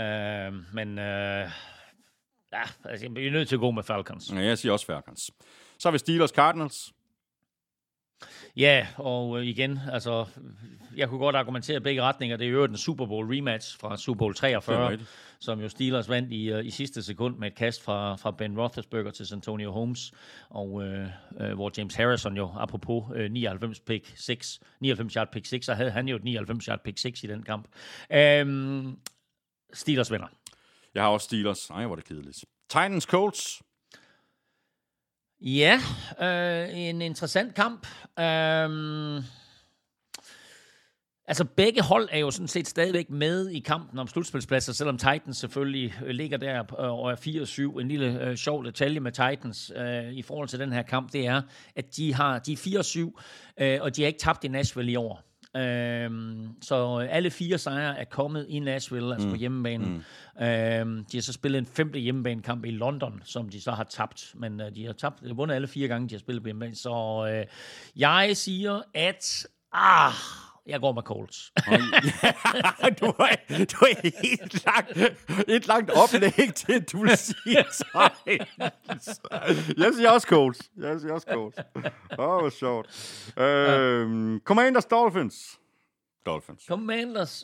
Altså, vi er nødt til at gå med Falcons. Ja, jeg siger også Falcons. Så er vi Steelers, Cardinals. Ja, og igen, altså, jeg kunne godt argumentere begge retninger. Det er jo den Super Bowl rematch fra Super Bowl 43, som jo Steelers vandt i sidste sekund med et kast fra Ben Roethlisberger til Santonio Holmes, og hvor James Harrison jo, apropos 99 yard pick 6, så havde han jo et 99 yard pick 6 i den kamp. Steelers vinder. Jeg har også Steelers. Ej, hvor er det kedeligt. Titans, Colts. Ja, en interessant kamp. Altså, begge hold er jo sådan set stadigvæk med i kampen om slutspilspladser, selvom Titans selvfølgelig ligger der og er 4-7. En lille sjov detalje med Titans i forhold til den her kamp, det er, at de er 4-7, og de har ikke tabt i Nashville i år. Så alle 4 sejre er kommet i Nashville, altså på hjemmebanen. De har så spillet en 5. hjemmebanekamp i London, som de så har tabt, men de har vundet alle 4 gange, de har spillet på hjemmebane. Så jeg siger, at jeg går med Colts. Du er et langt oplæg til, at du vil sige Titans. Jeg siger også Colts. Hvor sjovt. Commanders, Dolphins. Commanders,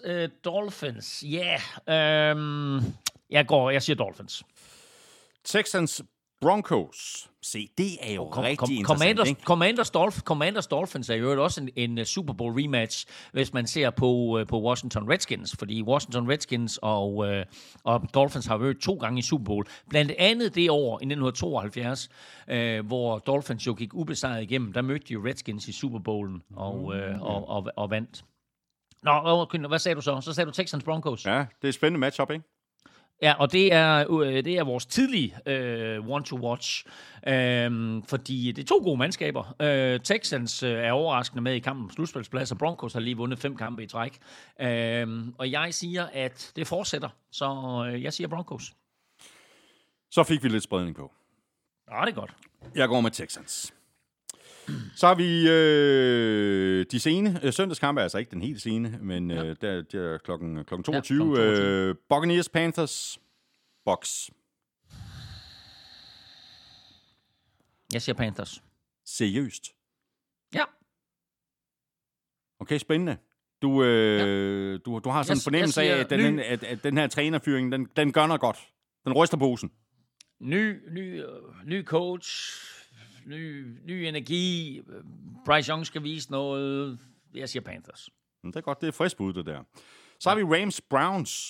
Dolphins. Ja. Jeg siger Dolphins. Texans, Broncos. Se, det er jo rigtig interessant, ikke? Commanders Dolphins er jo også en Super Bowl rematch, hvis man ser på Washington Redskins, fordi Washington Redskins og Dolphins har været 2 gange i Super Bowl. Blandt andet det år i 1972, hvor Dolphins jo gik ubesejret igennem, der mødte de Redskins i Super Bowlen og vandt. Nå, hvad sagde du så? Så sagde du Texans Broncos. Ja, det er et spændende matchup, ikke? Ja, og det er vores tidlige one to watch, fordi det er 2 gode mandskaber. Texans er overraskende med i kampen om slutspilsplads, og Broncos har lige vundet 5 kampe i træk. Og jeg siger, at det fortsætter, så jeg siger Broncos. Så fik vi lidt spredning på. Ja, det er godt. Jeg går med Texans. Så har vi de sene søndagskampe, altså ikke den helt sene, men der er klokken 22. Ja, Buccaneers, Panthers, Bucks. Jeg siger Panthers. Seriøst? Ja. Okay, spændende. Du har sådan en fornemmelse af, at den her trænerfyring, den gør noget godt. Den ryster posen. Ny coach, ny energi. Bryce Young skal vise noget. Jeg siger Panthers. Det er godt, det er frisk bud, det der. Så har vi Rams, Browns.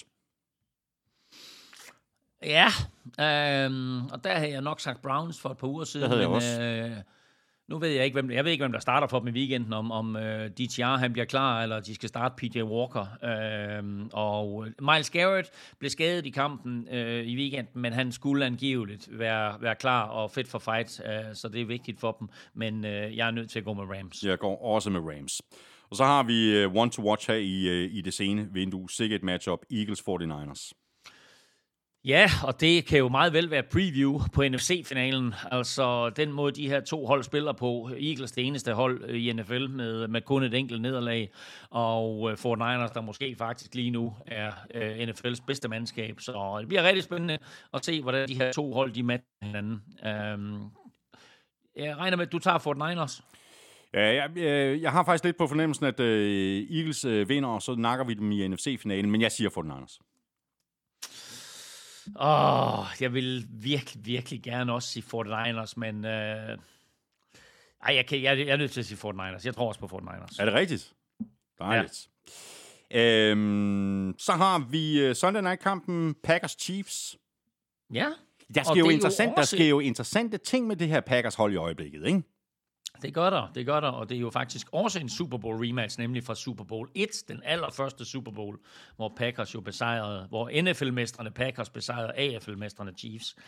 Ja, og der havde jeg nok sagt Browns for et par uger siden. Det havde jeg også. Nu ved jeg ikke, hvem der starter for dem i weekenden, om DTR han bliver klar, eller de skal starte PJ Walker. Og Myles Garrett blev skadet i kampen i weekenden, men han skulle angiveligt være klar og fit for fight, så det er vigtigt for dem. Men jeg er nødt til at gå med Rams. Jeg går også med Rams. Og så har vi one to watch her i det sene vindue. Sikkert matchup Eagles 49ers. Ja, og det kan jo meget vel være et preview på NFC-finalen. Altså den måde, de her 2 hold spiller på. Eagles det eneste hold i NFL med kun et enkelt nederlag. Og 49ers, der måske faktisk lige nu er NFL's bedste mandskab. Så det bliver rigtig spændende at se, hvordan de her 2 hold, de matcher hinanden. Jeg regner med, at du tager 49ers. Ja, jeg har faktisk lidt på fornemmelsen, at Eagles vinder, og så nakker vi dem i NFC-finalen. Men jeg siger 49ers. Jeg vil virkelig gerne også sige 49ers, men jeg er nødt til at sige 49ers. Jeg tror også på 49ers. Er det rigtigt? Dejligt. Ja. Så har vi Sunday Night-kampen Packers-Chiefs. Ja. Der sker jo interessante ting med det her Packers-hold i øjeblikket, ikke? Det gør der, og det er jo faktisk også en Super Bowl rematch, nemlig fra Super Bowl 1, den allerførste Super Bowl, hvor Packers jo besejrede, hvor NFL-mestrene Packers besejrede AFL-mestrene Chiefs.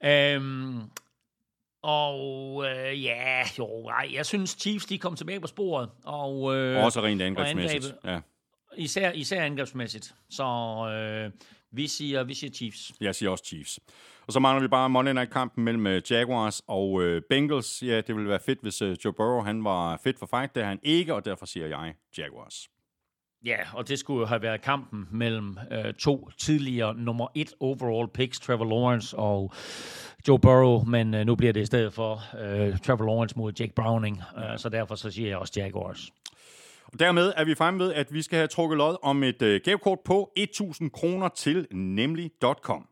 Jeg synes Chiefs, de kom tilbage på sporet. Og også rent angrebsmæssigt. Ja. Især angrebsmæssigt. Så vi siger Chiefs. Jeg siger også Chiefs. Og så mangler vi bare Monday Night-kampen mellem Jaguars og Bengals. Ja, det ville være fedt, hvis Joe Burrow han var fit for fight. Det er han ikke, og derfor siger jeg Jaguars. Ja, og det skulle jo have været kampen mellem 2 tidligere nummer 1 overall picks, Trevor Lawrence og Joe Burrow, men nu bliver det i stedet for Trevor Lawrence mod Jake Browning, så derfor så siger jeg også Jaguars. Og dermed er vi fremme ved, at vi skal have trukket lod om et gavekort på 1.000 kroner til nemlig.com.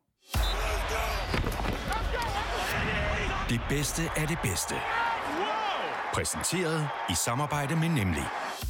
Det bedste af det bedste. Præsenteret i samarbejde med Nemlig.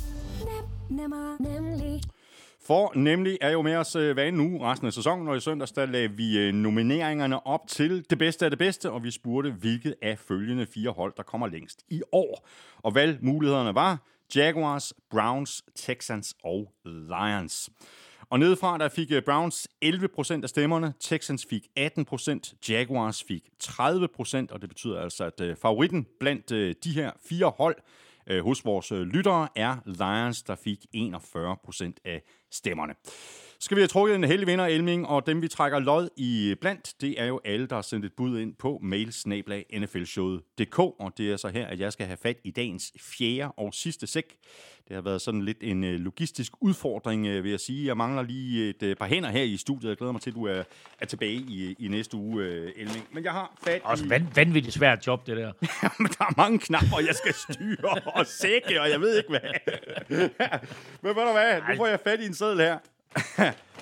Nemlig. For Nemlig er jo med os hver en uge resten af sæsonen, og i søndags der lagde vi nomineringerne op til det bedste af det bedste, og vi spurgte, hvilket af følgende 4 hold, der kommer længst i år. Og valgmulighederne var Jaguars, Browns, Texans og Lions. Og nedefra der fik Browns 11% af stemmerne, Texans fik 18%, Jaguars fik 30%, og det betyder altså, at favoritten blandt de her 4 hold hos vores lyttere er Lions, der fik 41% af stemmerne. Så skal vi have trukket en heldig vinder, Elming, og dem vi trækker lod i blandt, det er jo alle, der har sendt et bud ind på mail@nflshowet.dk, og det er så her, at jeg skal have fat i dagens 4. og sidste sæk. Det har været sådan lidt en logistisk udfordring, vil jeg sige. Jeg mangler lige et par hænder her i studiet. Jeg glæder mig til, at du er tilbage i næste uge, Elming. Men jeg har fat også vanvittigt svært job, det der. Men der er mange knapper, jeg skal styre og sække, og jeg ved ikke hvad. Men ved du hvad, nu får jeg fat i en seddel her.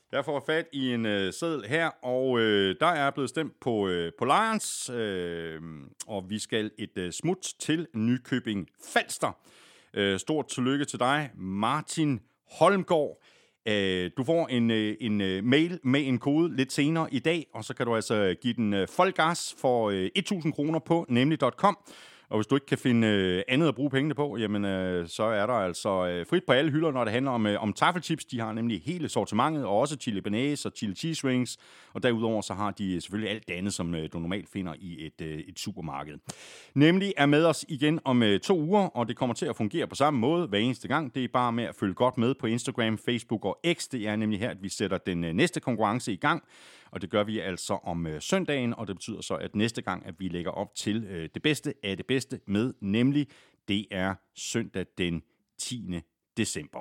Jeg får fat i en seddel her, og der er blevet stemt på Lions, og vi skal et smut til Nykøbing Falster. Stort tillykke til dig, Martin Holmgaard. Du får en mail med en kode lidt senere i dag, og så kan du altså give den fuld gas for 1.000 kroner på nemlig.com. Og hvis du ikke kan finde andet at bruge pengene på, jamen, så er der altså frit på alle hylder, når det handler om taffelchips. De har nemlig hele sortimentet, og også chili bearnaise og chili cheese rings. Og derudover så har de selvfølgelig alt det andet, som du normalt finder i et supermarked. Nemlig er med os igen om 2 uger, og det kommer til at fungere på samme måde hver eneste gang. Det er bare med at følge godt med på Instagram, Facebook og X. Det er nemlig her, at vi sætter den næste konkurrence i gang. Og det gør vi altså om søndagen, og det betyder så, at næste gang, at vi lægger op til det bedste af det bedste med, nemlig det er søndag den 10. december.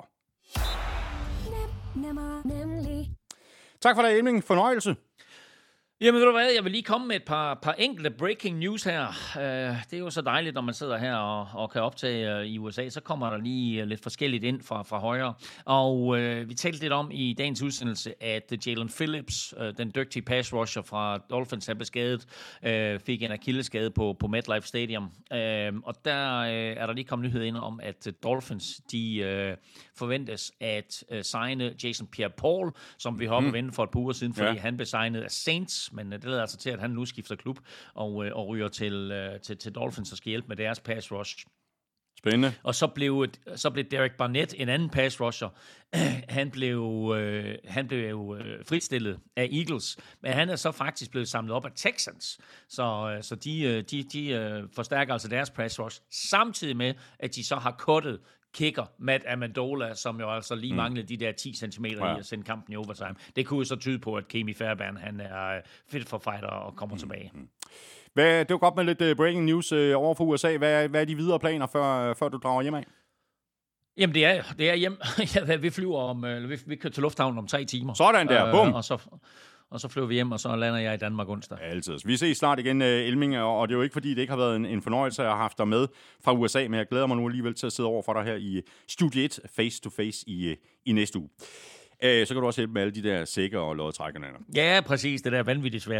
Tak for det, Elming. Fornøjelse. Jamen ved du hvad, jeg vil lige komme med et par enkelte breaking news her. Det er jo så dejligt, når man sidder her og kan optage i USA, så kommer der lige lidt forskelligt ind fra højre. Og vi talte lidt om i dagens udsendelse, at Jalen Phillips, den dygtige pass rusher fra Dolphins, er beskadet, fik en akillesskade på MetLife Stadium. Og der er der lige kommet nyhed ind om, at Dolphins, de forventes at signe Jason Pierre-Paul, som vi har oppe vente for et par uger siden, fordi han blev signet af Saints. Men det lader altså til, at han nu skifter klub og ryger til Dolphins og skal hjælpe med deres pass rush. Spændende. Og så blev Derek Barnett, en anden pass rusher, han blev fritstillet af Eagles, men han er så faktisk blevet samlet op af Texans. Så de forstærker altså deres pass rush, samtidig med, at de så har cuttet kicker Matt Amendola, som jo altså lige manglede de der 10 cm i at sende kampen i overtime. Det kunne jo så tyde på, at Kemi Fairbairn, han er fit for fighter og kommer tilbage. Det var godt med lidt breaking news over for USA. Hvad er de videre planer, før du drager hjem af? Jamen, det er hjem. Vi flyver vi kører til lufthavnen om 3 timer. Sådan der, bum! Og så flyver vi hjem, og så lander jeg i Danmark onsdag. Altid. Vi ses snart igen, Elming, og det er jo ikke, fordi det ikke har været en fornøjelse at have haft dig med fra USA, men jeg glæder mig nu alligevel til at sidde over for dig her i Studie 1, face to face i næste uge. Så kan du også hjælpe med alle de der sækker og lodtrækkerne. Ja, præcis. Det der vanvittigt svært.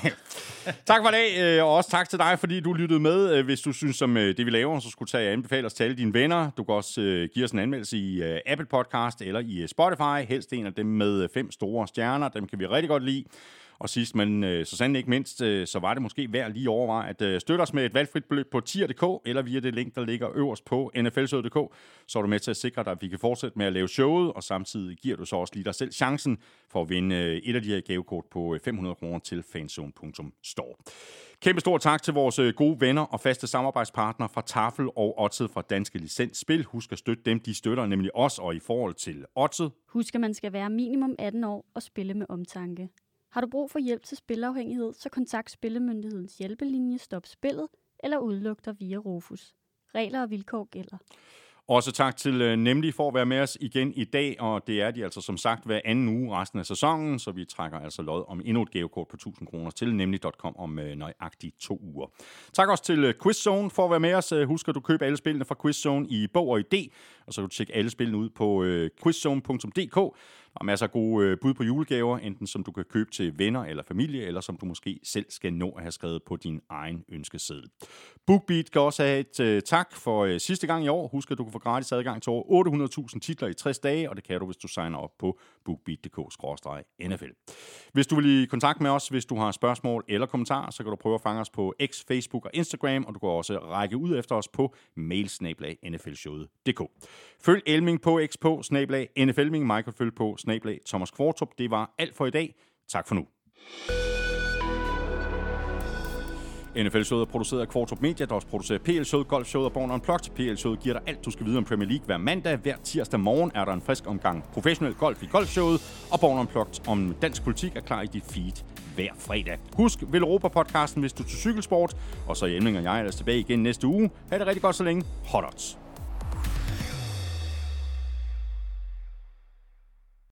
Tak for det, og også tak til dig, fordi du lyttede med. Hvis du synes, som det vi laver, så skulle tage og anbefale os til alle dine venner. Du kan også give os en anmeldelse i Apple Podcast eller i Spotify. Helst en af dem med 5 store stjerner. Dem kan vi rigtig godt lide. Og sidst, men så sandelig ikke mindst, så var det måske værd lige overveje at støtte os med et valgfrit beløb på tier.dk eller via det link, der ligger øverst på nflshowet.dk. Så er du med til at sikre dig, at vi kan fortsætte med at lave showet, og samtidig giver du så også lige dig selv chancen for at vinde et af de her gavekort på 500 kroner til fanzone.store. Kæmpe stor tak til vores gode venner og faste samarbejdspartnere fra Tafel og Odset fra Danske Licens Spil. Husk at støtte dem, de støtter nemlig os, og i forhold til Odset. Husk, at man skal være minimum 18 år og spille med omtanke. Har du brug for hjælp til spilafhængighed, så kontakt Spillemyndighedens hjælpelinje Stop Spillet eller udluk dig via Rufus. Regler og vilkår gælder. Også tak til Nemlig for at være med os igen i dag, og det er de altså som sagt hver anden uge resten af sæsonen, så vi trækker altså lod om endnu et gavekort på 1.000 kroner til nemlig.com om nøjagtigt 2 uger. Tak også til QuizZone for at være med os. Husk at du køber alle spillene fra QuizZone i bog og idé, og så kan du tjekke alle spillene ud på quizzone.dk. Der er masser af gode bud på julegaver, enten som du kan købe til venner eller familie, eller som du måske selv skal nå at have skrevet på din egen ønskeseddel. BookBeat kan også have et tak for sidste gang i år. Husk, at du kan få gratis adgang til over 800.000 titler i 60 dage, og det kan du, hvis du signer op på bookbeat.dk/NFL. Hvis du vil i kontakt med os, hvis du har spørgsmål eller kommentarer, så kan du prøve at fange os på X, Facebook og Instagram, og du kan også række ud efter os på mail@nflshowet.dk. Følg Elming på X på @nflming, Michael følg på @Thomas Kvartrup. Det var alt for i dag. Tak for nu. NFL-showet er produceret af Kvartrup Media, der også producerer PL-showet, Golf-showet og Born Unplugged. PL-showet giver dig alt, du skal vide om Premier League hver mandag. Hver tirsdag morgen er der en frisk omgang professionel golf i Golf-showet, og Born Unplugged om dansk politik er klar i dit feed hver fredag. Husk Vel Europa-podcasten, hvis du er til cykelsport, og så er Elming og jeg ellers tilbage igen næste uge. Ha' det rigtig godt så længe. Hot odds.